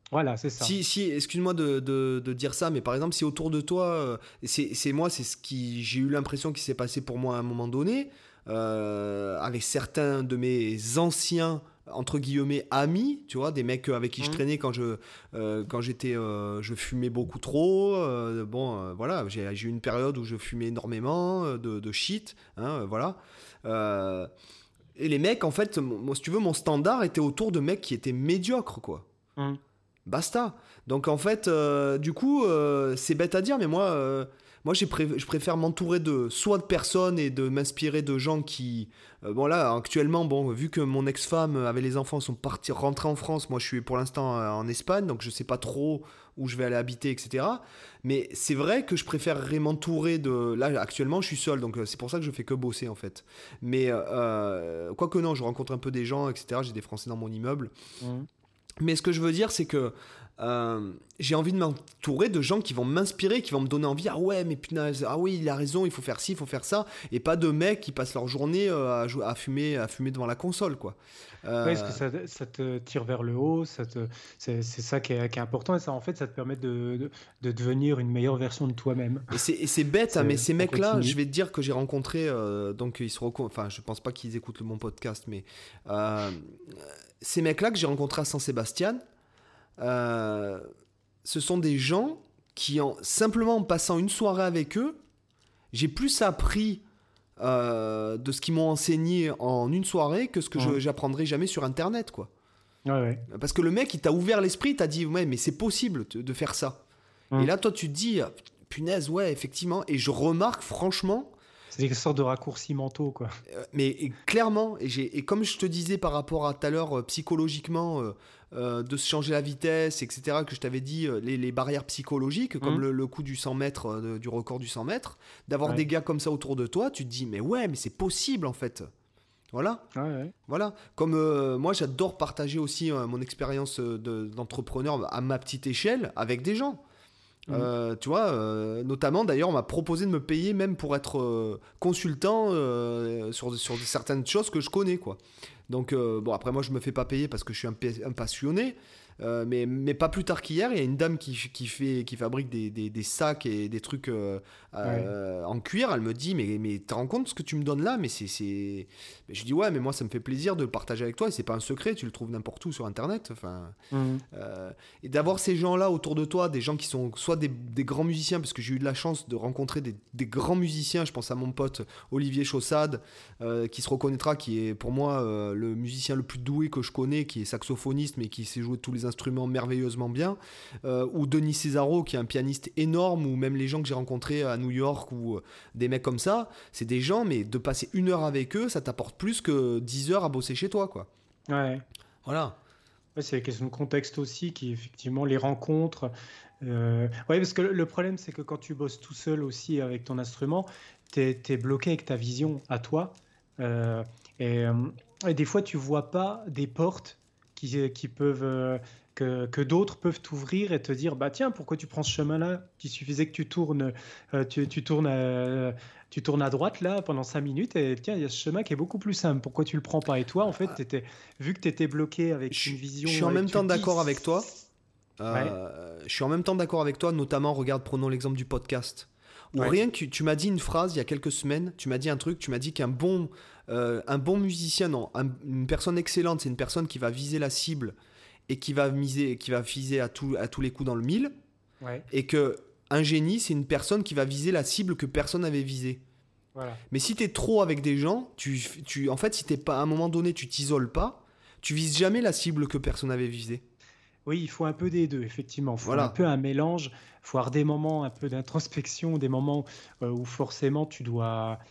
Voilà, c'est ça. Si, excuse-moi de dire ça, mais par exemple, si autour de toi, c'est moi, c'est ce qui j'ai eu l'impression qui s'est passé pour moi à un moment donné, avec certains de mes anciens entre guillemets amis, tu vois, des mecs avec qui je traînais quand j'étais, je fumais beaucoup trop. Voilà, j'ai eu une période où je fumais énormément de shit, hein, voilà. Et les mecs, en fait, moi, si tu veux, mon standard était autour de mecs qui étaient médiocres, quoi. Basta. Donc en fait, du coup, c'est bête à dire, mais moi je préfère m'entourer soit de personnes et de m'inspirer de gens qui... bon là, actuellement, vu que mon ex-femme avec les enfants sont rentrés en France, moi je suis pour l'instant en Espagne, donc je sais pas trop où je vais aller habiter, etc. Mais c'est vrai que je préférerais m'entourer de... Là, actuellement, je suis seul, donc c'est pour ça que je fais que bosser, en fait. Mais quoique non, je rencontre un peu des gens, etc. J'ai des Français dans mon immeuble. Mais ce que je veux dire, c'est que j'ai envie de m'entourer de gens qui vont m'inspirer, qui vont me donner envie. Ah ouais, mais punaise, ah oui, il a raison, il faut faire ci, il faut faire ça. Et pas de mecs qui passent leur journée à fumer devant la console, quoi. Parce que ça te tire vers le haut, c'est ça qui est important. Et ça, en fait, ça te permet de devenir une meilleure version de toi-même. Et c'est bête, hein, mais ces mecs-là, je vais te dire que j'ai rencontré, donc ils se enfin, je pense pas qu'ils écoutent mon podcast, mais ces mecs-là que j'ai rencontrés à Saint-Sébastien, ce sont des gens qui, simplement en passant une soirée avec eux, j'ai plus appris de ce qu'ils m'ont enseigné en une soirée que ce que j'apprendrai jamais sur Internet, quoi. Ouais. Parce que le mec, il t'a ouvert l'esprit, il t'a dit, ouais, mais c'est possible de faire ça. Et là, toi, tu te dis, punaise, ouais, effectivement. Et je remarque, franchement... C'est des sortes de raccourcis mentaux, quoi. Mais clairement, et comme je te disais par rapport à tout à l'heure, psychologiquement, de se changer la vitesse, etc., que je t'avais dit, les barrières psychologiques, comme le coup du 100 mètres, du record du 100 mètres, d'avoir des gars comme ça autour de toi, tu te dis, mais ouais, mais c'est possible, en fait. Voilà. Voilà. Comme moi, j'adore partager aussi mon expérience d'entrepreneur à ma petite échelle avec des gens. Tu vois, notamment d'ailleurs on m'a proposé de me payer même pour être consultant sur certaines choses que je connais, quoi. Donc bon, après moi je me fais pas payer parce que je suis un passionné, mais pas plus tard qu'hier, il y a une dame qui fabrique des sacs et des trucs en cuir. Elle me dit, mais te rends compte ce que tu me donnes là? Mais mais je dis ouais, mais moi ça me fait plaisir de le partager avec toi, et c'est pas un secret, tu le trouves n'importe où sur internet. Enfin, et d'avoir ces gens là autour de toi, des gens qui sont soit des grands musiciens, parce que j'ai eu de la chance de rencontrer des grands musiciens. Je pense à mon pote Olivier Chaussade, qui se reconnaîtra, qui est pour moi le musicien le plus doué que je connais, qui est saxophoniste mais qui sait jouer tous les instruments merveilleusement bien, ou Denis Cesaro, qui est un pianiste énorme, ou même les gens que j'ai rencontrés à New York, ou des mecs comme ça. C'est des gens, mais de passer 1 heure avec eux, ça t'apporte plus que 10 heures à bosser chez toi, quoi. Ouais. Voilà. Ouais, c'est la question de contexte aussi, qui effectivement les rencontres. Ouais, parce que le problème, c'est que quand tu bosses tout seul aussi avec ton instrument, t'es bloqué avec ta vision à toi. Et des fois, tu vois pas des portes qui peuvent que d'autres peuvent t'ouvrir et te dire, bah tiens, pourquoi tu prends ce chemin-là? Il suffisait que tu tournes, tu tournes à droite là pendant 5 minutes, et tiens, il y a ce chemin qui est beaucoup plus simple. Pourquoi tu le prends pas? Et toi, en fait, vu que tu étais bloqué avec une vision... Je suis en même temps d'accord avec toi. Ouais. Je suis en même temps d'accord avec toi, notamment, regarde, prenons l'exemple du podcast. Ou rien que tu m'as dit une phrase il y a quelques semaines, tu m'as dit un truc, tu m'as dit qu'un bon musicien, non, une personne excellente, c'est une personne qui va viser la cible et qui va viser à tous les coups dans le mille. Ouais. Et que un génie, c'est une personne qui va viser la cible que personne n'avait visée. Voilà. Mais si t'es trop avec des gens, en fait, si t'es pas, à un moment donné, tu t'isoles pas, tu vises jamais la cible que personne n'avait visée. Oui, il faut un peu des deux, effectivement. Il faut Voilà. un peu un mélange. Il faut avoir des moments un peu d'introspection, des moments où forcément tu dois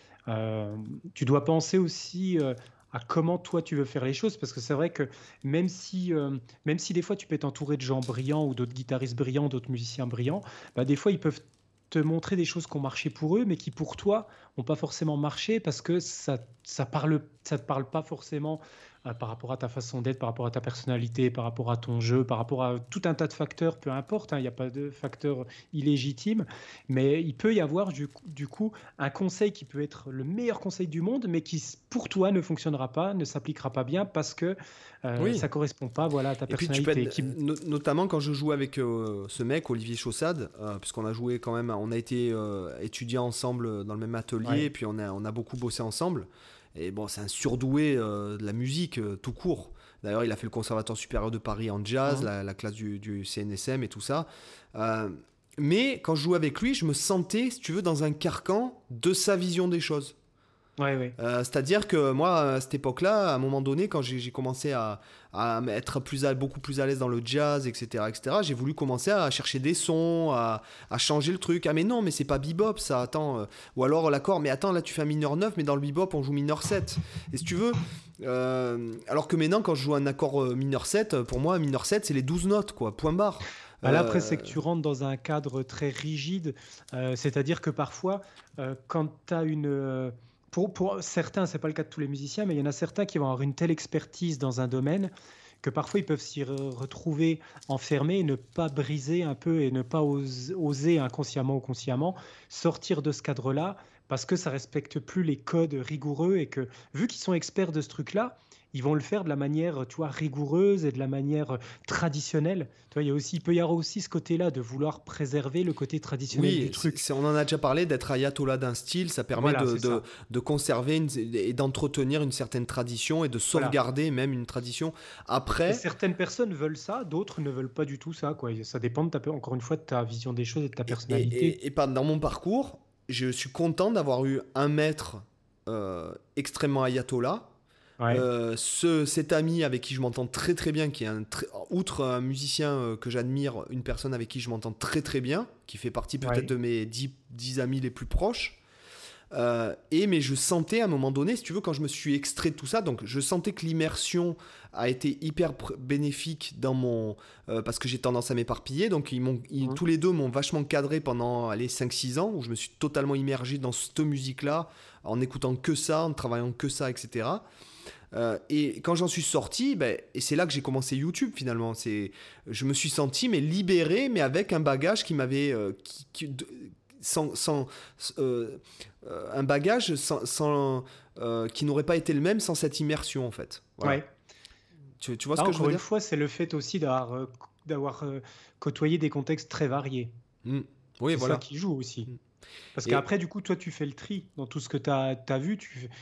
penser aussi à comment toi tu veux faire les choses. Parce que c'est vrai que même si des fois tu peux être entouré de gens brillants ou d'autres guitaristes brillants, d'autres musiciens brillants, bah, des fois ils peuvent te montrer des choses qui ont marché pour eux, mais qui pour toi n'ont pas forcément marché parce que ça te parle pas forcément par rapport à ta façon d'être, par rapport à ta personnalité, par rapport à ton jeu, par rapport à tout un tas de facteurs, peu importe, hein, il n'y a pas de facteur illégitime, mais il peut y avoir du coup un conseil qui peut être le meilleur conseil du monde, mais qui pour toi ne fonctionnera pas, ne s'appliquera pas bien parce que Oui. ça ne correspond pas, voilà, à ta Et puis tu peux personnalité. être, notamment quand je joue avec ce mec, Olivier Chaussade, puisqu'on a joué quand même, on a été étudiants ensemble dans le même atelier, et Ouais. puis on a beaucoup bossé ensemble. Et bon, c'est un surdoué de la musique tout court. D'ailleurs, il a fait le Conservatoire supérieur de Paris en jazz, Mhm. la classe du CNSM et tout ça. Euh, mais quand je jouais avec lui, je me sentais, si tu veux, dans un carcan de sa vision des choses. Ouais, ouais. C'est-à-dire que moi, à cette époque-là, à un moment donné, quand j'ai commencé à être beaucoup plus à l'aise dans le jazz, etc., j'ai voulu commencer à chercher des sons, à changer le truc. Ah mais non, mais c'est pas bebop ça, attends. Ou alors l'accord, mais attends, là tu fais un mineur 9, mais dans le bebop on joue mineur 7. Et si tu veux, alors que maintenant quand je joue un accord mineur 7, pour moi, mineur 7 c'est les 12 notes, quoi, point barre. Bah là, après, c'est Euh, que tu rentres dans un cadre très rigide, c'est-à-dire que parfois, quand tu as pour certains, c'est pas le cas de tous les musiciens, mais il y en a certains qui vont avoir une telle expertise dans un domaine que parfois ils peuvent s'y retrouver enfermés et ne pas briser un peu et ne pas oser inconsciemment ou consciemment sortir de ce cadre-là parce que ça respecte plus les codes rigoureux et que vu qu'ils sont experts de ce truc-là, ils vont le faire de la manière, tu vois, rigoureuse et de la manière traditionnelle. Tu vois, il peut y avoir aussi ce côté-là de vouloir préserver le côté traditionnel du Oui, truc. on en a déjà parlé, d'être ayatollah d'un style, ça permet Voilà, c'est ça. de conserver et d'entretenir une certaine tradition et de Voilà. sauvegarder même une tradition. Et Après, certaines personnes veulent ça, d'autres ne veulent pas du tout ça, quoi. Ça dépend encore une fois de ta vision des choses et de ta personnalité. dans mon parcours, je suis content d'avoir eu un maître extrêmement ayatollah. Ouais, Cet ami avec qui je m'entends très très bien, qui est outre un musicien que j'admire, une personne avec qui je m'entends très très bien, qui fait partie peut-être ouais. de mes 10 amis les plus proches. Mais je sentais à un moment donné, si tu veux, quand je me suis extrait de tout ça, donc je sentais que l'immersion a été hyper bénéfique dans parce que j'ai tendance à m'éparpiller. Donc Mhm. tous les deux m'ont vachement cadré pendant 5-6 ans, où je me suis totalement immergé dans cette musique-là, en écoutant que ça, en travaillant que ça, etc. Et quand j'en suis sorti, et c'est là que j'ai commencé YouTube finalement. Je me suis senti libéré, mais avec un bagage qui m'avait, sans un bagage qui n'aurait pas été le même sans cette immersion en fait. Voilà. Ouais. Tu vois ce Là, que je veux encore une dire? fois, c'est le fait aussi d'avoir côtoyé des contextes très variés. Mm. Oui, C'est ça voilà. qui joue aussi. Mm. Parce Et qu'après, du coup, toi, tu fais le tri dans tout ce que tu as vu.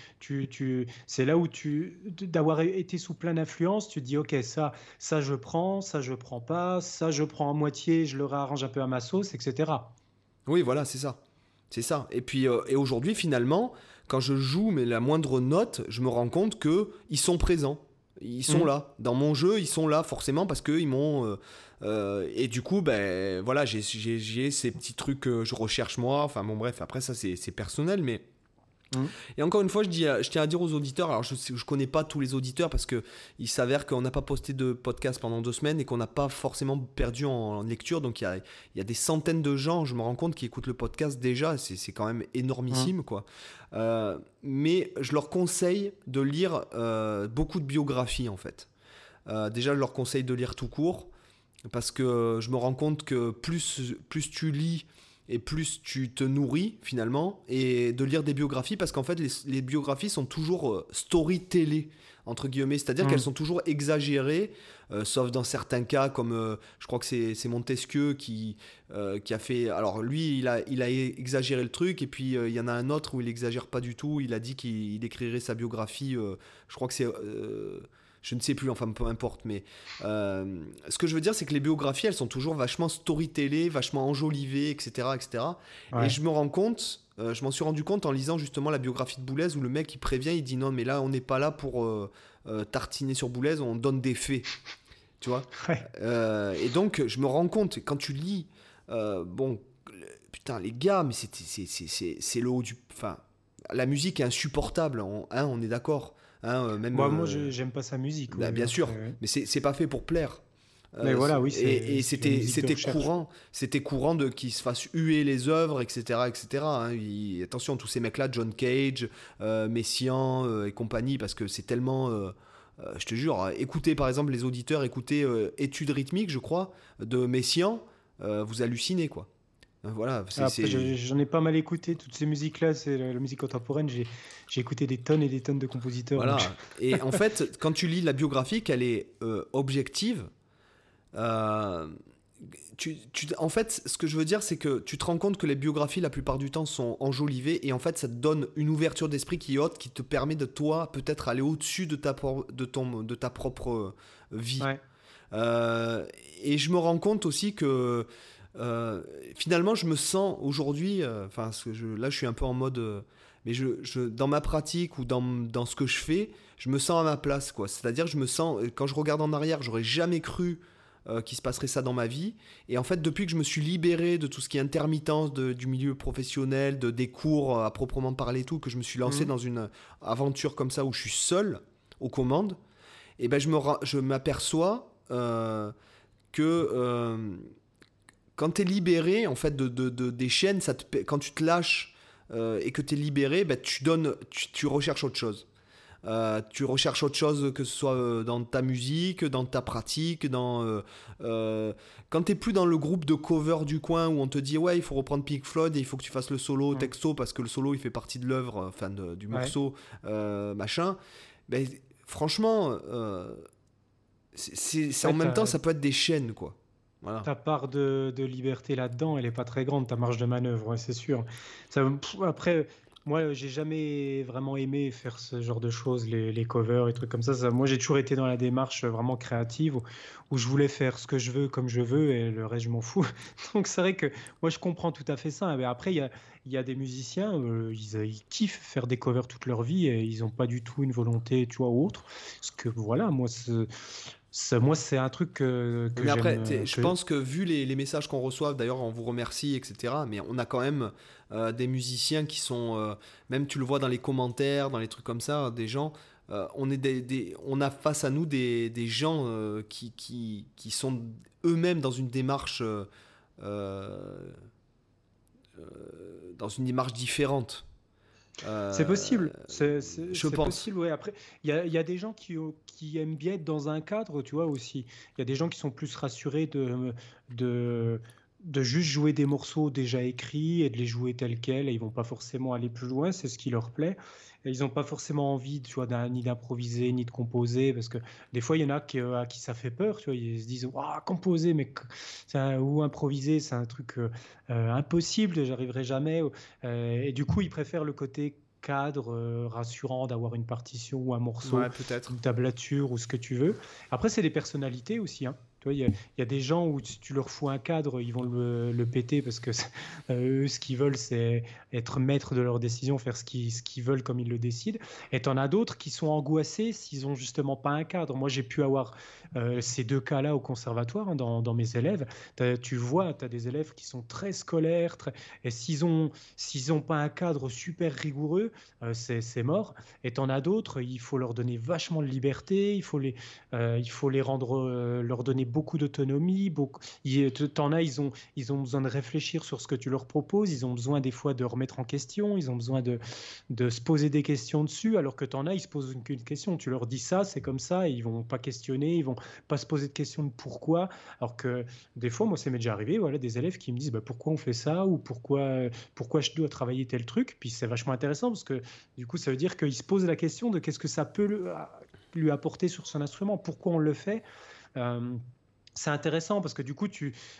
C'est là où d'avoir été sous plein d'influence, tu te dis, OK, ça je prends pas, ça je prends à moitié, je le réarrange un peu à ma sauce, etc. oui, voilà, c'est ça. C'est ça. Et puis et aujourd'hui, finalement, quand je joue mais la moindre note, je me rends compte que ils sont présents. Ils sont Mhm. là. Dans mon jeu, ils sont là forcément parce qu'ils m'ont. Et du coup, voilà, j'ai ces petits trucs que je recherche moi. Enfin bon, bref, après ça, c'est personnel, mais. Mhm. Et encore une fois, je tiens à dire aux auditeurs, alors je connais pas tous les auditeurs parce que il s'avère qu'on n'a pas posté de podcast pendant 2 semaines et qu'on n'a pas forcément perdu en lecture. Donc il y a des centaines de gens, je me rends compte, qui écoutent le podcast déjà. C'est quand même Mhm. énormissime, quoi. Mais je leur conseille de lire beaucoup de biographies, en fait. Déjà, je leur conseille de lire tout court parce que je me rends compte que plus tu lis et plus tu te nourris finalement, et de lire des biographies parce qu'en fait les biographies sont toujours story-tellées entre guillemets, c'est-à-dire qu'elles Mhm. sont toujours exagérées, sauf dans certains cas comme je crois que c'est Montesquieu qui a fait, alors lui il a exagéré le truc, et puis il y en a un autre où il exagère pas du tout, il a dit qu'il écrirait sa biographie, je crois que c'est je ne sais plus, enfin peu importe, mais ce que je veux dire, c'est que les biographies, elles sont toujours vachement storytellées, vachement enjolivées, etc., etc. Et Ouais. je me rends compte, je m'en suis rendu compte en lisant justement la biographie de Boulez, où le mec il prévient, il dit non, mais là on n'est pas là pour tartiner sur Boulez, on donne des faits, tu vois. Ouais. Et donc je me rends compte quand tu lis, bon, putain les gars, mais c'est le haut du, enfin, la musique est insupportable, on est d'accord. Hein, même Moi, j'aime pas sa musique, oui, bien sûr, après, ouais. mais c'est pas fait pour plaire. Mais voilà, oui, Et c'est de la musique de recherche. c'était courant de qu'ils se fassent huer les œuvres, etc., etc. Hein. Attention, tous ces mecs-là, John Cage, Messiaen et compagnie, parce que c'est tellement je te jure, écoutez par exemple les auditeurs, écoutez Études rythmiques, je crois, de Messiaen, vous hallucinez quoi. Voilà, Après, j'en ai pas mal écouté toutes ces musiques-là, c'est la musique contemporaine. J'ai écouté des tonnes et des tonnes de compositeurs. Voilà. Donc... Et en fait, quand tu lis la biographie, qu'elle est objective. En fait, ce que je veux dire, c'est que tu te rends compte que les biographies, la plupart du temps, sont enjolivées et en fait, ça te donne une ouverture d'esprit qui est haute, qui te permet de toi, peut-être, aller au-dessus de ta propre vie. Ouais. Et je me rends compte aussi que finalement, je me sens aujourd'hui, là, je suis un peu en mode, mais dans ma pratique ou dans ce que je fais, je me sens à ma place, quoi. C'est-à-dire, je me sens, quand je regarde en arrière, j'aurais jamais cru qu'il se passerait ça dans ma vie. Et en fait, depuis que je me suis libéré de tout ce qui est intermittence du milieu professionnel, des cours à proprement parler et tout, que je me suis lancé dans une aventure comme ça où je suis seul aux commandes, et ben je m'aperçois que quand tu es libéré en fait des chaînes, quand tu te lâches et que tu es libéré, ben, tu recherches autre chose. Tu recherches autre chose, que ce soit dans ta musique, dans ta pratique, quand t'es plus dans le groupe de cover du coin où on te dit ouais il faut reprendre Pink Floyd et il faut que tu fasses le solo texto parce que le solo il fait partie de l'œuvre, du morceau, machin. Ben, franchement, c'est en même temps ça peut être des chaînes quoi. Voilà. Ta part de liberté là-dedans, elle est pas très grande, ta marge de manœuvre, ouais, c'est sûr. Après, moi, j'ai jamais vraiment aimé faire ce genre de choses, les covers et trucs comme ça. Moi, j'ai toujours été dans la démarche vraiment créative où je voulais faire ce que je veux comme je veux et le reste, je m'en fous. Donc, c'est vrai que moi, je comprends tout à fait ça. Mais après, il y a des musiciens, ils kiffent faire des covers toute leur vie et ils n'ont pas du tout une volonté, tu vois, ou autre. Parce que voilà, moi, c'est un truc que mais après, j'aime. je pense que vu les messages qu'on reçoit, d'ailleurs on vous remercie, etc. Mais on a quand même des musiciens qui sont, même tu le vois dans les commentaires, dans les trucs comme ça, des gens, on a face à nous des gens qui sont eux-mêmes dans une démarche différente. C'est possible, je pense. possible, ouais. Après, il y a des gens qui aiment bien être dans un cadre, tu vois, aussi. Il y a des gens qui sont plus rassurés de juste jouer des morceaux déjà écrits et de les jouer tels quels, et ils vont pas forcément aller plus loin, c'est ce qui leur plaît. Et ils n'ont pas forcément envie, tu vois, ni d'improviser, ni de composer, parce que des fois, il y en a à qui ça fait peur, tu vois, ils se disent, waouh, composer, mais ou improviser, c'est un truc impossible, j'arriverai jamais. Et du coup, ils préfèrent le côté cadre rassurant d'avoir une partition ou un morceau, une tablature ou ce que tu veux. Après, c'est des personnalités aussi, hein. Tu vois, il y a des gens où tu leur fous un cadre, ils vont le péter parce que eux, ce qu'ils veulent, c'est être maître de leurs décisions, faire ce qu'ils veulent comme ils le décident. Et tu en as d'autres qui sont angoissés s'ils n'ont justement pas un cadre. Moi, j'ai pu avoir ces deux cas-là au conservatoire, hein, dans mes élèves. Tu vois, tu as des élèves qui sont très scolaires, et s'ils ont pas un cadre super rigoureux, c'est mort. Et tu en as d'autres, il faut leur donner vachement de liberté, il faut les rendre, leur donner beaucoup d'autonomie. T'en as, ils ont besoin de réfléchir sur ce que tu leur proposes, ils ont besoin des fois de remettre en question, ils ont besoin de se poser des questions dessus, alors que t'en as, ils se posent qu'une question. Tu leur dis ça, c'est comme ça, et ils vont pas questionner, ils vont pas se poser de questions de pourquoi. Alors que des fois, moi, ça m'est déjà arrivé, voilà, des élèves qui me disent pourquoi on fait ça, ou pourquoi je dois travailler tel truc. Puis c'est vachement intéressant parce que du coup, ça veut dire qu'ils se posent la question de qu'est-ce que ça peut lui apporter sur son instrument, pourquoi on le fait. C'est intéressant parce que du coup,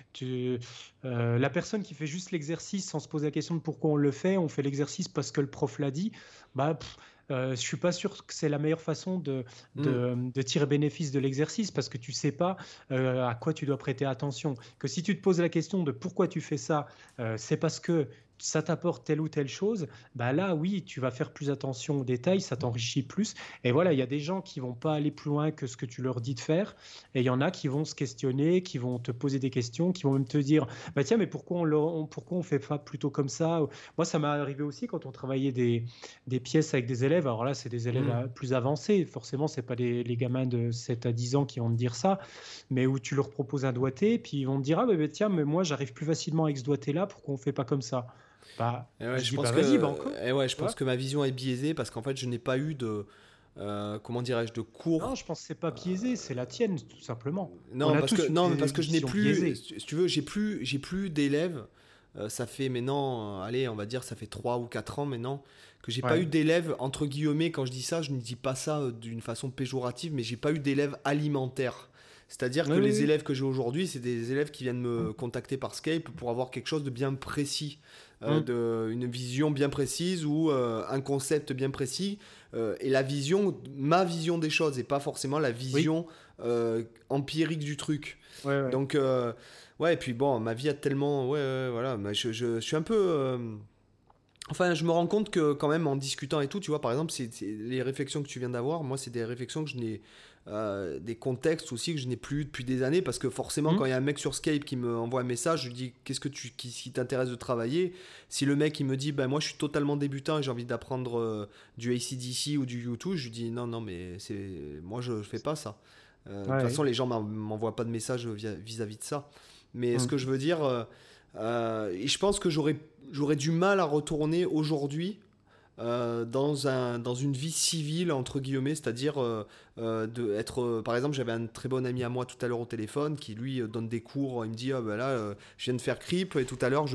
la personne qui fait juste l'exercice sans se poser la question de pourquoi on le fait, on fait l'exercice parce que le prof l'a dit, je suis pas sûr que c'est la meilleure façon de tirer bénéfice de l'exercice parce que tu sais pas à quoi tu dois prêter attention. Que si tu te poses la question de pourquoi tu fais ça, c'est parce que ça t'apporte telle ou telle chose, là oui, tu vas faire plus attention aux détails, ça t'enrichit plus. Et voilà, il y a des gens qui vont pas aller plus loin que ce que tu leur dis de faire, et il y en a qui vont se questionner, qui vont te poser des questions, qui vont même te dire tiens, mais pourquoi on fait pas plutôt comme ça. Moi, ça m'est arrivé aussi quand on travaillait des pièces avec des élèves. Alors là, c'est des élèves plus avancés, forcément, c'est pas les gamins de 7 à 10 ans qui vont te dire ça, mais où tu leur proposes un doigté, puis ils vont te dire tiens, mais moi j'arrive plus facilement avec ce doigté là, pourquoi on fait pas comme ça. Je pense que ma vision est biaisée parce qu'en fait je n'ai pas eu comment dirais-je, de cours. Non, je pense que c'est pas biaisé, c'est la tienne, tout simplement. On Non, a parce tous que, non, une parce que je n'ai vision plus, biaisée. si tu veux, j'ai plus d'élèves. Ça fait maintenant, allez, on va dire, ça fait 3 ou 4 ans maintenant que j'ai pas eu Ouais. d'élèves, entre guillemets, quand je dis ça, je ne dis pas ça d'une façon péjorative, mais j'ai pas eu d'élèves alimentaires. C'est-à-dire que Oui, oui, les oui. élèves que j'ai aujourd'hui, c'est des élèves qui viennent me contacter par Skype pour avoir quelque chose de bien précis, Mm. une vision bien précise ou un concept bien précis, et la vision, ma vision des choses, et pas forcément la Oui, vision empirique du truc. ouais, ouais. Donc, ouais, et puis bon, ma vie a tellement. Ouais, ouais, voilà, mais je suis un peu. Enfin, je me rends compte que quand même en discutant et tout, tu vois, par exemple, c'est les réflexions que tu viens d'avoir, moi, c'est des réflexions que je n'ai. Des contextes aussi que je n'ai plus eu depuis des années parce que forcément Mm. quand il y a un mec sur Skype qui me envoie un message, je lui dis qu'est-ce qui t'intéresse de travailler. Si le mec il me dit ben moi je suis totalement débutant et j'ai envie d'apprendre du AC/DC ou du U2, je lui dis non mais c'est moi je fais pas ça. De toute Ouais. façon les gens m'envoient pas de message vis-à-vis de ça. Mais ce Mm. que je veux dire, et je pense que j'aurais du mal à retourner aujourd'hui dans une vie civile, entre guillemets, c'est-à-dire par exemple, j'avais un très bon ami à moi tout à l'heure au téléphone qui, lui, donne des cours. Il me dit, ah, ben là, je viens de faire Creep et tout à l'heure,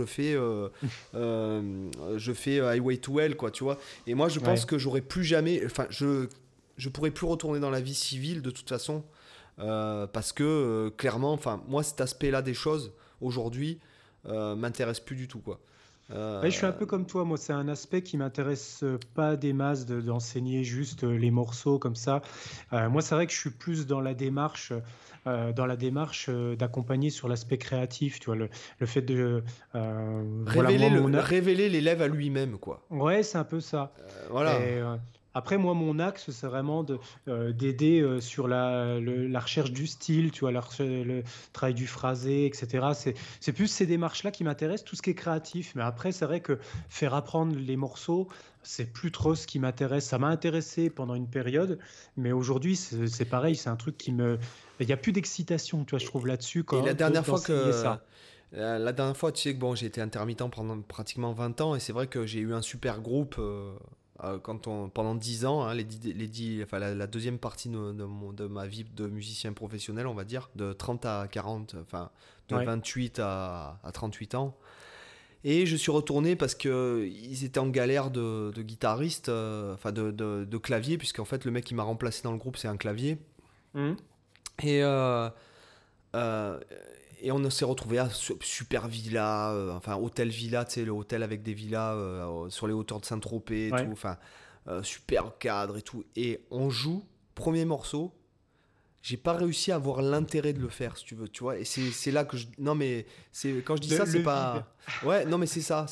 je fais Highway to Hell, quoi, tu vois. Et moi, je pense Ouais. que j'aurais plus jamais, enfin, je pourrais plus retourner dans la vie civile de toute façon, parce que, clairement, enfin, moi, cet aspect-là des choses, aujourd'hui, m'intéresse plus du tout, quoi. Ouais, je suis un Euh, peu comme toi, moi c'est un aspect qui m'intéresse pas des masses d'enseigner juste les morceaux comme ça. Moi c'est vrai que je suis plus dans la démarche d'accompagner sur l'aspect créatif, tu vois, le fait de, voilà, moi révéler l'élève à lui-même, quoi. ouais c'est un peu ça. Voilà. Et après, moi, mon axe, c'est vraiment d'aider sur la recherche du style, tu vois, le travail du phrasé, etc. C'est plus ces démarches-là qui m'intéressent, tout ce qui est créatif. Mais après, c'est vrai que faire apprendre les morceaux, c'est plus trop ce qui m'intéresse. Ça m'a intéressé pendant une période, mais aujourd'hui, c'est pareil, c'est un truc qui me... Il n'y a plus d'excitation, tu vois, je trouve là-dessus, Et la dernière fois d'enseigner que. ça. La dernière fois, tu sais que bon, j'ai été intermittent pendant pratiquement 20 ans et c'est vrai que j'ai eu un super groupe pendant 10 ans, hein, enfin, la deuxième partie de ma vie de musicien professionnel, on va dire, de 30 à 40, enfin de Ouais. 28 à 38 ans. Et je suis retourné parce qu'ils étaient en galère de guitariste, enfin de clavier, puisqu'en fait le mec qui m'a remplacé dans le groupe c'est un clavier. Mhm. Et, euh, et on s'est retrouvé à super villa, enfin hôtel villa, tu sais, le hôtel avec des villas sur les hauteurs de Saint-Tropez et tout, Ouais. enfin super cadre et tout. Et on joue, premier morceau, j'ai pas réussi à avoir l'intérêt de le faire, si tu veux, tu vois. Et c'est là que je. Non, mais quand je dis ça, Le c'est vide. pas. Ouais, non, mais c'est ça.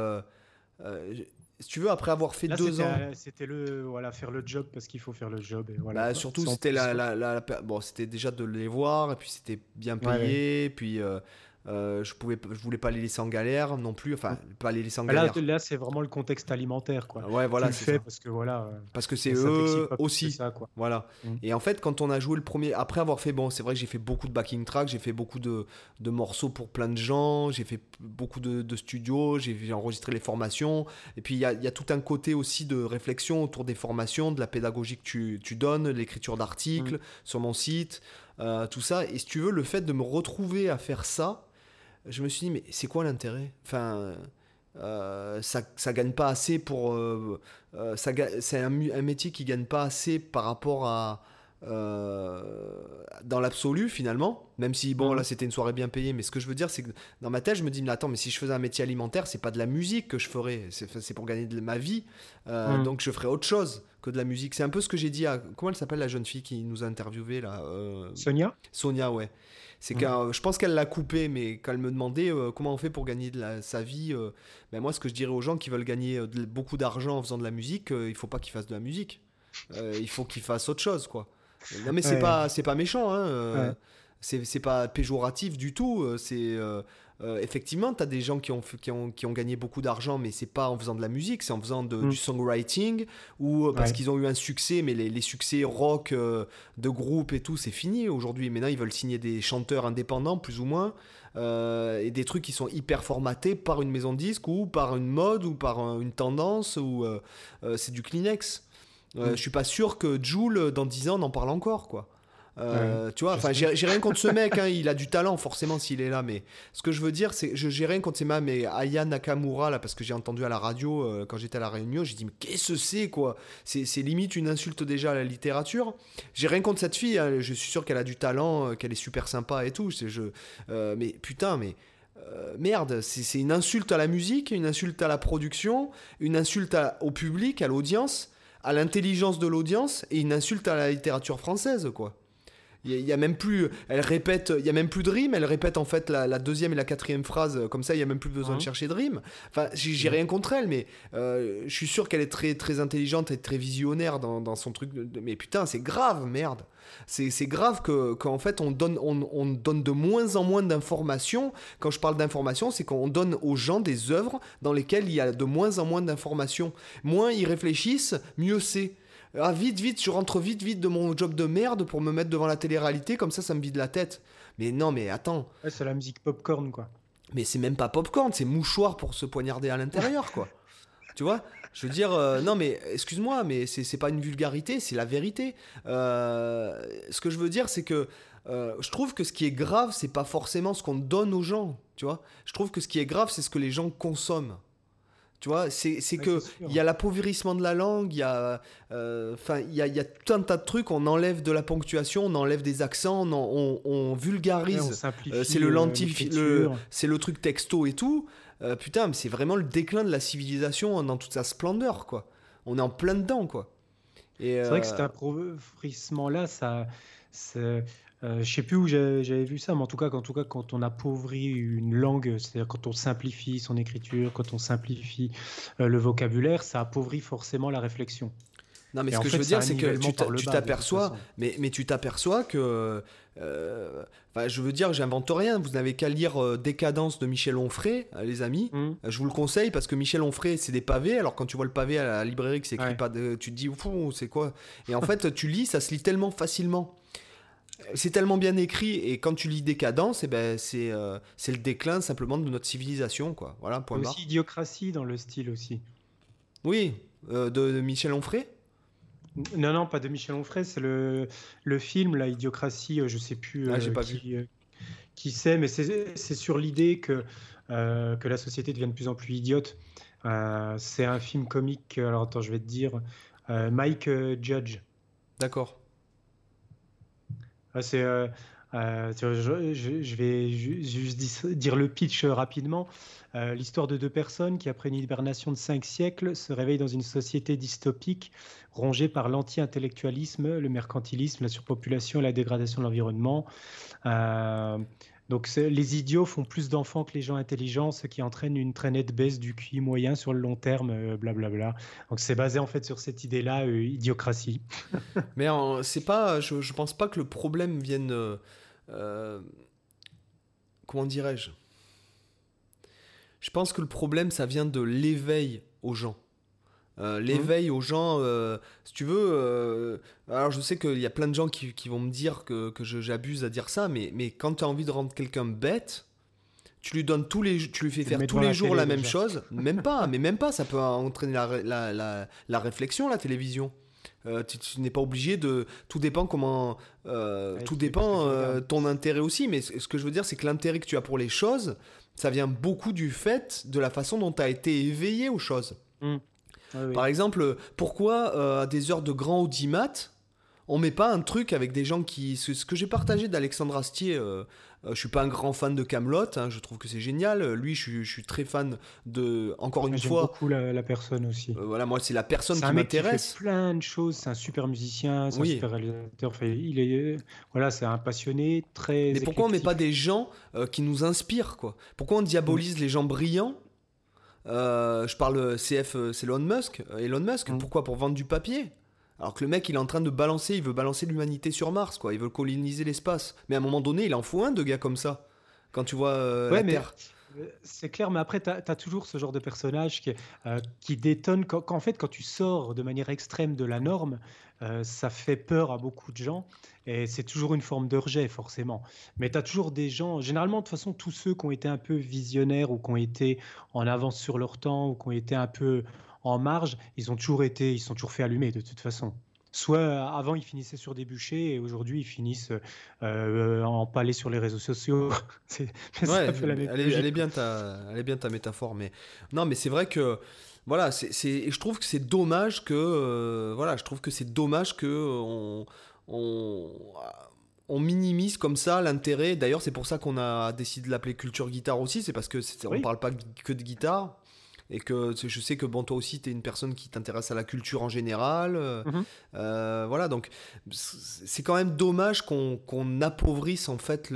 Si tu veux, après avoir fait Là, 2 ans. voilà, faire le job parce qu'il faut faire le job et voilà Bah, quoi. surtout, Sans c'était plus. bon, c'était déjà de les voir, et puis c'était bien Ouais, ouais. payé, puis je voulais pas les laisser en galère non plus, Mm. enfin, pas les laisser en Bah, Là, galère. là, c'est vraiment le contexte alimentaire, quoi. Ouais, Tu voilà, le c'est fais ça. parce que voilà, Parce que c'est ça t'excite eux pas plus que aussi. ça, quoi. Voilà. Mm. Et en fait, quand on a joué le premier, après avoir fait, bon, c'est vrai que j'ai fait beaucoup de backing tracks, j'ai fait beaucoup de morceaux pour plein de gens, j'ai fait beaucoup de studios, j'ai enregistré les formations. Et puis, il y a tout un côté aussi de réflexion autour des formations, de la pédagogie que tu donnes, l'écriture Mm. d'articles sur mon site, tout ça. Et si tu veux, le fait de me retrouver à faire ça, je me suis dit, mais c'est quoi l'intérêt? Enfin, ça gagne pas assez pour. C'est un métier qui gagne pas assez par rapport à. Dans l'absolu finalement, même si bon là Mm. c'était une soirée bien payée, mais ce que je veux dire c'est que dans ma tête je me dis mais attends, mais si je faisais un métier alimentaire c'est pas de la musique que je ferais, c'est pour gagner de ma vie, Mm. donc je ferais autre chose que de la musique. C'est un peu ce que j'ai dit à, comment elle s'appelle la jeune fille qui nous a interviewé là, Sonia? Sonia, ouais. C'est Mm. je pense qu'elle l'a coupé, mais quand elle me demandait comment on fait pour gagner sa vie, ben moi, ce que je dirais aux gens qui veulent gagner beaucoup d'argent en faisant de la musique, il faut pas qu'ils fassent de la musique. Il faut qu'ils fassent autre chose, quoi. Non, mais Ouais, c'est pas méchant, hein. ouais. C'est pas péjoratif du tout. Effectivement, tu as des gens qui ont gagné beaucoup d'argent, mais c'est pas en faisant de la musique, c'est en faisant du Mm. songwriting ou parce Ouais. qu'ils ont eu un succès, mais les succès rock de groupe et tout, c'est fini aujourd'hui. Maintenant, ils veulent signer des chanteurs indépendants, plus ou moins, et des trucs qui sont hyper formatés par une maison de disques ou par une mode ou par une tendance, ou c'est du Kleenex. Mm. Je suis pas sûr que Jul, dans 10 ans, on en parle encore, quoi. Tu vois, Je enfin, sais. j'ai rien contre ce mec, hein, il a du talent forcément s'il est là, mais ce que je veux dire, c'est, j'ai rien contre ces mecs, mais Aya Nakamura là, parce que j'ai entendu à la radio quand j'étais à la Réunion, j'ai dit mais qu'est-ce que c'est quoi, c'est limite une insulte déjà à la littérature. J'ai rien contre cette fille, hein, je suis sûr qu'elle a du talent, qu'elle est super sympa et tout, mais putain, mais merde, c'est une insulte à la musique, une insulte à la production, une insulte au public, à l'audience, à l'intelligence de l'audience et une insulte à la littérature française, quoi. Il y a même plus, elle répète, il y a même plus de rime. Elle répète en fait la deuxième et la quatrième phrase comme ça. Il y a même plus besoin de chercher de rime. Enfin, j'ai rien contre elle, mais je suis sûr qu'elle est très très intelligente et très visionnaire dans son truc. Mais putain, c'est grave, merde. C'est grave qu'en fait on donne de moins en moins d'informations. Quand je parle d'informations, c'est qu'on donne aux gens des œuvres dans lesquelles il y a de moins en moins d'informations. Moins ils réfléchissent, mieux c'est. Ah, vite, je rentre vite de mon job de merde pour me mettre devant la télé-réalité, comme ça me vide la tête. Mais non, mais attends. Ouais, c'est la musique popcorn, quoi. Mais c'est même pas popcorn, c'est mouchoir pour se poignarder à l'intérieur, quoi. Tu vois? Je veux dire, non, mais excuse-moi, mais c'est pas une vulgarité, c'est la vérité. Ce que je veux dire, c'est que je trouve que ce qui est grave, c'est pas forcément ce qu'on donne aux gens, tu vois? Je trouve que ce qui est grave, c'est ce que les gens consomment. Tu vois, c'est Ouais, que c'est sûr. il y a l'appauvrissement de la langue, il y a tout un tas de trucs. On enlève de la ponctuation, on enlève des accents, on Ouais, on vulgarise. simplifie C'est l'écriture. c'est le truc texto et tout. Putain, mais c'est vraiment le déclin de la civilisation dans toute sa splendeur, quoi. On est en plein dedans, quoi. Et C'est vrai que cet appauvrissement-là, je sais plus où j'avais vu ça, mais en tout cas, quand on appauvrit une langue, c'est-à-dire quand on simplifie son écriture, quand on simplifie le vocabulaire, ça appauvrit forcément la réflexion. non, mais Et ce en que je fait, veux c'est dire, un c'est que nivellement par le tu bas, de toute t'aperçois, façon. mais tu t'aperçois que. Enfin, je veux dire, j'invente rien. Vous n'avez qu'à lire Décadence de Michel Onfray, les amis. Hum, Je vous le conseille parce que Michel Onfray, c'est des pavés. Alors, quand tu vois le pavé à la librairie qui s'écrit ouais. pas, tu te dis, fou, c'est quoi? Et en fait, tu lis, ça se lit tellement facilement. C'est tellement bien écrit. Et quand tu lis Décadence, eh ben, c'est le déclin simplement de notre civilisation, quoi. Voilà, Il y point a barre. aussi Idiocratie dans le style aussi. Oui, de Michel Onfray. Non, non, pas de Michel Onfray, c'est le film, la Idiocratie, je sais plus Ah, j'ai pas vu. qui c'est, mais c'est sur l'idée que la société devient de plus en plus idiote. C'est un film comique, alors attends, je vais te dire, Mike Judge. D'accord. Ah, je vais juste dire le pitch rapidement. L'histoire de deux personnes qui, après une hibernation de 5 siècles, se réveillent dans une société dystopique rongée par l'anti-intellectualisme, le mercantilisme, la surpopulation et la dégradation de l'environnement. Euh, donc les idiots font plus d'enfants que les gens intelligents, ce qui entraîne une très nette baisse du QI moyen sur le long terme, blablabla. Donc c'est basé en fait sur cette idée-là, idiocratie. Mais c'est pas, je pense pas que le problème vienne. Euh, comment dirais-je? Je pense que le problème, ça vient de l'éveil aux gens. Hum, L'éveil aux gens, si tu veux. Alors, je sais qu'il y a plein de gens qui vont me dire que j'abuse à dire ça, mais quand tu as envie de rendre quelqu'un bête, tu lui fais Tu le faire mets tous devant les la jours télé la même déjà. chose. Même pas, ça peut entraîner la réflexion, la télévision. Tu n'es pas obligé de. Tout dépend comment. Avec Tout qu'est-ce que dépend tu regardes. ton intérêt aussi, mais ce que je veux dire, c'est que l'intérêt que tu as pour les choses, ça vient beaucoup du fait de la façon dont tu as été éveillé aux choses. Hum, oui, Par oui. exemple, pourquoi à des heures de grand audimat, on met pas un truc avec des gens qui... Ce que j'ai partagé d'Alexandre Astier, je suis pas un grand fan de Camelot, je trouve que c'est génial. Lui, je suis très fan de... Encore une J'aime fois, beaucoup la personne aussi. voilà, moi, c'est la personne C'est qui un mec qui fait m'intéresse. plein de choses. C'est un super musicien, c'est un Oui. super réalisateur. Enfin, voilà, c'est un passionné, très Mais pourquoi on met pas éclectique. des gens qui nous inspirent, quoi? Pourquoi on Mm, diabolise les gens brillants? Je parle CF, c'est Elon Musk. Elon Musk, mm. pourquoi? Pour vendre du papier. Alors que le mec, il est en train de balancer, il veut balancer l'humanité sur Mars, quoi. Il veut coloniser l'espace. Mais à un moment donné, il en faut un de gars comme ça. Quand tu vois Ouais, la mais Terre. c'est clair. Mais après, tu as toujours ce genre de personnage qui détonne. En fait, quand tu sors de manière extrême de la norme, ça fait peur à beaucoup de gens. Et c'est toujours une forme de rejet, forcément. Mais tu as toujours des gens, généralement, de toute façon, tous ceux qui ont été un peu visionnaires ou qui ont été en avance sur leur temps ou qui ont été un peu en marge, ils sont toujours fait allumer de toute façon. Soit avant ils finissaient sur des bûchers et aujourd'hui ils finissent empalés sur les réseaux sociaux. C'est Ouais, un peu la même elle logique, est quoi. bien ta métaphore, mais non, mais c'est vrai que voilà, et je trouve que c'est dommage que voilà, je trouve que c'est dommage que on, on minimise comme ça l'intérêt. D'ailleurs, c'est pour ça qu'on a décidé de l'appeler culture guitare aussi, c'est parce que on Oui. parle pas que de guitare. Et que je sais que bon, toi aussi, tu es une personne qui t'intéresse à la culture en général. Mhm. Voilà, donc c'est quand même dommage qu'on appauvrisse en fait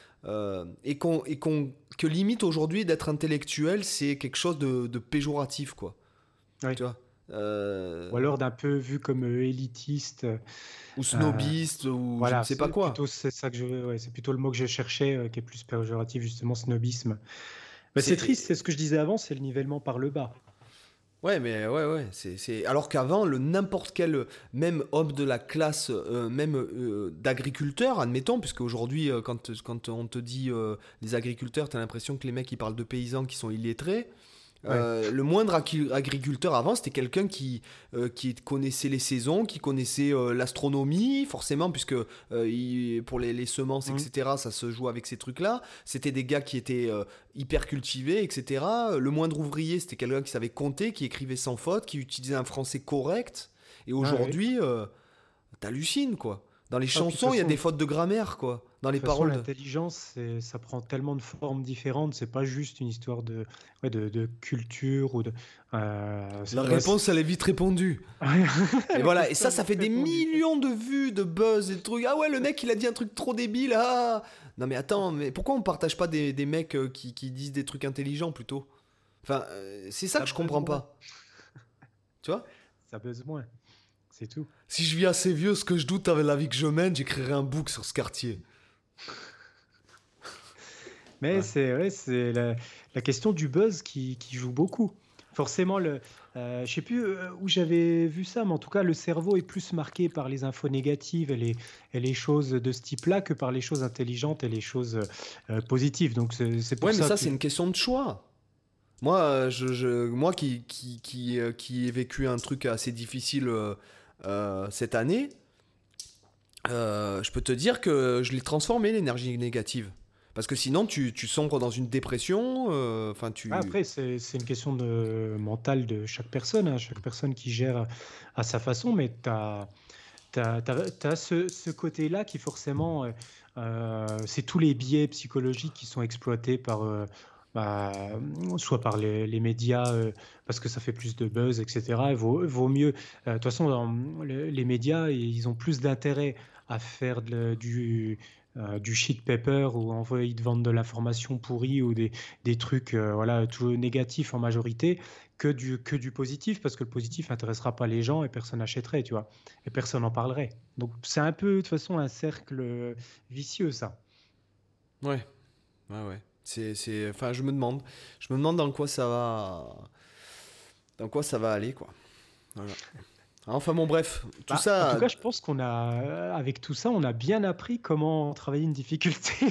que limite aujourd'hui d'être intellectuel, c'est quelque chose de péjoratif, quoi. Oui. Tu vois. Ou alors d'un peu vu comme élitiste. Ou euh, snobiste, ou je ne voilà, sais pas quoi. c'est ça que ouais, c'est plutôt le mot que je cherchais, qui est plus péjoratif, justement, snobisme. Mais c'est triste, C'est c'est ce que je disais avant, c'est le nivellement par le bas. Ouais, mais ouais. Alors qu'avant, n'importe quel, même homme de la classe, même d'agriculteur, admettons, puisque aujourd'hui, quand on te dit les agriculteurs, t'as l'impression que les mecs, ils parlent de paysans qui sont illettrés. Ouais. Le moindre agriculteur avant, c'était quelqu'un qui connaissait les saisons, qui connaissait l'astronomie, forcément, puisque pour les semences, Mhm. etc., ça se joue avec ces trucs-là. C'était des gars qui étaient hyper cultivés, etc. Le moindre ouvrier, c'était quelqu'un qui savait compter, qui écrivait sans faute, qui utilisait un français correct. Et Ah ouais. aujourd'hui, t'hallucines, quoi. Dans les Ah, puis de chansons, il y a des toute fautes de grammaire, quoi. Dans les façon, paroles. l'intelligence, ça prend tellement de formes différentes. C'est pas juste une histoire ouais, de culture ou de. La Ouais, réponse, elle est vite répondue. Et la voilà, et question ça, est ça vite fait des répondue. millions de vues, de buzz et de trucs. Ah ouais, le mec, il a dit un truc trop débile. Ah non, mais attends, mais pourquoi on partage pas des mecs qui disent des trucs intelligents plutôt? Enfin, c'est ça Ça que je buzz comprends moins. pas. Tu vois? Ça buzz moins. C'est tout. Si je vis assez vieux, ce que je doute avec la vie que je mène, j'écrirai un book sur ce quartier. Mais Ouais. c'est ouais, c'est la question du buzz qui joue beaucoup. Forcément, je sais plus où j'avais vu ça, mais en tout cas, le cerveau est plus marqué par les infos négatives et les choses de ce type-là que par les choses intelligentes et les choses positives. Donc, c'est pour Ouais, mais ça ça, que. c'est une question de choix. Moi, moi qui ai vécu un truc assez difficile cette année, je peux te dire que je l'ai transformé, l'énergie négative. Parce que sinon, tu sombres dans une dépression. Enfin, Après, c'est une question mentale de chaque personne, hein, chaque personne qui gère à sa façon, mais tu as ce côté-là qui forcément, c'est tous les biais psychologiques qui sont exploités par, bah, soit par les médias, parce que ça fait plus de buzz, etc. Vaut mieux. De toute façon, les médias, ils ont plus d'intérêt à faire du shit paper ou envoyer de vendre de l'information pourrie ou des trucs voilà, tout négatifs en majorité que du positif, parce que le positif intéressera pas les gens et personne n'achèterait, tu vois, et personne n'en parlerait. Donc c'est un peu de toute façon un cercle vicieux, ça. ouais, ouais. Enfin, je me demande dans quoi ça va aller, quoi. Voilà. Enfin bon, bref, tout Bah, en tout ça. cas, je pense qu'on a, avec tout ça, on a bien appris comment travailler une difficulté.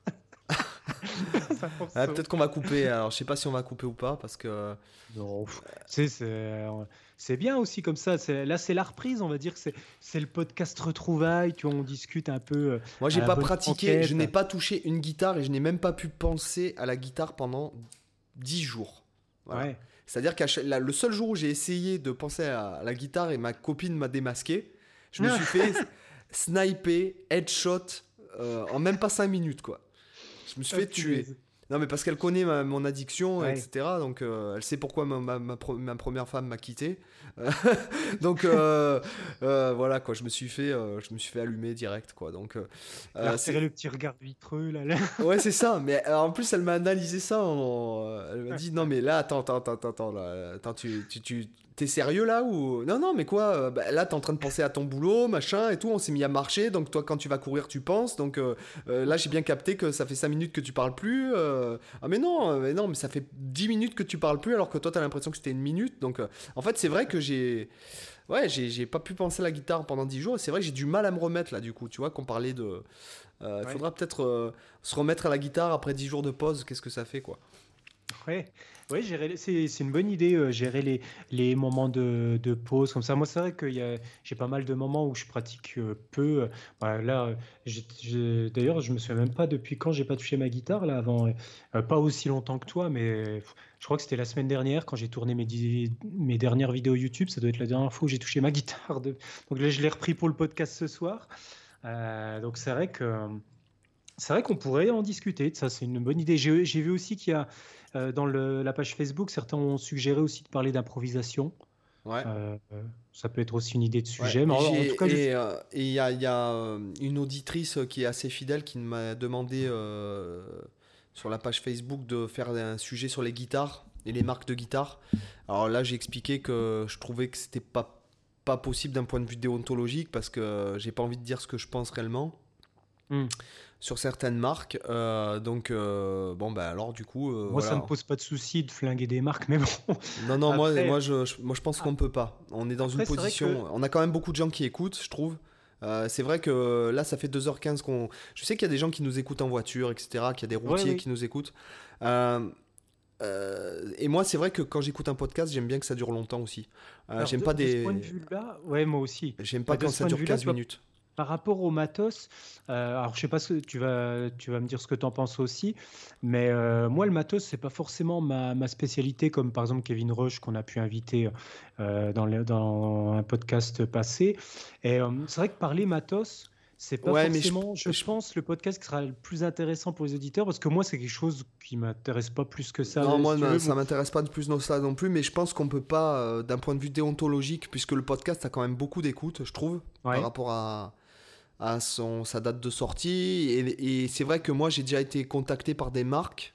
Ça force. Peut-être qu'on va couper. Alors, je sais pas si on va couper ou pas, parce que Non, c'est bien aussi comme ça. Là, c'est la reprise, on va dire que c'est le podcast retrouvailles. Tu vois, on discute un peu moi, à j'ai la pas bonne pratiqué, je franquette. n'ai pas touché une guitare et je n'ai même pas pu penser à la guitare pendant 10 jours. Voilà. Ouais. C'est-à-dire le seul jour où j'ai essayé de penser à la guitare et ma copine m'a démasqué, je me suis fait sniper, headshot en même pas 5 minutes, quoi. Je me suis Ah, fait tuer. punaise. Non, mais parce qu'elle connaît mon addiction, Ouais. etc. Donc, elle sait pourquoi ma première femme m'a quitté. Donc, voilà, quoi. Je me suis fait allumer direct, quoi. Donc, Elle a c'est... repéré le petit regard vitreux, là. Ouais, c'est ça. Mais en plus, elle m'a analysé ça. Elle m'a dit, non, mais là, attends, là, attends, t'es sérieux là ou non, non, mais quoi, bah, là, t'es en train de penser à ton boulot, machin et tout. On s'est mis à marcher. Donc, toi, quand tu vas courir, tu penses. Donc, là, j'ai bien capté que ça fait 5 minutes que tu parles plus. Ah, mais non, mais ça fait 10 minutes que tu parles plus alors que toi, t'as l'impression que c'était une minute. Donc, en fait, c'est vrai que j'ai pas pu penser à la guitare pendant 10 jours. Et c'est vrai que j'ai du mal à me remettre là, du coup. Tu vois, qu'on parlait de. Il Ouais. faudra peut-être se remettre à la guitare après 10 jours de pause. Qu'est-ce que ça fait, quoi? Ouais, ouais, c'est une bonne idée, gérer les moments de pause comme ça. Moi, c'est vrai que j'ai pas mal de moments où je pratique peu. Voilà, là, d'ailleurs, je me souviens même pas depuis quand j'ai pas touché ma guitare là avant. Pas aussi longtemps que toi, mais je crois que c'était la semaine dernière quand j'ai tourné mes dernières vidéos YouTube. Ça doit être la dernière fois où j'ai touché ma guitare. Donc là, je l'ai repris pour le podcast ce soir. Donc c'est vrai qu'on pourrait en discuter de ça, c'est une bonne idée. J'ai vu aussi qu'il y a dans la page Facebook, certains ont suggéré aussi de parler d'improvisation. Ouais. Ça peut être aussi une idée de Ouais, sujet, mais en tout cas, et il y a une auditrice qui est assez fidèle qui m'a demandé sur la page Facebook de faire un sujet sur les guitares et les marques de guitares. Alors là, j'ai expliqué que je trouvais que c'était pas possible d'un point de vue déontologique parce que j'ai pas envie de dire ce que je pense réellement hmm. sur certaines marques. Donc, bon, ben alors, du coup, Moi, ça me voilà. pose pas de souci de flinguer des marques, mais bon. Non, non, Après, moi, je pense qu'on peut pas. On est dans une après c'est vrai que position. On a quand même beaucoup de gens qui écoutent, je trouve. C'est vrai que là, ça fait 2h15 qu'on. Je sais qu'il y a des gens qui nous écoutent en voiture, etc., qu'il y a des ouais, routiers oui. qui nous écoutent. Euh, et moi, c'est vrai que quand j'écoute un podcast, j'aime bien que ça dure longtemps aussi. Alors J'aime pas de ce point de des. vue-là, ouais, moi aussi. J'aime pas Mais de quand ce ça point de dure vue-là, 15 tu vois, minutes. par rapport au matos, alors je sais pas ce que tu vas me dire ce que tu en penses aussi, mais moi le matos c'est pas forcément ma spécialité comme par exemple Kevin Rush qu'on a pu inviter dans un podcast passé. Et c'est vrai que parler matos c'est pas Ouais, mais forcément, je je- pense, le podcast qui sera le plus intéressant pour les auditeurs parce que moi c'est quelque chose qui m'intéresse pas plus que ça. Non, Si moi, tu veux, ça m'intéresse pas de plus dans ça non plus, mais je pense qu'on peut pas, d'un point de vue déontologique, puisque le podcast a quand même beaucoup d'écoute, je trouve, par ouais. rapport à sa date de sortie. Et c'est vrai que moi, j'ai déjà été contacté par des marques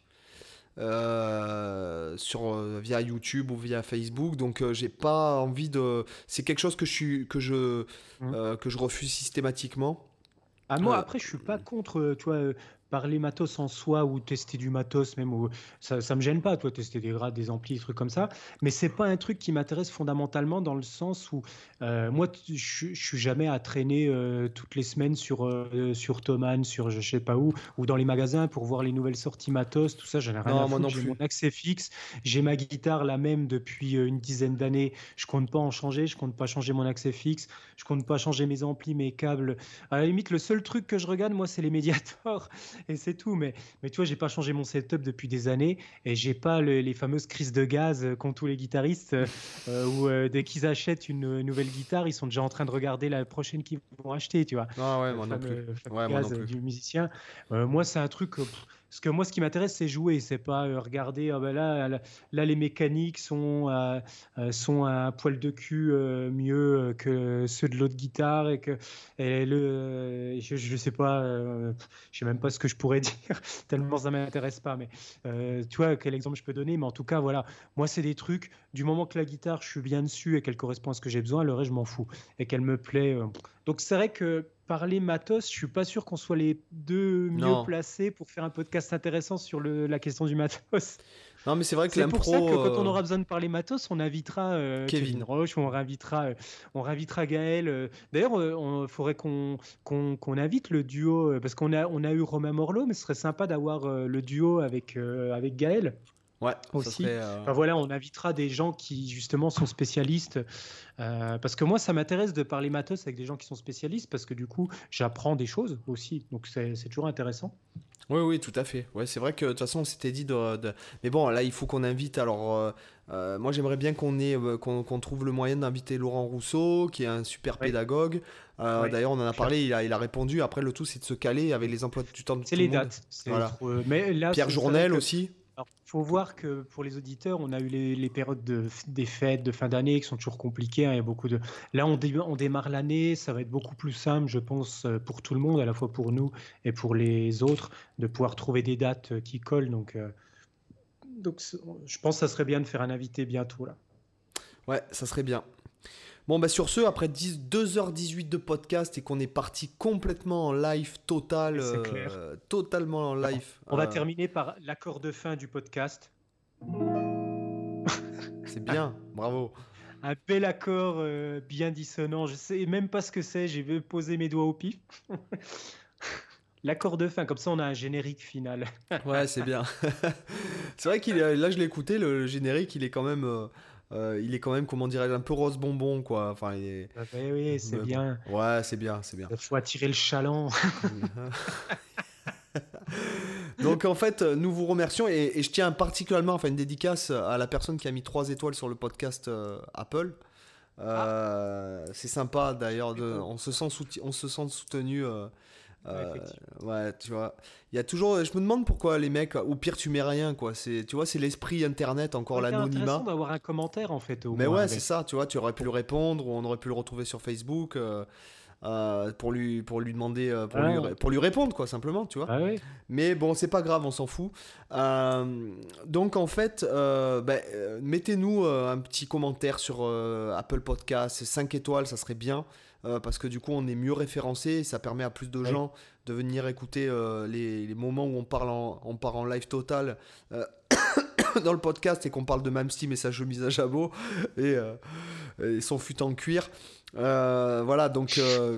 via YouTube ou via Facebook, donc j'ai pas envie de. C'est quelque chose que je refuse systématiquement. Moi, Euh, après, je suis pas contre, tu vois, parler matos en soi ou tester du matos même. Ça me gêne pas, toi, tester des grades, des amplis, des trucs comme ça. Mais c'est pas un truc qui m'intéresse fondamentalement dans le sens où moi, je suis jamais à traîner toutes les semaines sur Thomann, sur je sais pas où, ou dans les magasins pour voir les nouvelles sorties matos, tout ça. J'en ai rien à non, moi foutre. non J'ai mon plus. accès fixe, j'ai ma guitare la même depuis une dizaine d'années. Je compte pas en changer, je compte pas changer mon accès fixe, je compte pas changer mes amplis, mes câbles. À la limite, le seul truc que je regarde, moi, c'est les médiators et c'est tout. Mais tu vois, j'ai pas changé mon setup depuis des années et j'ai pas les fameuses crises de gaz qu'ont tous les guitaristes où dès qu'ils achètent une nouvelle guitare, ils sont déjà en train de regarder la prochaine qu'ils vont acheter, tu vois. Ah ouais, Le moi non plus. fameux Ouais, moi non gaz plus. du musicien. Moi, c'est un truc. Parce que moi, ce qui m'intéresse, c'est jouer. C'est pas regarder. Ah ben là, les mécaniques sont à un poil de cul mieux que ceux de l'autre guitare je sais pas, je sais même pas ce que je pourrais dire tellement ça m'intéresse pas. Mais tu vois quel exemple je peux donner. Mais en tout cas, voilà, moi c'est des trucs. Du moment que la guitare, je suis bien dessus et qu'elle correspond à ce que j'ai besoin, le reste je m'en fous et qu'elle me plaît. Donc c'est vrai que parler matos, je suis pas sûr qu'on soit les deux mieux Non. placés pour faire un podcast intéressant sur la question du matos. Non, mais c'est vrai que C'est pour ça l'impro, que quand on aura besoin de parler matos, on invitera Kevin Kevin. Roche, ou on réinvitera Gaël. D'ailleurs, il faudrait qu'on invite le duo, parce on a eu Romain Morlot, mais ce serait sympa d'avoir le duo avec Gaël Ouais, ça aussi. serait. Enfin voilà, on invitera des gens qui justement sont spécialistes, parce que moi ça m'intéresse de parler matos avec des gens qui sont spécialistes, parce que du coup j'apprends des choses aussi, donc c'est toujours intéressant. Oui, oui, tout à fait. Ouais, c'est vrai que de toute façon, on s'était dit Mais bon, là, il faut qu'on invite. Alors, moi, j'aimerais bien qu'on trouve le moyen d'inviter Laurent Rousseau, qui est un super Oui, pédagogue. oui. D'ailleurs, on en a parlé, il a répondu. Après, le tout, c'est de se caler avec les emplois du temps de C'est tout le les monde. dates. Voilà. Mais là, Pierre c'est vrai Journel que aussi. alors, faut voir que pour les auditeurs, on a eu les périodes des fêtes de fin d'année qui sont toujours compliquées, hein. Il y a beaucoup de. Là, on démarre l'année, ça va être beaucoup plus simple, je pense, pour tout le monde, à la fois pour nous et pour les autres, de pouvoir trouver des dates qui collent. Je pense que ça serait bien de faire un invité bientôt là. Ouais, ça serait bien. Bon, bah sur ce, après 2h18 de podcast et qu'on est parti complètement en live total, Et c'est clair. totalement en Alors, live. on va terminer par l'accord de fin du podcast. C'est bien, bravo. Un bel accord bien dissonant. Je sais même pas ce que c'est. J'ai posé mes doigts au pif. l'accord de fin, comme ça on a un générique final. Ouais, c'est bien. C'est vrai là, je l'ai écouté, le générique, il est quand même, comment dirais-je, un peu rose bonbon, quoi. Enfin, Ah bah oui, c'est mais bon. bien. Ouais, c'est bien, c'est bien. Il faut attirer le chaland. Donc en fait, nous vous remercions et je tiens particulièrement, enfin une dédicace à la personne qui a mis 3 étoiles sur le podcast Apple. C'est sympa d'ailleurs, on se sent soutenu. Ouais, effectivement. Ouais, tu vois. Il y a toujours, je me demande pourquoi les mecs, ou pire tu mets rien quoi. Tu vois, c'est l'esprit internet, Ça encore aurait été intéressant l'anonymat. d'avoir un commentaire en fait au Mais moins ouais, c'est avec. ça, tu vois, tu aurais pu lui répondre, ou on aurait pu le retrouver sur Facebook. Pour lui demander, Voilà. pour lui répondre, quoi, simplement, tu vois. Ah ouais. Mais bon, c'est pas grave, on s'en fout. Donc, en fait, mettez-nous un petit commentaire sur Apple Podcast, 5 étoiles, ça serait bien. Parce que du coup, on est mieux référencé et ça permet à plus de Ouais. gens de venir écouter les moments où on part en live total dans le podcast et qu'on parle de Malmsteen et sa chemise à jabot et son fut en cuir. Voilà, donc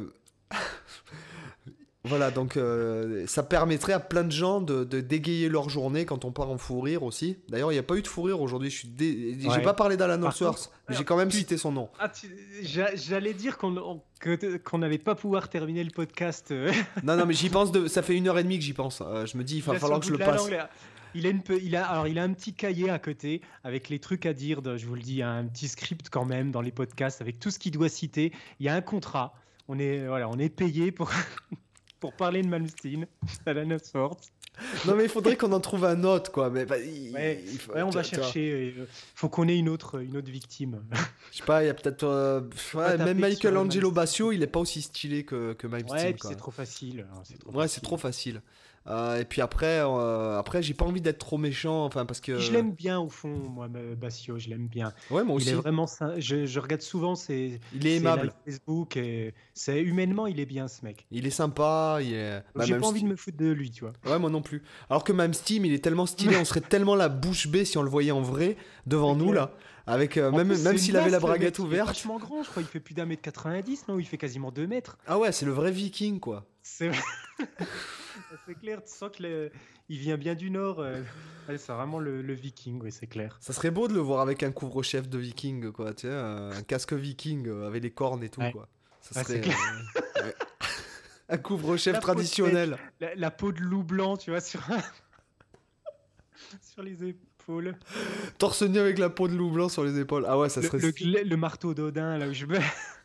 ça permettrait à plein de gens de dégayer leur journée quand on part en fou rire aussi. D'ailleurs, il n'y a pas eu de fou rire aujourd'hui. J'ai Ouais. pas parlé d'Alan Par Allsworth, contre, mais j'ai quand même tu- cité son nom. j'allais dire qu'on n'allait pas pouvoir terminer le podcast. Non, mais j'y pense. Ça fait 1h30 que j'y pense. Je me dis, il va Il a sur falloir le que bout je de le la passe. langue, là. Il a un petit cahier à côté avec les trucs à dire. Je vous le dis, un petit script quand même dans les podcasts avec tout ce qu'il doit citer. Il y a un contrat. On est payé pour, pour parler de Malmsteen à la Note Forte. Non, mais il faudrait qu'on en trouve un autre, quoi. Mais Ouais, faut- on va tu vois. chercher. Faut qu'on ait une autre victime. Je sais pas, il y a peut-être. va Même taper sur Michelangelo Malmsteen. Bassio, il est pas aussi stylé que Ouais, Malmsteen, et puis quoi. c'est trop facile. Hein, c'est trop Ouais, c'est facile. trop facile. Et puis après, j'ai pas envie d'être trop méchant, enfin parce Puis je que. l'aime bien au fond, moi, Bassio, je l'aime bien. Ouais, moi Il est aussi. vraiment. Je regarde souvent ses Il est lives aimable. Facebook et humainement, il est bien ce mec. Il est sympa. Donc j'ai pas envie de Malmsteen- me foutre de lui, tu vois. Ouais, moi non plus. Alors que Malmsteen, il est tellement stylé, on serait tellement la bouche bée si on le voyait en vrai devant C'est nous clair. là. Avec En même plus, c'est même une s'il avait la masse, le braguette mec, il est ouverte. vachement grand, je crois. Il fait plus d'1m90, non? Il fait quasiment 2 mètres. Ah ouais, c'est le vrai Viking quoi. C'est c'est clair, tu sens il vient bien du nord. Ouais, c'est vraiment le viking, oui, c'est clair. Ça serait beau de le voir avec un couvre-chef de Viking quoi, tu sais, un casque Viking avec les cornes et tout Ouais. quoi. Ça Ouais, serait c'est clair. ouais. Un couvre-chef La peau de traditionnel. La peau de loup blanc, tu vois, sur les épaules. Torse nu avec la peau de loup blanc sur les épaules. Ah ouais, ça serait. Le marteau d'Odin, là où je me.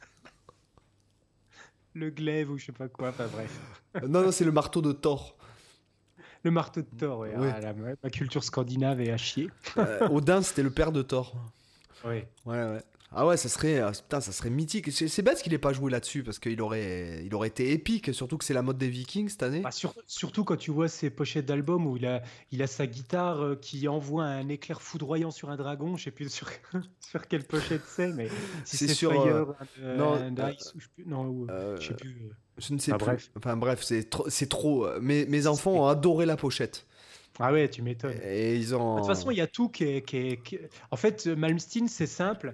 Le glaive ou je sais pas quoi, enfin bref. Non, c'est le marteau de Thor. Le marteau de Thor, ouais. Ouais. Ah, ma culture scandinave est à chier. Odin, c'était le père de Thor. Ouais. Ouais. Ah ouais, ça serait mythique. C'est bête qu'il ait pas joué là-dessus parce qu'il aurait été épique. Surtout que c'est la mode des Vikings cette année. Bah, surtout quand tu vois ces pochettes d'albums où il a sa guitare qui envoie un éclair foudroyant sur un dragon. Je sais plus sur quelle pochette c'est, mais si C'est c'est sur, Fire non, and Ice, ou je sais plus. Non, je sais plus. Je ne sais Ah, plus. bref. Enfin bref, c'est trop. Mes enfants ont adoré la pochette. Ah ouais, tu m'étonnes. Et ils ont. De toute façon, il y a tout En fait, Malmsteen, c'est simple.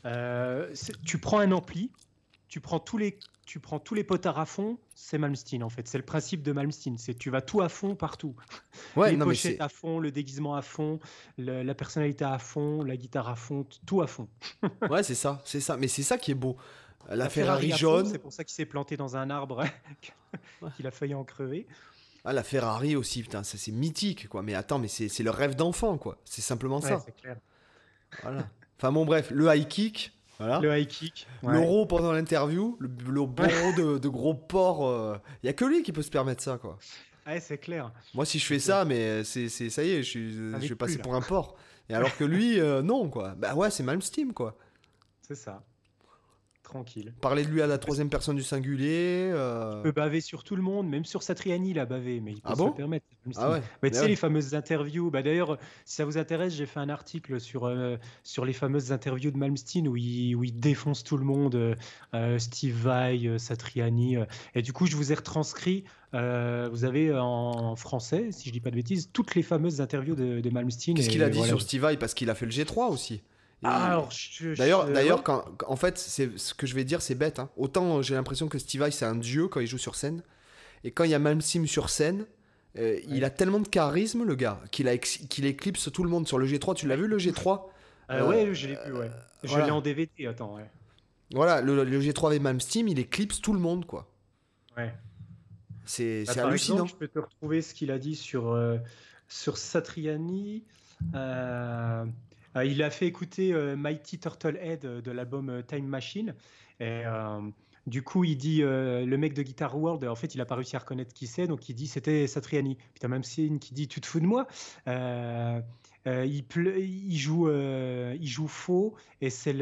Tu prends un ampli, tu prends tous les potards à fond, c'est Malmsteen en fait. C'est le principe de Malmsteen. Tu vas tout à fond partout. Ouais, Les non, mais pochettes à fond, le déguisement à fond, la personnalité à fond, la guitare à fond, tout à fond. ouais, c'est ça. Mais c'est ça qui est beau. La Ferrari à fond, jaune. c'est pour ça qu'il s'est planté dans un arbre, qu'il a failli en crever. Ah, la Ferrari aussi, putain, ça c'est mythique, quoi. Mais attends, mais c'est le rêve d'enfant, quoi. C'est simplement Ouais, ça. c'est clair. Voilà. Enfin bon, bref, le high kick, voilà. Le high kick. Ouais. L'euro pendant l'interview, le bourreau de gros porc. Il y a que lui qui peut se permettre ça, quoi. Ouais, c'est clair. Moi, si je fais ça, mais ça y est, je Avec vais passer plus, là. pour un porc. Et alors que lui, non, quoi. Bah ouais, c'est Malmsteen, quoi. C'est ça. Tranquille. Parler de lui à la troisième personne du singulier. Il peut baver sur tout le monde, même sur Satriani, il a bavé, mais il peut Ah se bon le permettre. Ah ouais. Mais tu sais, ouais. les fameuses interviews. D'ailleurs, si ça vous intéresse, j'ai fait un article sur les fameuses interviews de Malmsteen où il défonce tout le monde, Steve Vai, Satriani. Et du coup, je vous ai retranscrit. Vous avez en français, si je dis pas de bêtises, toutes les fameuses interviews de Malmsteen. Qu'est-ce et qu'il a dit voilà. sur Steve Vai? Parce qu'il a fait le G3 aussi. Et Alors, D'ailleurs, en fait, ce que je vais dire, c'est bête. Hein. Autant j'ai l'impression que Steve Vai, c'est un dieu quand il joue sur scène. Et quand il y a Malmsteen sur scène, il a tellement de charisme, le gars, qu'il éclipse tout le monde. Sur le G3, tu l'as vu, le G3 Ouais, je l'ai vu, ouais. Je voilà. l'ai en DVD, attends, ouais. Voilà, le G3 avec Malmsteen, il éclipse tout le monde, quoi. Ouais. C'est Par hallucinant. exemple, je peux te retrouver ce qu'il a dit sur Satriani. Euh, il a fait écouter Mighty Turtlehead de l'album Time Machine. Et du coup, il dit, le mec de Guitar World, en fait, il n'a pas réussi à reconnaître qui c'est, donc il dit c'était Satriani. Puis t'as même Céline qui dit tu te fous de moi. Il joue faux et c'est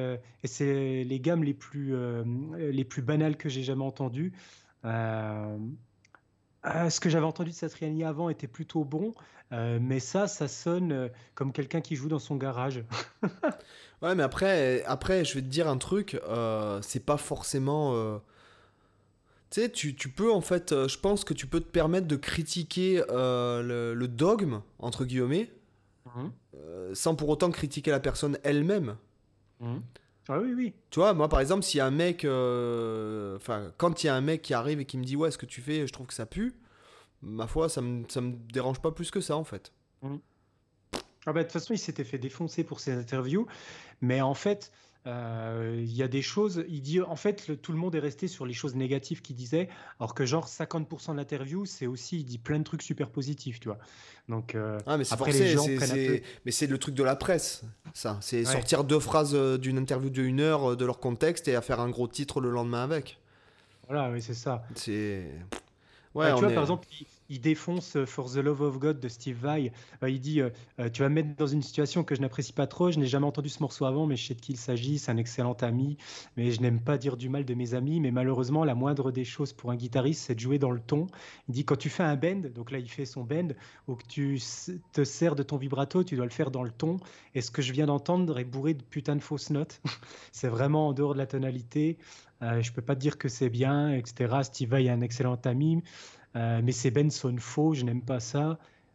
les gammes les plus banales que j'ai jamais entendues. Euh, Ce que j'avais entendu de Satriani avant était plutôt bon, mais ça sonne comme quelqu'un qui joue dans son garage. Ouais, mais après, je vais te dire un truc, c'est pas forcément... Tu sais, tu peux en fait, je pense que tu peux te permettre de critiquer le dogme, entre guillemets, Mhm. sans pour autant critiquer la personne elle-même. Mhm. Ah oui, oui. Tu vois, moi par exemple, s'il y a un mec, enfin, quand il y a un mec qui arrive et qui me dit ouais, ce que tu fais, je trouve que ça pue, ma foi, ça me dérange pas plus que ça en fait. Mhm. Ah bah, de toute façon, il s'était fait défoncer pour ses interviews, mais en fait, il y a des choses. Il dit, en fait, tout le monde est resté sur les choses négatives qu'il disait, alors que genre 50% de l'interview, c'est aussi, il dit plein de trucs super positifs, tu vois. Donc Ah, mais c'est après, les forcé, gens prennent un peu. mais c'est le truc de la presse, ça. C'est Ouais. sortir deux phrases d'une interview de 1 heure de leur contexte et à faire un gros titre le lendemain avec. Voilà, oui, c'est ça. C'est. Ouais, Tu on vois, est. par exemple, il défonce For the Love of God de Steve Vai. Il dit tu vas me mettre dans une situation que je n'apprécie pas trop. Je n'ai jamais entendu ce morceau avant, mais je sais de qui il s'agit. C'est un excellent ami. Mais je n'aime pas dire du mal de mes amis. Mais malheureusement, la moindre des choses pour un guitariste, c'est de jouer dans le ton. Il dit quand tu fais un bend, donc là, il fait son bend, ou que te sers de ton vibrato, tu dois le faire dans le ton. Et ce que je viens d'entendre est bourré de putain de fausses notes. C'est vraiment en dehors de la tonalité. Je peux pas te dire que c'est bien, etc. Steve Vai est un excellent ami. Mais ces bends sonnent faux, je n'aime pas ça,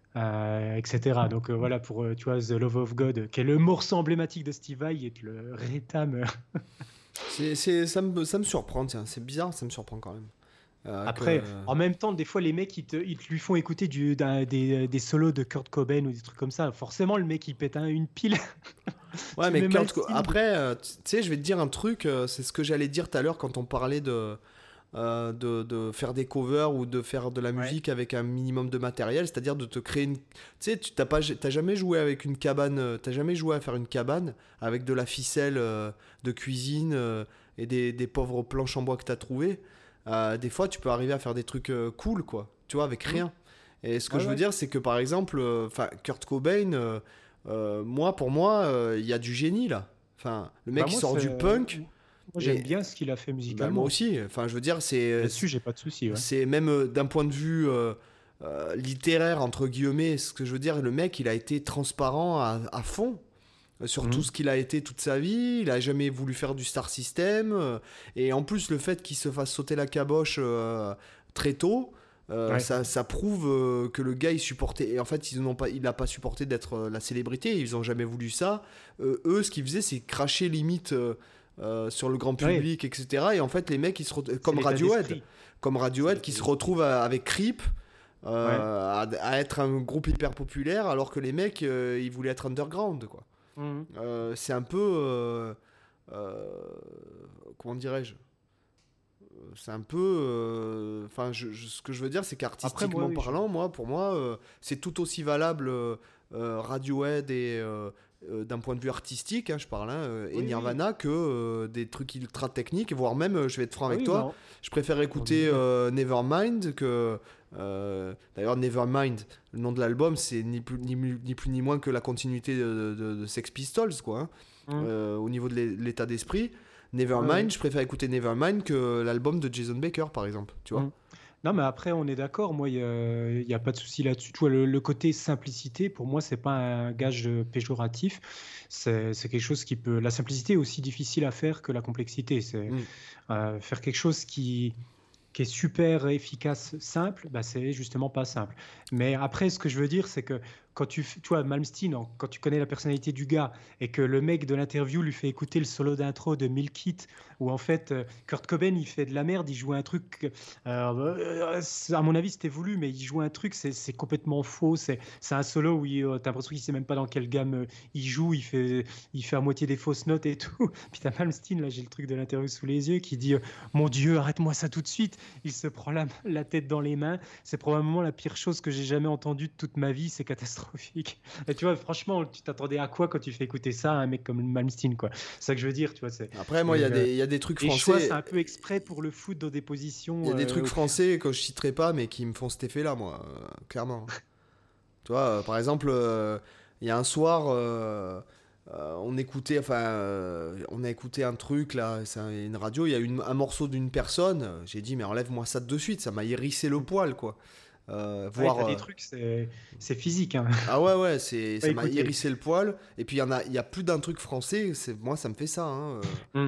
etc. Donc voilà pour tu vois The Love of God, qui est le morceau emblématique de Steve Vai, et que le rétame. Ça me surprend, tiens. C'est bizarre, ça me surprend quand même. Après, en même temps, des fois les mecs ils te lui font écouter des solos de Kurt Cobain ou des trucs comme ça. Forcément, le mec il pète une pile. Ouais, Tu mais mets après, tu sais, je vais te dire un truc. C'est ce que j'allais dire tout à l'heure quand on parlait de faire des covers ou de faire de la Ouais. musique avec un minimum de matériel, c'est-à-dire de te créer une... Tu sais, t'as jamais joué avec une cabane, t'as jamais joué à faire une cabane avec de la ficelle de cuisine et des pauvres planches en bois que t'as trouvé. Des fois, tu peux arriver à faire des trucs cool, quoi, tu vois, avec rien. Et ce que Ouais, je veux ouais. dire, c'est que par exemple, Kurt Cobain, pour moi, il y a du génie là. Enfin, le mec Bah qui moi, sort du punk. moi j'aime Et bien ce qu'il a fait bah, moi musicalement. aussi. Enfin, je veux dire, c'est Là-dessus, j'ai pas de souci. Ouais. c'est même d'un point de vue littéraire, entre guillemets, ce que je veux dire, le mec, il a été transparent à fond sur tout Mhm. ce qu'il a été toute sa vie. Il a jamais voulu faire du star system. Et en plus, le fait qu'il se fasse sauter la caboche très tôt, Ouais. ça prouve que le gars, il supportait. Et en fait, il n'a pas supporté d'être la célébrité. Ils n'ont jamais voulu ça. Eux, ce qu'ils faisaient, c'est cracher limite sur le grand Ouais. public, etc. Et en fait, les mecs, C'est comme l'état Radiohead d'esprit. comme C'est Radiohead l'état qui se d'esprit. retrouve avec Creep Ouais. à être un groupe hyper populaire alors que les mecs ils voulaient être underground quoi. Mhm. C'est un peu euh, comment dirais-je, c'est un peu enfin ce que je veux dire c'est Après, moi, qu'artistiquement oui, parlant pour moi c'est tout aussi valable Radiohead et d'un point de vue artistique hein, je parle hein, et oui, oui. Nirvana que des trucs ultra techniques voire même je vais être franc Ah avec oui, toi bah, je préfère on écouter disait. Nevermind que d'ailleurs Nevermind le nom de l'album c'est ni plus ni moins que la continuité de Sex Pistols quoi hein, Mhm. au niveau de l'état d'esprit. Ouais, Nevermind, ouais. je préfère écouter Nevermind que l'album de Jason Baker, par exemple. Tu vois. Mhm. Non, mais après, on est d'accord. Moi, il y a pas de souci là-dessus. Tu vois, le côté simplicité, pour moi, c'est pas un gage péjoratif. C'est quelque chose qui peut. La simplicité est aussi difficile à faire que la complexité. C'est Mm. faire quelque chose qui est super efficace, simple, bah, c'est justement pas simple. Mais après, ce que je veux dire, c'est que quand tu vois, Malmsteen, quand tu connais la personnalité du gars et que le mec de l'interview lui fait écouter le solo d'intro de Milk It, où en fait, Kurt Cobain, il fait de la merde, il jouait un truc, à mon avis, c'était voulu, mais il jouait un truc, c'est complètement faux. C'est un solo où t'as l'impression qu'il sait même pas dans quelle gamme il joue, il fait à moitié des fausses notes et tout. Puis t'as Malmsteen, là, j'ai le truc de l'interview sous les yeux, qui dit mon Dieu, arrête-moi ça tout de suite. Il se prend la tête dans les mains. C'est probablement la pire chose que j'ai jamais entendue de toute ma vie. C'est catastrophique. Et tu vois, franchement, tu t'attendais à quoi quand tu fais écouter ça à un mec comme Malmsteen, quoi. C'est ça que je veux dire, tu vois. Après, moi, il y a des trucs français. Choix, c'est un peu exprès pour le foot dans des positions. Il y a des trucs français que je citerai pas, mais qui me font cet effet-là, moi, clairement. Tu vois, par exemple, il y a un soir. On a écouté un truc là, c'est une radio, il y a un morceau d'une personne, j'ai dit mais enlève-moi ça de suite, ça m'a hérissé le poil quoi. T'as des trucs, c'est physique. Hein. Ah ouais, ça m'a hérissé le poil. Et puis il y a plus d'un truc français, moi ça me fait ça. Hein.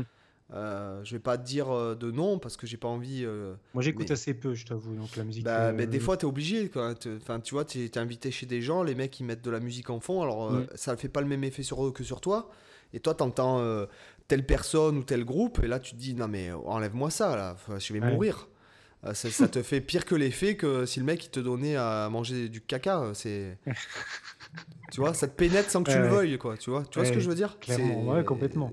Je vais pas te dire de nom parce que j'ai pas envie. Moi j'écoute assez peu, je t'avoue, donc la musique. Mais des fois t'es obligé, quoi. Enfin, tu vois, t'es invité chez des gens, les mecs ils mettent de la musique en fond, alors ça fait pas le même effet sur eux que sur toi. Et toi t'entends telle personne ou tel groupe, et là tu te dis non mais enlève-moi ça là, je vais mourir. Ça te fait pire que l'effet que si le mec il te donnait à manger du caca. Tu vois, ça te pénètre sans que tu le veuilles, quoi. Tu vois ce que je veux dire? Clairement, ouais, complètement.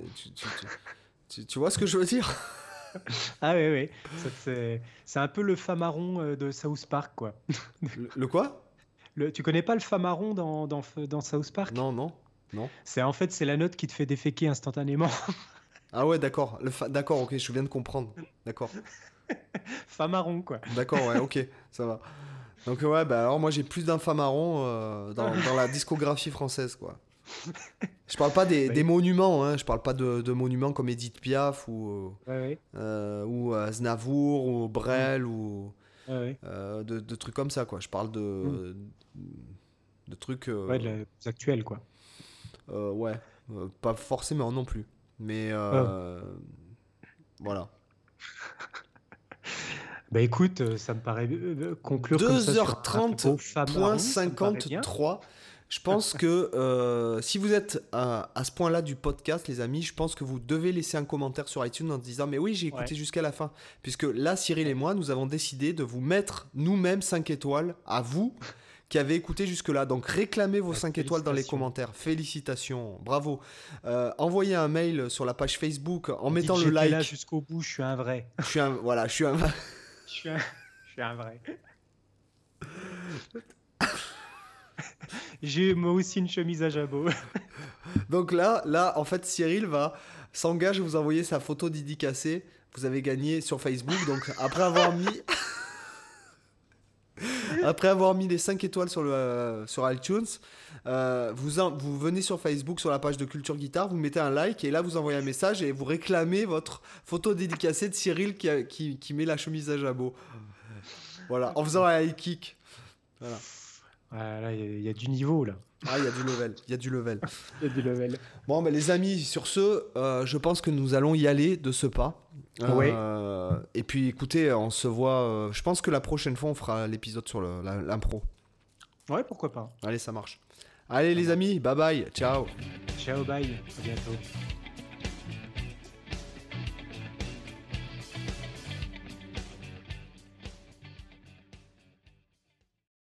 Tu vois ce que je veux dire? Ah oui. C'est un peu le Famaron de South Park, quoi. Le quoi? Tu connais pas le Famaron dans South Park? Non. C'est la note qui te fait déféquer instantanément. Ah ouais, d'accord. D'accord, ok, je viens de comprendre. D'accord. Famaron, quoi. D'accord, ouais, ok, ça va. Donc ouais, alors moi j'ai plus d'un Famaron dans la discographie française, quoi. Je parle pas des monuments, hein. Je parle pas de monuments comme Edith Piaf ou Aznavour ou Brel ou de trucs comme ça, quoi. Je parle de trucs de actuels, quoi. pas forcément non plus, mais voilà. Écoute, ça me paraît conclure 2h30.53. Je pense que si vous êtes à ce point-là du podcast, les amis, je pense que vous devez laisser un commentaire sur iTunes en disant mais oui, j'ai écouté jusqu'à la fin. Puisque là, Cyril et moi, nous avons décidé de vous mettre nous-mêmes 5 étoiles à vous qui avez écouté jusque-là. Donc réclamez vos 5 étoiles dans les commentaires. Félicitations, bravo. Envoyez un mail sur la page Facebook en mettant le like. Là jusqu'au bout, je suis un vrai. Je suis un vrai. Je suis un vrai. J'ai moi aussi une chemise à jabot. Donc là, en fait, Cyril s'engage à vous envoyer sa photo dédicacée. Vous avez gagné sur Facebook. Donc après avoir mis les 5 étoiles sur iTunes, vous venez sur Facebook, sur la page de Culture Guitare, vous mettez un like et là vous envoyez un message et vous réclamez votre photo dédicacée de Cyril qui met la chemise à jabot. Voilà, en faisant un high kick. Voilà. Là, il y a du niveau, là. Ah, il y a du level. Bon, les amis, sur ce, je pense que nous allons y aller de ce pas. Et puis, écoutez, on se voit... je pense que la prochaine fois, on fera l'épisode sur l'impro. Ouais, pourquoi pas. Allez, ça marche. Allez, les amis, bye bye, ciao. Ciao, bye, à bientôt.